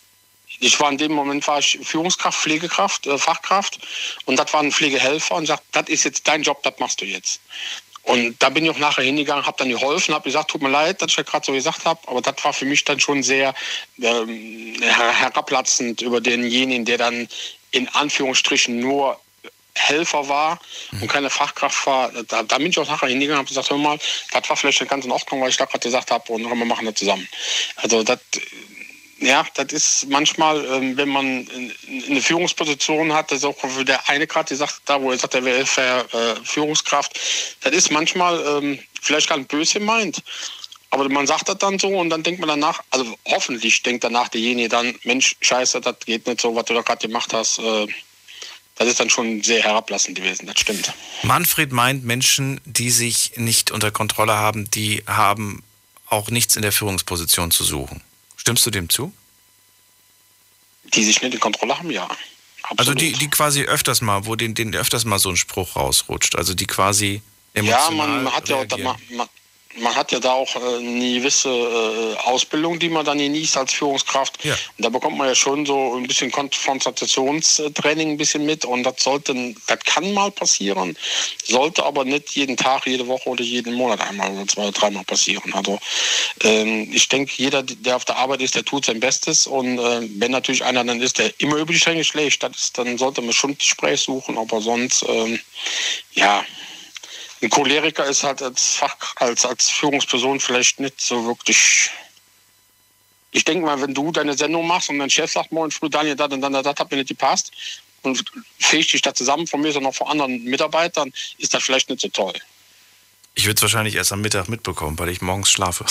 Ich war in dem Moment war ich Führungskraft, Pflegekraft, äh, Fachkraft und das war ein Pflegehelfer und sagt, das ist jetzt dein Job, das machst du jetzt. Und da bin ich auch nachher hingegangen, habe dann geholfen, habe gesagt, tut mir leid, dass ich ja gerade so gesagt habe, aber das war für mich dann schon sehr ähm, her- herablassend über denjenigen, der dann in Anführungsstrichen nur Helfer war und keine Fachkraft war. Da, da bin ich auch nachher hingegangen und habe gesagt, hör mal, das war vielleicht ganz in Ordnung, was ich da gerade gesagt habe und wir machen das zusammen. Also das... Ja, das ist manchmal, ähm, wenn man eine Führungsposition hat, das ist auch der eine gerade gesagt, da wo er sagt, er wäre äh, Führungskraft, das ist manchmal ähm, vielleicht gar nicht böse gemeint, aber man sagt das dann so und dann denkt man danach, also hoffentlich denkt danach derjenige dann, Mensch, scheiße, das geht nicht so, was du da gerade gemacht hast. Äh, das ist dann schon sehr herablassend gewesen, das stimmt. Manfred meint, Menschen, die sich nicht unter Kontrolle haben, die haben auch nichts in der Führungsposition zu suchen. Stimmst du dem zu? Die sich nicht in Kontrolle haben, ja. Absolut. Also die, die quasi öfters mal, wo denen, denen öfters mal so ein Spruch rausrutscht. Also die quasi emotional ja, man, man hat ja, man, man, man hat ja da auch äh, eine gewisse äh, Ausbildung, die man dann genießt als Führungskraft. Ja. Und da bekommt man ja schon so ein bisschen Konfrontationstraining ein bisschen mit. Und das sollte, das kann mal passieren, sollte aber nicht jeden Tag, jede Woche oder jeden Monat einmal oder zwei oder dreimal passieren. Also ähm, ich denke, jeder, der auf der Arbeit ist, der tut sein Bestes. Und äh, wenn natürlich einer dann ist, der immer über die Stränge schlägt, das ist, dann sollte man schon das Gespräch suchen. Aber sonst, ähm, ja... Ein Choleriker ist halt als Fach, als, als Führungsperson vielleicht nicht so wirklich. Ich denke mal, wenn du deine Sendung machst und dein Chef sagt morgen früh, Daniel, das und dann, das hat mir nicht gepasst und fähig dich da zusammen von mir, sondern auch von anderen Mitarbeitern, ist das vielleicht nicht so toll. Ich würde es wahrscheinlich erst am Mittag mitbekommen, weil ich morgens schlafe.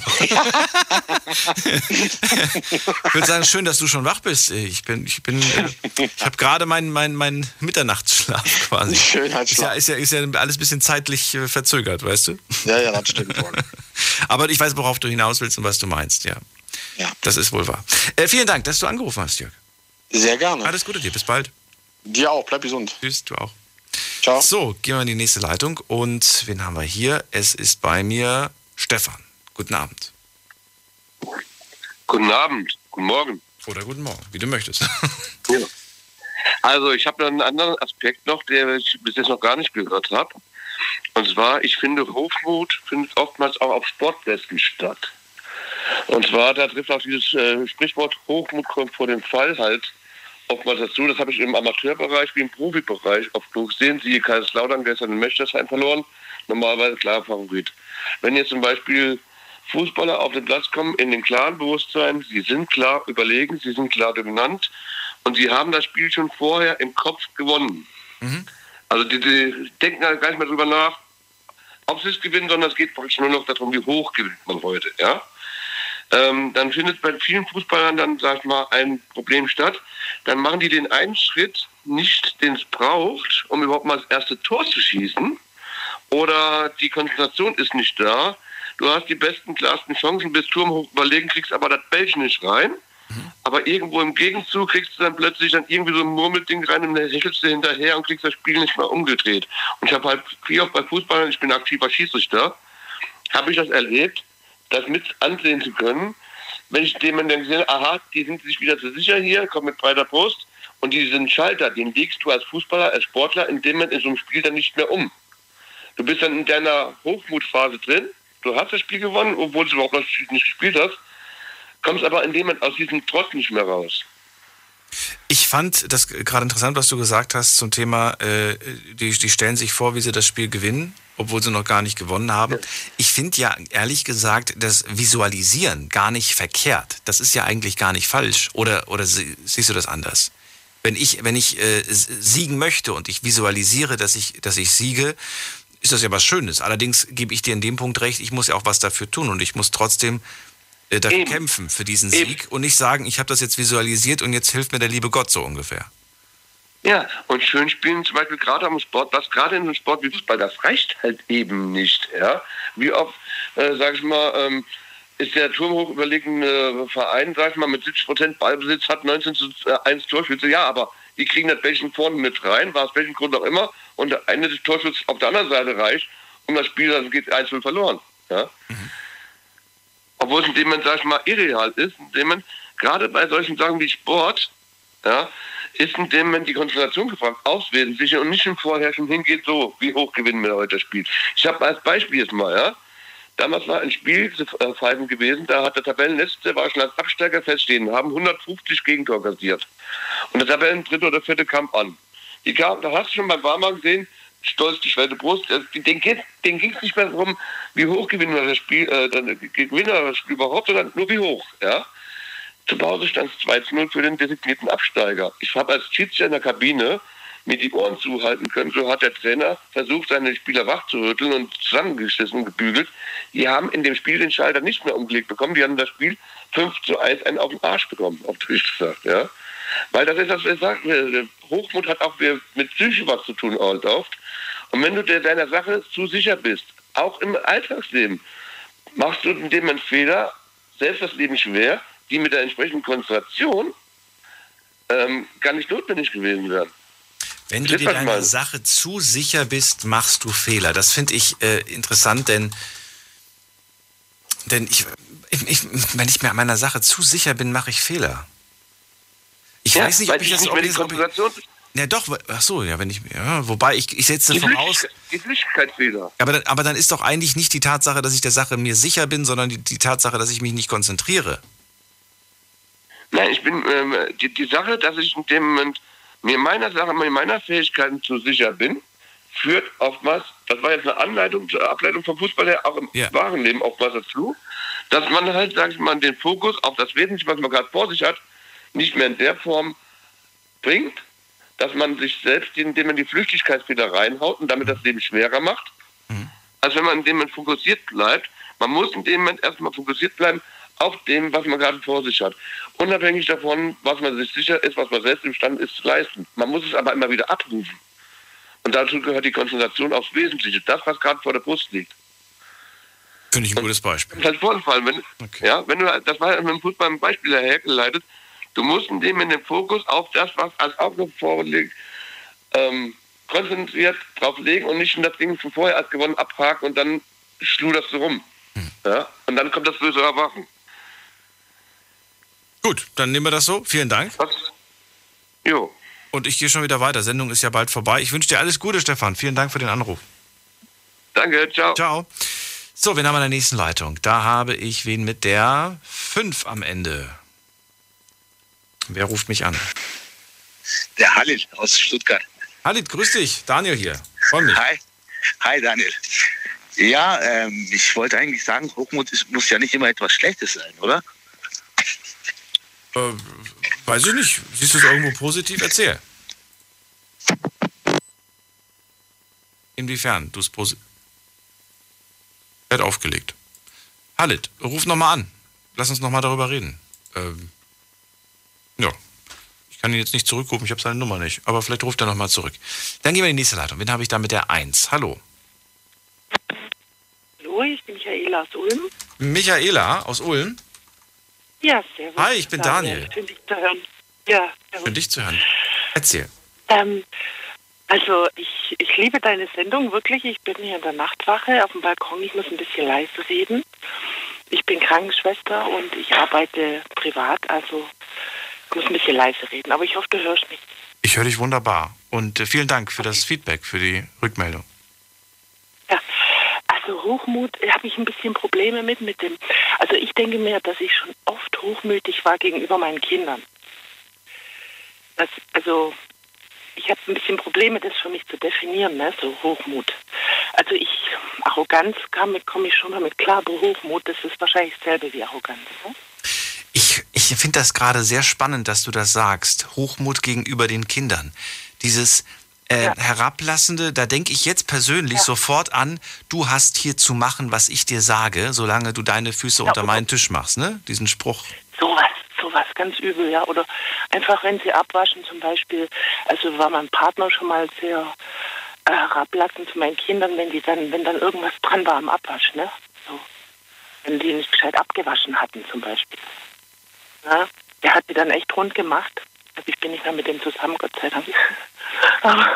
Ich würde sagen, schön, dass du schon wach bist. Ich bin, ich bin, ich habe gerade meinen mein, mein Mitternachtsschlaf quasi. Schönheitsschlaf. Ist ja, ist ja, ist ja alles ein bisschen zeitlich verzögert, weißt du? Ja, ja, das stimmt wohl. Aber ich weiß, worauf du hinaus willst und was du meinst, ja. Ja. Das ist wohl wahr. Äh, vielen Dank, dass du angerufen hast, Jörg. Sehr gerne. Alles Gute dir, bis bald. Dir auch, bleib gesund. Tschüss, du auch. Ciao. So, gehen wir in die nächste Leitung. Und wen haben wir hier? Es ist bei mir Stefan. Guten Abend. Guten Abend, guten Morgen. Oder guten Morgen, wie du möchtest. Ja. Also ich habe noch einen anderen Aspekt noch, den ich bis jetzt noch gar nicht gehört habe. Und zwar, ich finde, Hochmut findet oftmals auch auf Sportplätzen statt. Und zwar, da trifft auch dieses äh, Sprichwort, Hochmut kommt vor dem Fall halt oftmals dazu. Das habe ich im Amateurbereich wie im Profibereich oft genug gesehen. Siehe Kaiserslautern gestern in Mechtersheim verloren. Normalerweise klar Favorit. Wenn jetzt zum Beispiel Fußballer auf den Platz kommen in dem klaren Bewusstsein, sie sind klar überlegen, sie sind klar dominant und sie haben das Spiel schon vorher im Kopf gewonnen. Mhm. Also die, die denken halt gar nicht mehr drüber nach, ob sie es gewinnen, sondern es geht praktisch nur noch darum, wie hoch gewinnt man heute. Ja? Ähm, dann findet bei vielen Fußballern dann, sag ich mal, ein Problem statt. Dann machen die den einen Schritt nicht, den es braucht, um überhaupt mal das erste Tor zu schießen. Oder die Konzentration ist nicht da. Du hast die besten, klarsten Chancen, bist turmhoch überlegen, kriegst aber das Bällchen nicht rein. Mhm. Aber irgendwo im Gegenzug kriegst du dann plötzlich dann irgendwie so ein Murmelding rein und dann hechelst du hinterher und kriegst das Spiel nicht mehr umgedreht. Und ich habe halt viel oft bei Fußballern, ich bin aktiver Schiedsrichter, habe ich das erlebt, das mit ansehen zu können, wenn ich dem dann sehe, aha, die sind sich wieder zu sicher hier, kommen mit breiter Brust und diesen Schalter, den legst du als Fußballer, als Sportler in dem Moment in so einem Spiel dann nicht mehr um. Du bist dann in deiner Hochmutphase drin, du hast das Spiel gewonnen, obwohl du überhaupt noch nicht gespielt hast, kommst aber in dem Moment aus diesem Trotz nicht mehr raus. Ich fand das gerade interessant, was du gesagt hast zum Thema, äh, die, die stellen sich vor, wie sie das Spiel gewinnen, obwohl sie noch gar nicht gewonnen haben. Ja. Ich finde ja, ehrlich gesagt, das Visualisieren gar nicht verkehrt. Das ist ja eigentlich gar nicht falsch. Oder, oder siehst du das anders? Wenn ich, wenn ich äh, siegen möchte und ich visualisiere, dass ich, dass ich siege, ist das ja was Schönes. Allerdings gebe ich dir in dem Punkt recht, ich muss ja auch was dafür tun und ich muss trotzdem äh, dafür Eben. kämpfen für diesen Sieg Eben. und nicht sagen, ich habe das jetzt visualisiert und jetzt hilft mir der liebe Gott so ungefähr. Ja, und schön spielen zum Beispiel gerade am Sport, was gerade in einem Sport wie Fußball, das reicht halt eben nicht. Ja? Wie oft, äh, sag ich mal, ähm, ist der turmhoch überlegene Verein, sag ich mal, mit siebzig Prozent Ballbesitz, hat neunzehn zu eins Torschütze, ja, aber die kriegen das Bällchen vorne mit rein, war aus welchem Grund auch immer, und der eine des Torschützes auf der anderen Seite reicht, um das Spiel, dann geht eins null verloren. Ja? Mhm. Obwohl es in dem Moment, sag ich mal, irreal ist, in dem Moment, gerade bei solchen Sachen wie Sport, ja, ist in dem Moment die Konzentration gefragt, aufs Wesentliche und nicht im Vorher schon hingeht, so, wie hoch gewinnen wir heute das Spiel. Ich habe als Beispiel jetzt mal, ja, damals war ein Spiel zu pfeifen gewesen, da hat der Tabellenletzte, war schon als Absteiger feststehen, haben hundertfünfzig Gegentor kassiert. Und der Tabellendritte oder vierte kam an. Die kam, da hast du schon beim Warmer gesehen, stolz die schwere Brust, den, den ging es nicht mehr darum, wie hoch gewinnen wir das Spiel, äh, dann gewinnen wir das Spiel überhaupt, sondern nur wie hoch, ja. Zu Pause stand es zwei zu null für den designierten Absteiger. Ich habe als Schiedsrichter in der Kabine mir die Ohren zuhalten können. So hat der Trainer versucht, seine Spieler wach zu rütteln und zusammengeschissen, gebügelt. Die haben in dem Spiel den Schalter nicht mehr umgelegt bekommen. Die haben das Spiel fünf zu eins einen auf den Arsch bekommen, auf Deutsch gesagt. Ja? Weil das ist, was wir sagen, Hochmut hat auch mit Psyche was zu tun, oft. Und wenn du dir deiner Sache zu sicher bist, auch im Alltagsleben, machst du in dem einen Fehler, selbst das Leben schwer, die mit der entsprechenden Konzentration ähm, gar nicht notwendig gewesen wären. Wenn du dir deiner Sache zu sicher bist, machst du Fehler. Das finde ich äh, interessant, denn, denn ich, ich, wenn ich mir meiner Sache zu sicher bin, mache ich Fehler. Ich ja, weiß nicht, ob ich das... Nicht ob ich, ob ich, ja doch, ach so, ja, wenn ich... Ja, wobei, ich, ich setze die voraus... Die Flüchtigkeitsfehler. Aber dann, aber dann ist doch eigentlich nicht die Tatsache, dass ich der Sache mir sicher bin, sondern die, die Tatsache, dass ich mich nicht konzentriere. Nein, ich bin... Ähm, die, die Sache, dass ich in dem Moment mir meiner Sache, mir meiner Fähigkeiten zu sicher bin, führt oftmals, das war jetzt eine Anleitung, Ableitung vom Fußball her, auch im ja. wahren Leben oftmals dazu, dass man halt, sag ich mal, den Fokus auf das Wesentliche, was man gerade vor sich hat, nicht mehr in der Form bringt, dass man sich selbst, indem man die Flüchtigkeitsfehler reinhaut und damit das Leben schwerer macht, mhm. als wenn man in dem Moment fokussiert bleibt. Man muss in dem Moment erstmal fokussiert bleiben auf dem, was man gerade vor sich hat. Unabhängig davon, was man sich sicher ist, was man selbst imstande ist zu leisten. Man muss es aber immer wieder abrufen. Und dazu gehört die Konzentration aufs Wesentliche, das, was gerade vor der Brust liegt. Finde ich ein gutes Beispiel. Das ist halt Vorfall. Wenn, okay. ja, wenn du, das war mit dem Fußball ein Beispiel hergeleitet. Du musst in dem in den Fokus auf das, was als Aufgabe vorliegt, ähm, konzentriert drauf legen und nicht schon das Ding von vorher als gewonnen abhaken und dann schluderst du rum. Hm. Ja? Und dann kommt das böse Erwachen. Gut, dann nehmen wir das so. Vielen Dank. Was? Jo. Und ich gehe schon wieder weiter. Sendung ist ja bald vorbei. Ich wünsche dir alles Gute, Stefan. Vielen Dank für den Anruf. Danke, ciao. Ciao. So, wen haben wir in der nächsten Leitung? Da habe ich wen mit der fünf am Ende. Wer ruft mich an? Der Halil aus Stuttgart. Halil, grüß dich. Daniel hier. Freue mich. Hi. Hi, Daniel. Ja, ähm, ich wollte eigentlich sagen, Hochmut ist, muss ja nicht immer etwas Schlechtes sein, oder? Äh, weiß ich nicht. Siehst du es irgendwo positiv? Erzähl. Inwiefern du es positiv... Er hat aufgelegt. Halit, ruf nochmal an. Lass uns nochmal darüber reden. Ähm, ja. Ich kann ihn jetzt nicht zurückrufen, ich habe seine Nummer nicht. Aber vielleicht ruft er nochmal zurück. Dann gehen wir in die nächste Leitung. Wen habe ich da mit der eins? Hallo. Hallo, ich bin Michaela aus Ulm. Michaela aus Ulm? Ja, servus. Hi, ich bin Daniel. Schön, dich zu hören. Ja, Schön, dich zu hören. Erzähl. Ähm, also, ich, ich liebe deine Sendung, wirklich. Ich bin hier in der Nachtwache auf dem Balkon. Ich muss ein bisschen leise reden. Ich bin Krankenschwester und ich arbeite privat, also ich muss ein bisschen leise reden. Aber ich hoffe, du hörst mich. Ich höre dich wunderbar. Und äh, vielen Dank für das Feedback, für die Rückmeldung. Ja, also Hochmut habe ich ein bisschen Probleme mit, mit dem... Also ich denke mir, dass ich schon oft hochmütig war gegenüber meinen Kindern. Das, also... Ich habe ein bisschen Probleme, das für mich zu definieren, ne? So Hochmut. Also ich, Arroganz komme komm ich schon damit klar, aber Hochmut, das ist wahrscheinlich dasselbe wie Arroganz. Ne? Ich, ich finde das gerade sehr spannend, dass du das sagst. Hochmut gegenüber den Kindern. Dieses äh, ja. Herablassende, da denke ich jetzt persönlich ja. sofort an, du hast hier zu machen, was ich dir sage, solange du deine Füße ja, unter meinen Tisch machst, ne? Diesen Spruch. Sowas. Sowas ganz übel, ja. Oder einfach, wenn sie abwaschen zum Beispiel, also war mein Partner schon mal sehr äh, herablassend zu meinen Kindern, wenn die dann, wenn dann irgendwas dran war am Abwasch, ne? So. Wenn die nicht gescheit abgewaschen hatten zum Beispiel. Ja? Der hat die dann echt rund gemacht. Also ich bin nicht mehr mit dem zusammen, Gott sei Dank. Aber,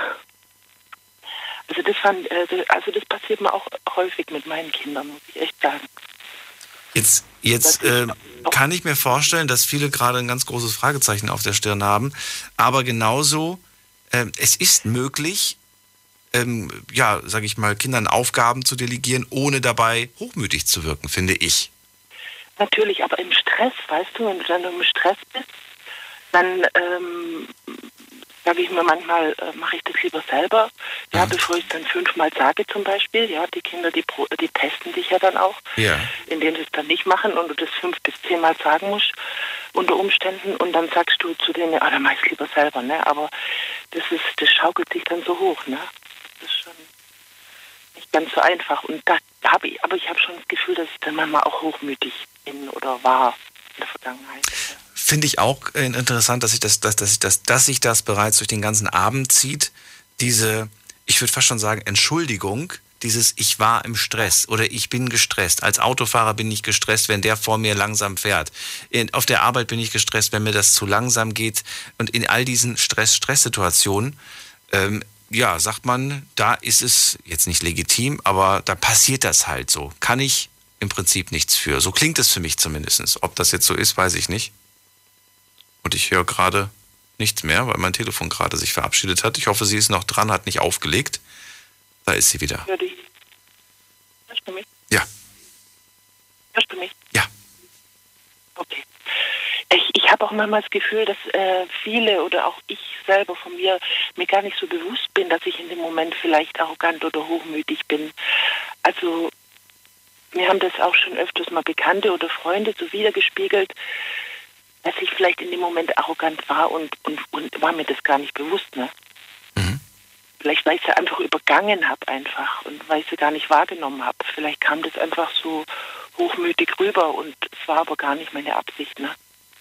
also das fand, also das passiert mir auch häufig mit meinen Kindern, muss ich echt sagen. Jetzt, jetzt äh, kann ich mir vorstellen, dass viele gerade ein ganz großes Fragezeichen auf der Stirn haben. Aber genauso, äh, es ist möglich, ähm, ja, sage ich mal, Kindern Aufgaben zu delegieren, ohne dabei hochmütig zu wirken, finde ich. Natürlich, aber im Stress, weißt du, wenn du dann im Stress bist, dann ähm, sage ich mir manchmal, äh, mache ich das lieber selber, ja, mhm. bevor ich es dann fünfmal sage zum Beispiel. Ja, die Kinder, die, die testen dich ja dann auch, ja. indem sie es dann nicht machen und du das fünf bis zehnmal sagen musst unter Umständen und dann sagst du zu denen, ah, dann mach ich es lieber selber, ne? Aber das ist, das schaukelt sich dann so hoch, ne? Das ist schon nicht ganz so einfach. Und da habe ich, aber ich habe schon das Gefühl, dass ich dann manchmal auch hochmütig bin oder war in der Vergangenheit. Finde ich auch interessant, dass sich das, dass, dass sich das, dass sich das bereits durch den ganzen Abend zieht. Diese, ich würde fast schon sagen, Entschuldigung, dieses ich war im Stress oder ich bin gestresst. Als Autofahrer bin ich gestresst, wenn der vor mir langsam fährt. In, auf der Arbeit bin ich gestresst, wenn mir das zu langsam geht. Und in all diesen Stress-Stress-Situationen, ähm, ja, sagt man, da ist es jetzt nicht legitim, aber da passiert das halt so. Kann ich im Prinzip nichts für. So klingt es für mich zumindest. Ob das jetzt so ist, weiß ich nicht. Und ich höre gerade nichts mehr, weil mein Telefon gerade sich verabschiedet hat. Ich hoffe, sie ist noch dran, hat nicht aufgelegt. Da ist sie wieder. Hör dich. Hörst du mich? Ja. Hörst du mich? Ja. Okay. Ich, ich habe auch manchmal das Gefühl, dass äh, viele oder auch ich selber von mir mir gar nicht so bewusst bin, dass ich in dem Moment vielleicht arrogant oder hochmütig bin. Also mir haben das auch schon öfters mal Bekannte oder Freunde so wiedergespiegelt, dass ich vielleicht in dem Moment arrogant war und, und, und war mir das gar nicht bewusst, ne? Mhm. Vielleicht, weil ich sie einfach übergangen habe einfach und weil ich sie gar nicht wahrgenommen habe. Vielleicht kam das einfach so hochmütig rüber und es war aber gar nicht meine Absicht, ne?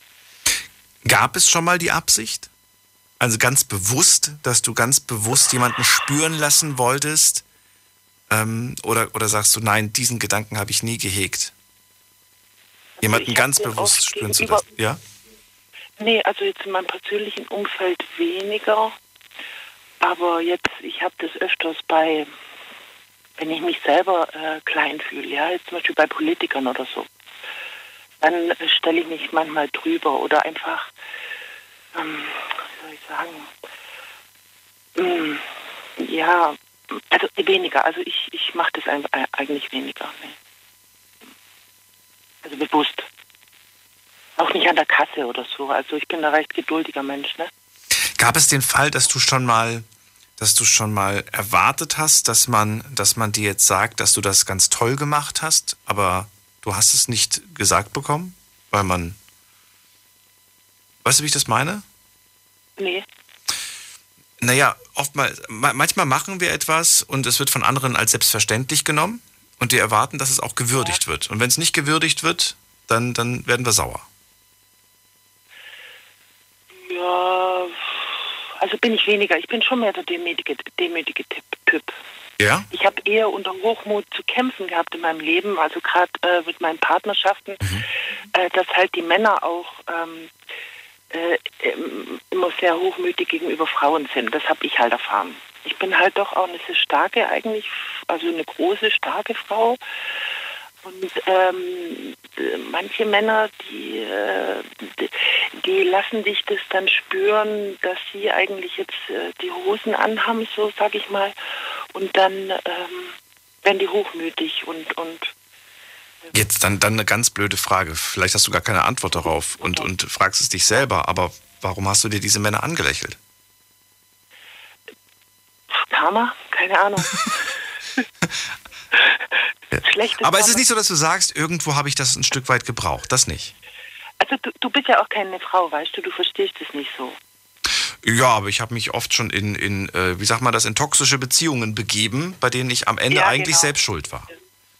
Gab es schon mal die Absicht? Also ganz bewusst, dass du ganz bewusst jemanden spüren lassen wolltest? Ähm, oder, oder sagst du, nein, diesen Gedanken habe ich nie gehegt? Also jemanden ganz bewusst spüren zu lassen, ja? Nee, also jetzt in meinem persönlichen Umfeld weniger. Aber jetzt, ich habe das öfters bei, wenn ich mich selber äh, klein fühle, ja, jetzt zum Beispiel bei Politikern oder so, dann äh, stelle ich mich manchmal drüber oder einfach, ähm, wie soll ich sagen, ähm, ja, also weniger. Also ich, ich mache das ein, eigentlich weniger. Nee. Also bewusst. Auch nicht an der Kasse oder so. Also ich bin ein recht geduldiger Mensch, ne? Gab es den Fall, dass du schon mal, dass du schon mal erwartet hast, dass man, dass man dir jetzt sagt, dass du das ganz toll gemacht hast, aber du hast es nicht gesagt bekommen? Weil man... Weißt du, wie ich das meine? Nee. Naja, oftmals, manchmal machen wir etwas und es wird von anderen als selbstverständlich genommen und die erwarten, dass es auch gewürdigt wird. Und wenn es nicht gewürdigt wird, dann, dann werden wir sauer. Ja, also bin ich weniger. Ich bin schon mehr der demütige, demütige Typ. Ja? Ich habe eher unter Hochmut zu kämpfen gehabt in meinem Leben, also gerade äh, mit meinen Partnerschaften, mhm. äh, dass halt die Männer auch ähm, äh, immer sehr hochmütig gegenüber Frauen sind. Das habe ich halt erfahren. Ich bin halt doch auch eine sehr starke eigentlich, also eine große, starke Frau. Und ähm, manche Männer, die, äh, die, die lassen dich das dann spüren, dass sie eigentlich jetzt äh, die Hosen anhaben, so sag ich mal. Und dann ähm, werden die hochmütig und... und Jetzt dann, dann eine ganz blöde Frage. Vielleicht hast du gar keine Antwort darauf und, und fragst es dich selber. Aber warum hast du dir diese Männer angelächelt? Karma? Keine Ahnung. Schlechtes Aber es ist Karma. nicht so, dass du sagst, irgendwo habe ich das ein Stück weit gebraucht. Das nicht. Also du, du bist ja auch keine Frau, weißt du? Du verstehst es nicht so. Ja, aber ich habe mich oft schon in, in äh, wie sagt man das, in toxische Beziehungen begeben, bei denen ich am Ende Ja, eigentlich genau. selbst schuld war.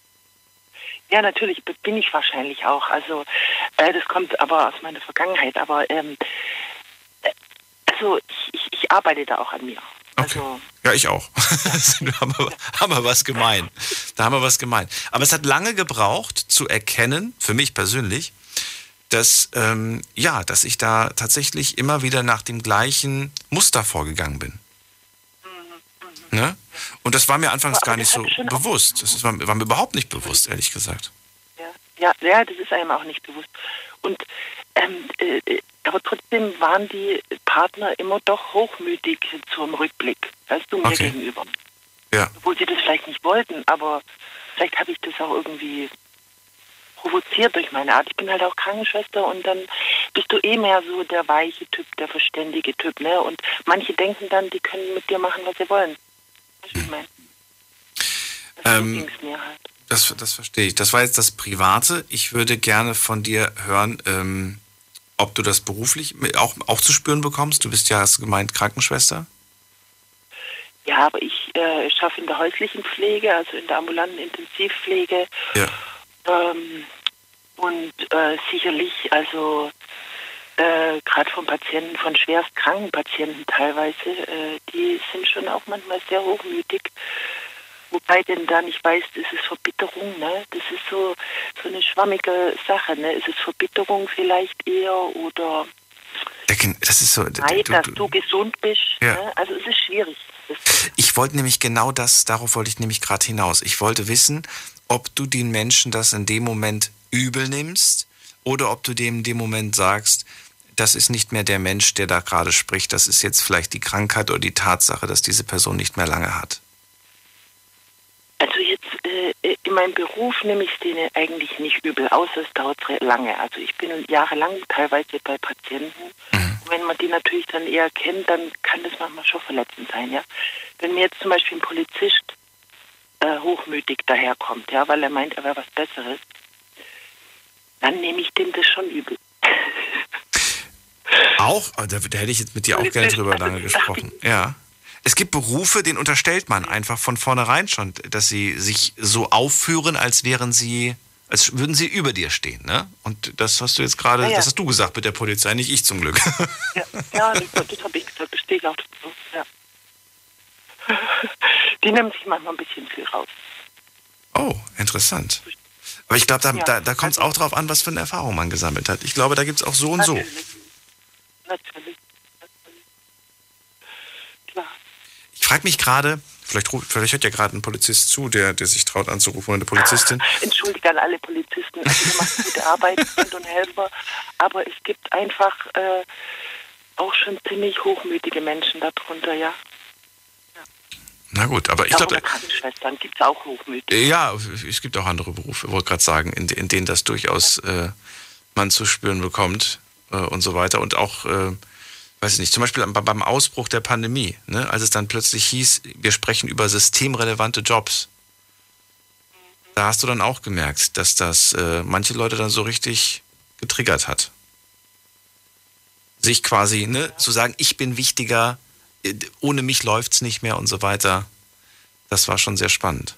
Ja, natürlich bin ich wahrscheinlich auch. Also äh, das kommt aber aus meiner Vergangenheit. Aber ähm, äh, also ich, ich, ich arbeite da auch an mir. Okay. Also, ja, ich auch. da haben wir, haben wir was gemein. Da haben wir was gemein. Aber es hat lange gebraucht zu erkennen, für mich persönlich, dass, ähm, ja, dass ich da tatsächlich immer wieder nach dem gleichen Muster vorgegangen bin. Mhm. Ne? Und das war mir anfangs aber gar nicht so bewusst. Das war, war mir überhaupt nicht bewusst, ehrlich gesagt. Ja, ja, ja, das ist einem auch nicht bewusst. Und ähm, äh, aber trotzdem waren die Partner immer doch hochmütig zum Rückblick, weißt du, mir Okay. gegenüber. Ja. Obwohl sie das vielleicht nicht wollten, aber vielleicht habe ich das auch irgendwie provoziert durch meine Art. Ich bin halt auch Krankenschwester und dann bist du eh mehr so der weiche Typ, der verständige Typ, ne? Und manche denken dann, die können mit dir machen, was sie wollen. Weißt du, was ich meine? Ähm, Ging's mir halt. das, das verstehe ich. Das war jetzt das Private. Ich würde gerne von dir hören, ähm, ob du das beruflich auch, auch zu spüren bekommst. Du bist ja, hast du gemeint, Krankenschwester. Ja, aber ich äh, schaffe in der häuslichen Pflege, also in der ambulanten Intensivpflege. Ja. Ähm, und äh, sicherlich, also äh, gerade von Patienten, von schwerst kranken Patienten teilweise, äh, die sind schon auch manchmal sehr hochmütig. Wobei denn da nicht weiß, ist es Verbitterung, ne? Das ist so, so eine schwammige Sache, ne? Ist es Verbitterung vielleicht eher oder Das ist so. Neid, du, dass du, du gesund bist, Ja. ne? Also es ist schwierig. Ich wollte nämlich genau das, darauf wollte ich nämlich gerade hinaus. Ich wollte wissen, ob du den Menschen das in dem Moment übel nimmst oder ob du dem in dem Moment sagst, das ist nicht mehr der Mensch, der da gerade spricht, das ist jetzt vielleicht die Krankheit oder die Tatsache, dass diese Person nicht mehr lange hat. Also jetzt äh, in meinem Beruf nehme ich es denen eigentlich nicht übel, außer es dauert sehr lange. Also ich bin jahrelang teilweise bei Patienten. Mhm. Und wenn man die natürlich dann eher kennt, dann kann das manchmal schon verletzend sein, ja. Wenn mir jetzt zum Beispiel ein Polizist äh, hochmütig daherkommt, ja, weil er meint, er wäre was Besseres, dann nehme ich dem das schon übel. Auch? Da, da hätte ich jetzt mit dir auch gerne drüber lange gesprochen. Ja. Es gibt Berufe, denen unterstellt man einfach von vornherein schon, dass sie sich so aufführen, als wären sie, als würden sie über dir stehen, ne? Und das hast du jetzt gerade, Ja, ja. das hast du gesagt mit der Polizei, nicht ich zum Glück. Ja, ja das, das habe ich gesagt, das stehe ich auch dazu, ja. Die nehmen sich manchmal ein bisschen viel raus. Oh, interessant. Aber ich glaube, da, Ja, da, da kommt es auch drauf an, was für eine Erfahrung man gesammelt hat. Ich glaube, da gibt es auch so und Natürlich. so. Natürlich. Natürlich. Klar. Ich frage mich gerade, vielleicht, vielleicht hört ja gerade ein Polizist zu, der, der sich traut anzurufen, oder eine Polizistin. Entschuldige an alle Polizisten, also ihr macht gute Arbeit und Helfer, aber es gibt einfach äh, auch schon ziemlich hochmütige Menschen darunter, ja. Na gut, aber ich glaube... Krankenschwestern gibt es auch hochmütig. Ja, es gibt auch andere Berufe, ich wollte gerade sagen, in, in denen das durchaus äh, man zu spüren bekommt äh, und so weiter. Und auch... Äh, weiß ich nicht, zum Beispiel beim Ausbruch der Pandemie, ne, als es dann plötzlich hieß, wir sprechen über systemrelevante Jobs. Da hast du dann auch gemerkt, dass das äh, manche Leute dann so richtig getriggert hat. Sich quasi, ne, zu sagen, ich bin wichtiger, ohne mich läuft's nicht mehr und so weiter. Das war schon sehr spannend.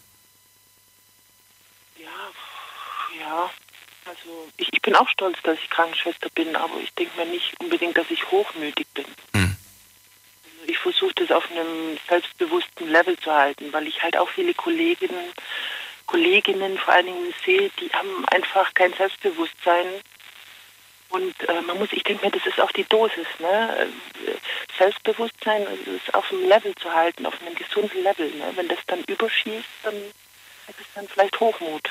Ja, ja. Also ich, ich bin auch stolz, dass ich Krankenschwester bin, aber ich denke mir nicht unbedingt, dass ich hochmütig bin. Hm. Also ich versuche das auf einem selbstbewussten Level zu halten, weil ich halt auch viele Kolleginnen, Kolleginnen vor allen Dingen sehe, die haben einfach kein Selbstbewusstsein. Und äh, man muss, ich denke mir, das ist auch die Dosis, ne? Selbstbewusstsein also ist auf einem Level zu halten, auf einem gesunden Level. Ne? Wenn das dann überschießt, dann ist es dann vielleicht Hochmut.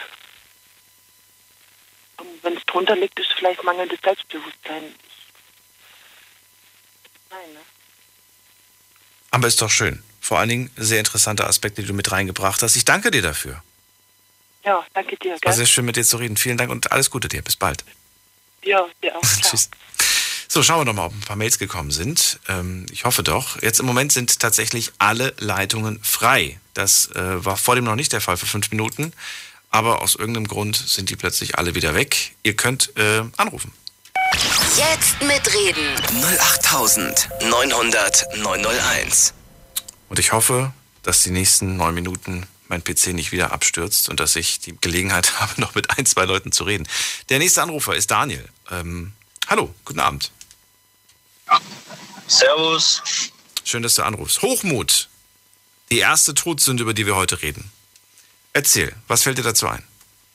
Und wenn es drunter liegt, ist es vielleicht mangelndes Selbstbewusstsein. Nein, ne? Aber ist doch schön. Vor allen Dingen sehr interessante Aspekte, die du mit reingebracht hast. Ich danke dir dafür. Ja, danke dir. War sehr schön, mit dir zu reden. Vielen Dank und alles Gute dir. Bis bald. Ja, dir auch. Tschüss. So, schauen wir doch mal, ob ein paar Mails gekommen sind. Ähm, ich hoffe doch. Jetzt im Moment sind tatsächlich alle Leitungen frei. Das äh, war vor dem noch nicht der Fall für fünf Minuten. Aber aus irgendeinem Grund sind die plötzlich alle wieder weg. Ihr könnt äh, anrufen. Jetzt mitreden. null acht neunhundert neunhunderteins. Und ich hoffe, dass die nächsten neun Minuten mein P C nicht wieder abstürzt und dass ich die Gelegenheit habe, noch mit ein, zwei Leuten zu reden. Der nächste Anrufer ist Daniel. Ähm, hallo, guten Abend. Ja. Servus. Schön, dass du anrufst. Hochmut. Die erste Todsünde, über die wir heute reden. Erzähl, was fällt dir dazu ein?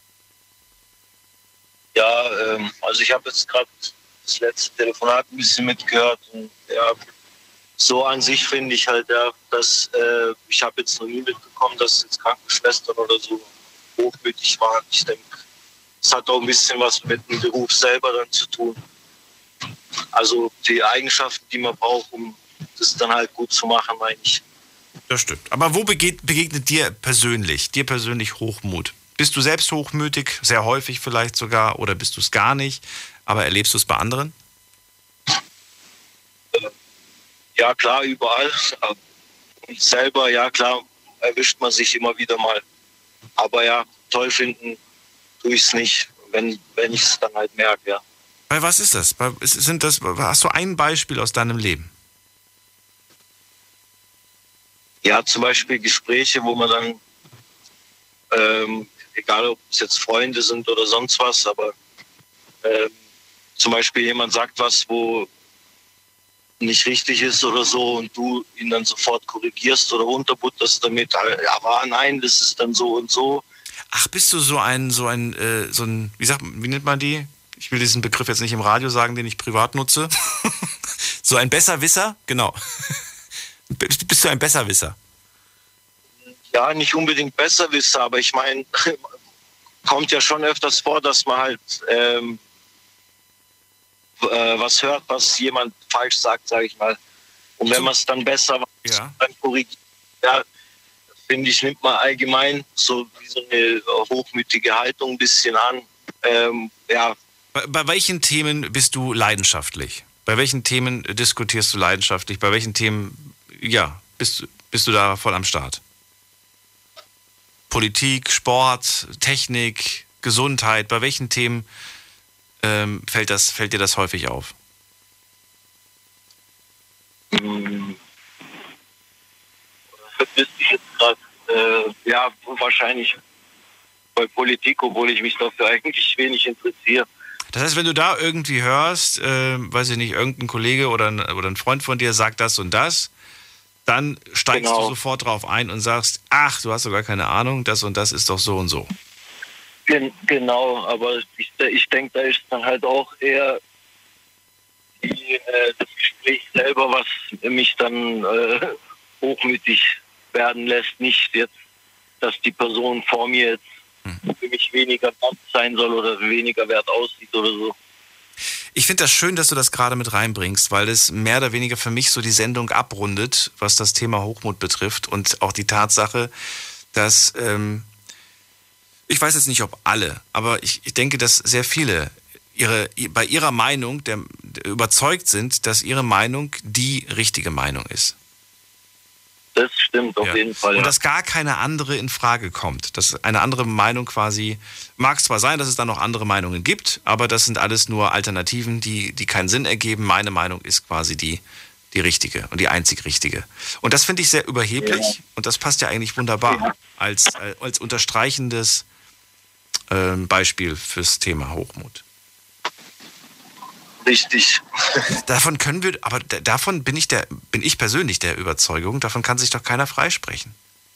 Ja, ähm, also ich habe jetzt gerade das letzte Telefonat ein bisschen mitgehört. Und ja, so an sich finde ich halt, ja, dass äh, ich habe jetzt noch nie mitbekommen, dass jetzt Krankenschwestern oder so hochmütig waren. Ich denke, es hat auch ein bisschen was mit dem Beruf selber dann zu tun. Also die Eigenschaften, die man braucht, um das dann halt gut zu machen, meine ich. Das stimmt. Aber wo begegnet, begegnet dir persönlich, dir persönlich Hochmut? Bist du selbst hochmütig, sehr häufig vielleicht sogar, oder bist du es gar nicht? Aber erlebst du es bei anderen? Ja, klar, überall. Selber, ja, klar, erwischt man sich immer wieder mal. Aber ja, toll finden tue ich es nicht, wenn, wenn ich es dann halt merke, ja. Bei was ist das? Bei, sind das? Hast du ein Beispiel aus deinem Leben? Ja, zum Beispiel Gespräche, wo man dann, ähm, egal ob es jetzt Freunde sind oder sonst was, aber ähm, zum Beispiel jemand sagt was, wo nicht richtig ist oder so und du ihn dann sofort korrigierst oder runterbutterst damit, aber nein, das ist dann so und so. Ach, bist du so ein, so ein, äh, so ein, wie sagt man, wie nennt man die? Ich will diesen Begriff jetzt nicht im Radio sagen, den ich privat nutze. So ein Besserwisser? Genau. Bist du ein Besserwisser? Ja, nicht unbedingt Besserwisser, aber ich meine, kommt ja schon öfters vor, dass man halt ähm, äh, was hört, was jemand falsch sagt, sage ich mal. Und wenn man es dann besser ja. dann korrigiert, ja, finde ich, nimmt man allgemein so wie so eine hochmütige Haltung ein bisschen an. Ähm, ja. Bei, bei welchen Themen bist du leidenschaftlich? Bei welchen Themen diskutierst du leidenschaftlich? Bei welchen Themen, ja, bist, bist du da voll am Start? Politik, Sport, Technik, Gesundheit, bei welchen Themen ähm, fällt, das, fällt dir das häufig auf? Hm. Das wüsste ich jetzt gerade, äh, ja, wahrscheinlich bei Politik, obwohl ich mich dafür eigentlich wenig interessiere. Das heißt, wenn du da irgendwie hörst, äh, weiß ich nicht, irgendein Kollege oder ein, oder ein Freund von dir sagt das und das, dann steigst genau. du sofort drauf ein und sagst, ach, du hast doch gar keine Ahnung, das und das ist doch so und so. Gen- genau, aber ich, ich denke, da ist dann halt auch eher die äh, das Gespräch selber, was mich dann äh, hochmütig werden lässt. Nicht jetzt, dass die Person vor mir jetzt für mich weniger wert sein soll oder weniger wert aussieht oder so. Ich finde das schön, dass du das gerade mit reinbringst, weil es mehr oder weniger für mich so die Sendung abrundet, was das Thema Hochmut betrifft und auch die Tatsache, dass, ähm, ich weiß jetzt nicht, ob alle, aber ich, ich denke, dass sehr viele ihre, bei ihrer Meinung der, der überzeugt sind, dass ihre Meinung die richtige Meinung ist. Das stimmt auf ja. jeden Fall. Und ja. dass gar keine andere in Frage kommt. Dass eine andere Meinung quasi, mag zwar sein, dass es da noch andere Meinungen gibt, aber das sind alles nur Alternativen, die, die keinen Sinn ergeben. Meine Meinung ist quasi die, die richtige und die einzig richtige. Und das finde ich sehr überheblich ja. und das passt ja eigentlich wunderbar ja. als, als unterstreichendes äh, Beispiel fürs Thema Hochmut. Richtig. Davon können wir, aber davon bin ich der, bin ich persönlich der Überzeugung, davon kann sich doch keiner freisprechen.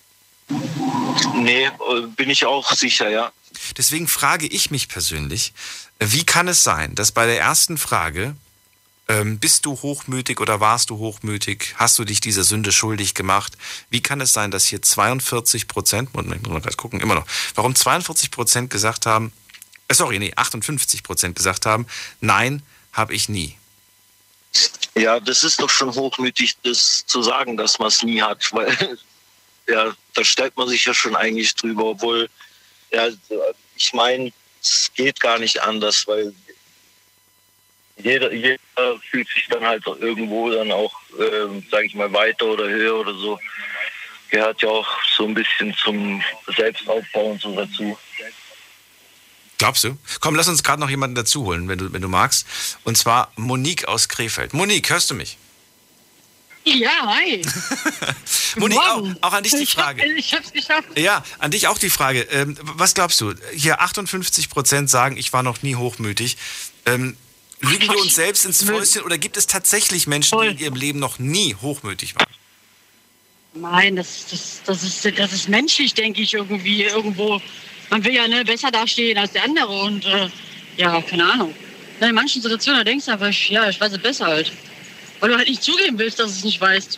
Nee, bin ich auch sicher, ja. Deswegen frage ich mich persönlich, wie kann es sein, dass bei der ersten Frage, ähm, bist du hochmütig oder warst du hochmütig, hast du dich dieser Sünde schuldig gemacht, wie kann es sein, dass hier zweiundvierzig Prozent, Moment, ich muss mal gerade gucken, immer noch, warum zweiundvierzig Prozent gesagt haben, äh, sorry, nee, achtundfünfzig Prozent gesagt haben, nein, habe ich nie. Ja, das ist doch schon hochmütig, das zu sagen, dass man es nie hat, weil ja, da stellt man sich ja schon eigentlich drüber, obwohl, ja, ich meine, es geht gar nicht anders, weil jeder, jeder fühlt sich dann halt irgendwo dann auch, äh, sage ich mal, weiter oder höher oder so. Gehört ja auch so ein bisschen zum Selbstaufbau und so dazu. Glaubst du? Komm, lass uns gerade noch jemanden dazu holen, wenn du, wenn du magst. Und zwar Monique aus Krefeld. Monique, hörst du mich? Ja, hi. Monique, auch, auch an dich die Frage. Ich hab's geschafft. Ja, an dich auch die Frage. Ähm, was glaubst du? Hier achtundfünfzig Prozent sagen, ich war noch nie hochmütig. Ähm, lügen wir uns selbst ins Fäustchen oder gibt es tatsächlich Menschen, die in ihrem Leben noch nie hochmütig waren? Nein, das, das, das, ist, das ist menschlich, denke ich, irgendwie irgendwo. Man will ja ne, besser dastehen als der andere und äh, ja, keine Ahnung. Ne, in manchen Situationen da denkst du einfach, ja, ich weiß es besser halt. Weil du halt nicht zugeben willst, dass du es nicht weißt.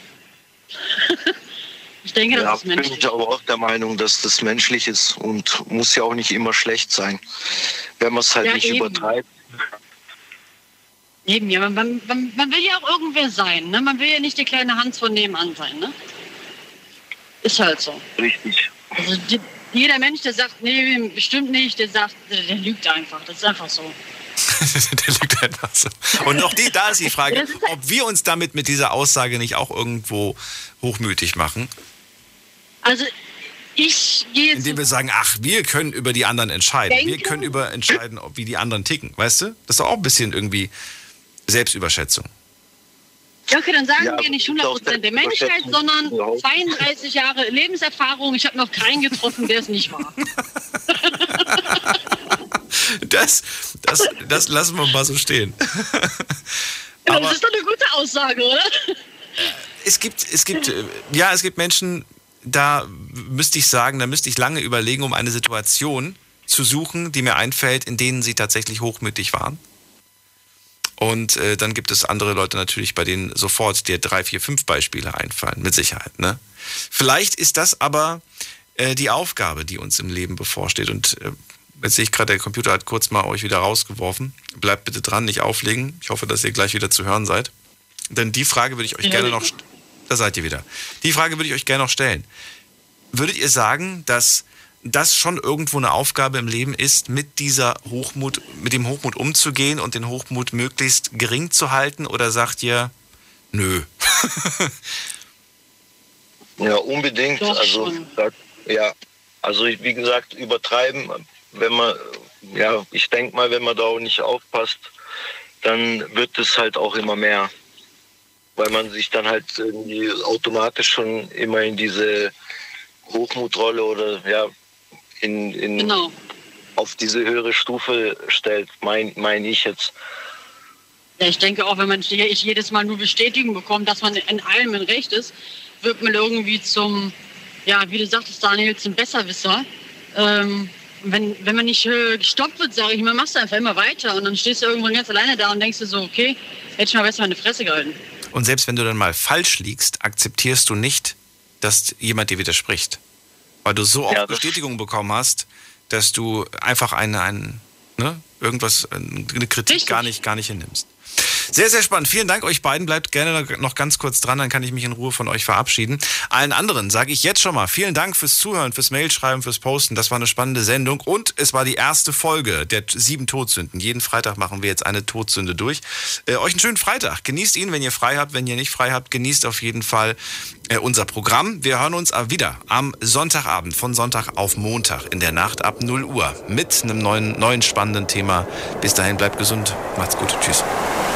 Ich denke, das ja, ist menschlich. Bin ich aber auch der Meinung, dass das menschlich ist und muss ja auch nicht immer schlecht sein, wenn man es halt ja, nicht eben. übertreibt. Eben, ja, man, man, man will ja auch irgendwer sein, ne? Man will ja nicht die kleine Hans von nebenan sein, ne? Ist halt so. Richtig. Also die, jeder Mensch, der sagt, nee, bestimmt nicht, der sagt, der, der lügt einfach. Das ist einfach so. Der lügt einfach so. Und auch die, da ist die Frage, ob wir uns damit mit dieser Aussage nicht auch irgendwo hochmütig machen. Also ich gehe jetzt... Indem wir sagen, ach, wir können über die anderen entscheiden. Denke, wir können über entscheiden, ob wie die anderen ticken. Weißt du? Das ist doch auch ein bisschen irgendwie Selbstüberschätzung. Ja, okay, dann sagen Ja, wir nicht hundert Prozent der Menschheit, sondern zweiunddreißig Jahre Lebenserfahrung. Ich habe noch keinen getroffen, der es nicht war. Das, das, das lassen wir mal so stehen. Ja, das ist doch eine gute Aussage, oder? Es gibt, es gibt, ja, es gibt Menschen, da müsste ich sagen, da müsste ich lange überlegen, um eine Situation zu suchen, die mir einfällt, in denen sie tatsächlich hochmütig waren. Und äh, dann gibt es andere Leute natürlich, bei denen sofort dir drei, vier, fünf Beispiele einfallen, mit Sicherheit. Ne? Vielleicht ist das aber äh, die Aufgabe, die uns im Leben bevorsteht. Und äh, jetzt sehe ich gerade, der Computer hat kurz mal euch wieder rausgeworfen. Bleibt bitte dran, nicht auflegen. Ich hoffe, dass ihr gleich wieder zu hören seid. Denn die Frage würde ich euch ja, gerne noch... Da seid ihr wieder. Die Frage würde ich euch gerne noch stellen. Würdet ihr sagen, dass das schon irgendwo eine Aufgabe im Leben ist, mit dieser Hochmut, mit dem Hochmut umzugehen und den Hochmut möglichst gering zu halten? Oder sagt ihr, nö? Ja, unbedingt. Doch, also, schon. ja, also wie gesagt, übertreiben, wenn man, ja, ich denke mal, wenn man da auch nicht aufpasst, dann wird es halt auch immer mehr. Weil man sich dann halt irgendwie automatisch schon immer in diese Hochmutrolle oder ja, in, in genau. auf diese höhere Stufe stellt, meine mein ich jetzt. Ja, ich denke auch, wenn man ich jedes Mal nur Bestätigung bekommt, dass man in allem in Recht ist, wird man irgendwie zum, ja, wie du sagtest, Daniel, zum Besserwisser. Ähm, wenn, wenn man nicht äh, gestoppt wird, sage ich mal, machst du einfach immer weiter. Und dann stehst du irgendwann ganz alleine da und denkst du so, okay, hätte ich mal besser meine Fresse gehalten. Und selbst wenn du dann mal falsch liegst, akzeptierst du nicht, dass jemand dir widerspricht. Weil du so oft ja, Bestätigung bekommen hast, dass du einfach eine, ein, ne, irgendwas, eine Kritik Richtig. gar nicht, gar nicht hinnimmst. Sehr, sehr spannend. Vielen Dank euch beiden. Bleibt gerne noch ganz kurz dran, dann kann ich mich in Ruhe von euch verabschieden. Allen anderen sage ich jetzt schon mal vielen Dank fürs Zuhören, fürs Mailschreiben, fürs Posten. Das war eine spannende Sendung und es war die erste Folge der sieben Todsünden. Jeden Freitag machen wir jetzt eine Todsünde durch. Äh, euch einen schönen Freitag. Genießt ihn, wenn ihr frei habt. Wenn ihr nicht frei habt, genießt auf jeden Fall äh, unser Programm. Wir hören uns wieder am Sonntagabend, von Sonntag auf Montag in der Nacht ab null Uhr mit einem neuen, neuen spannenden Thema. Bis dahin, bleibt gesund. Macht's gut. Tschüss.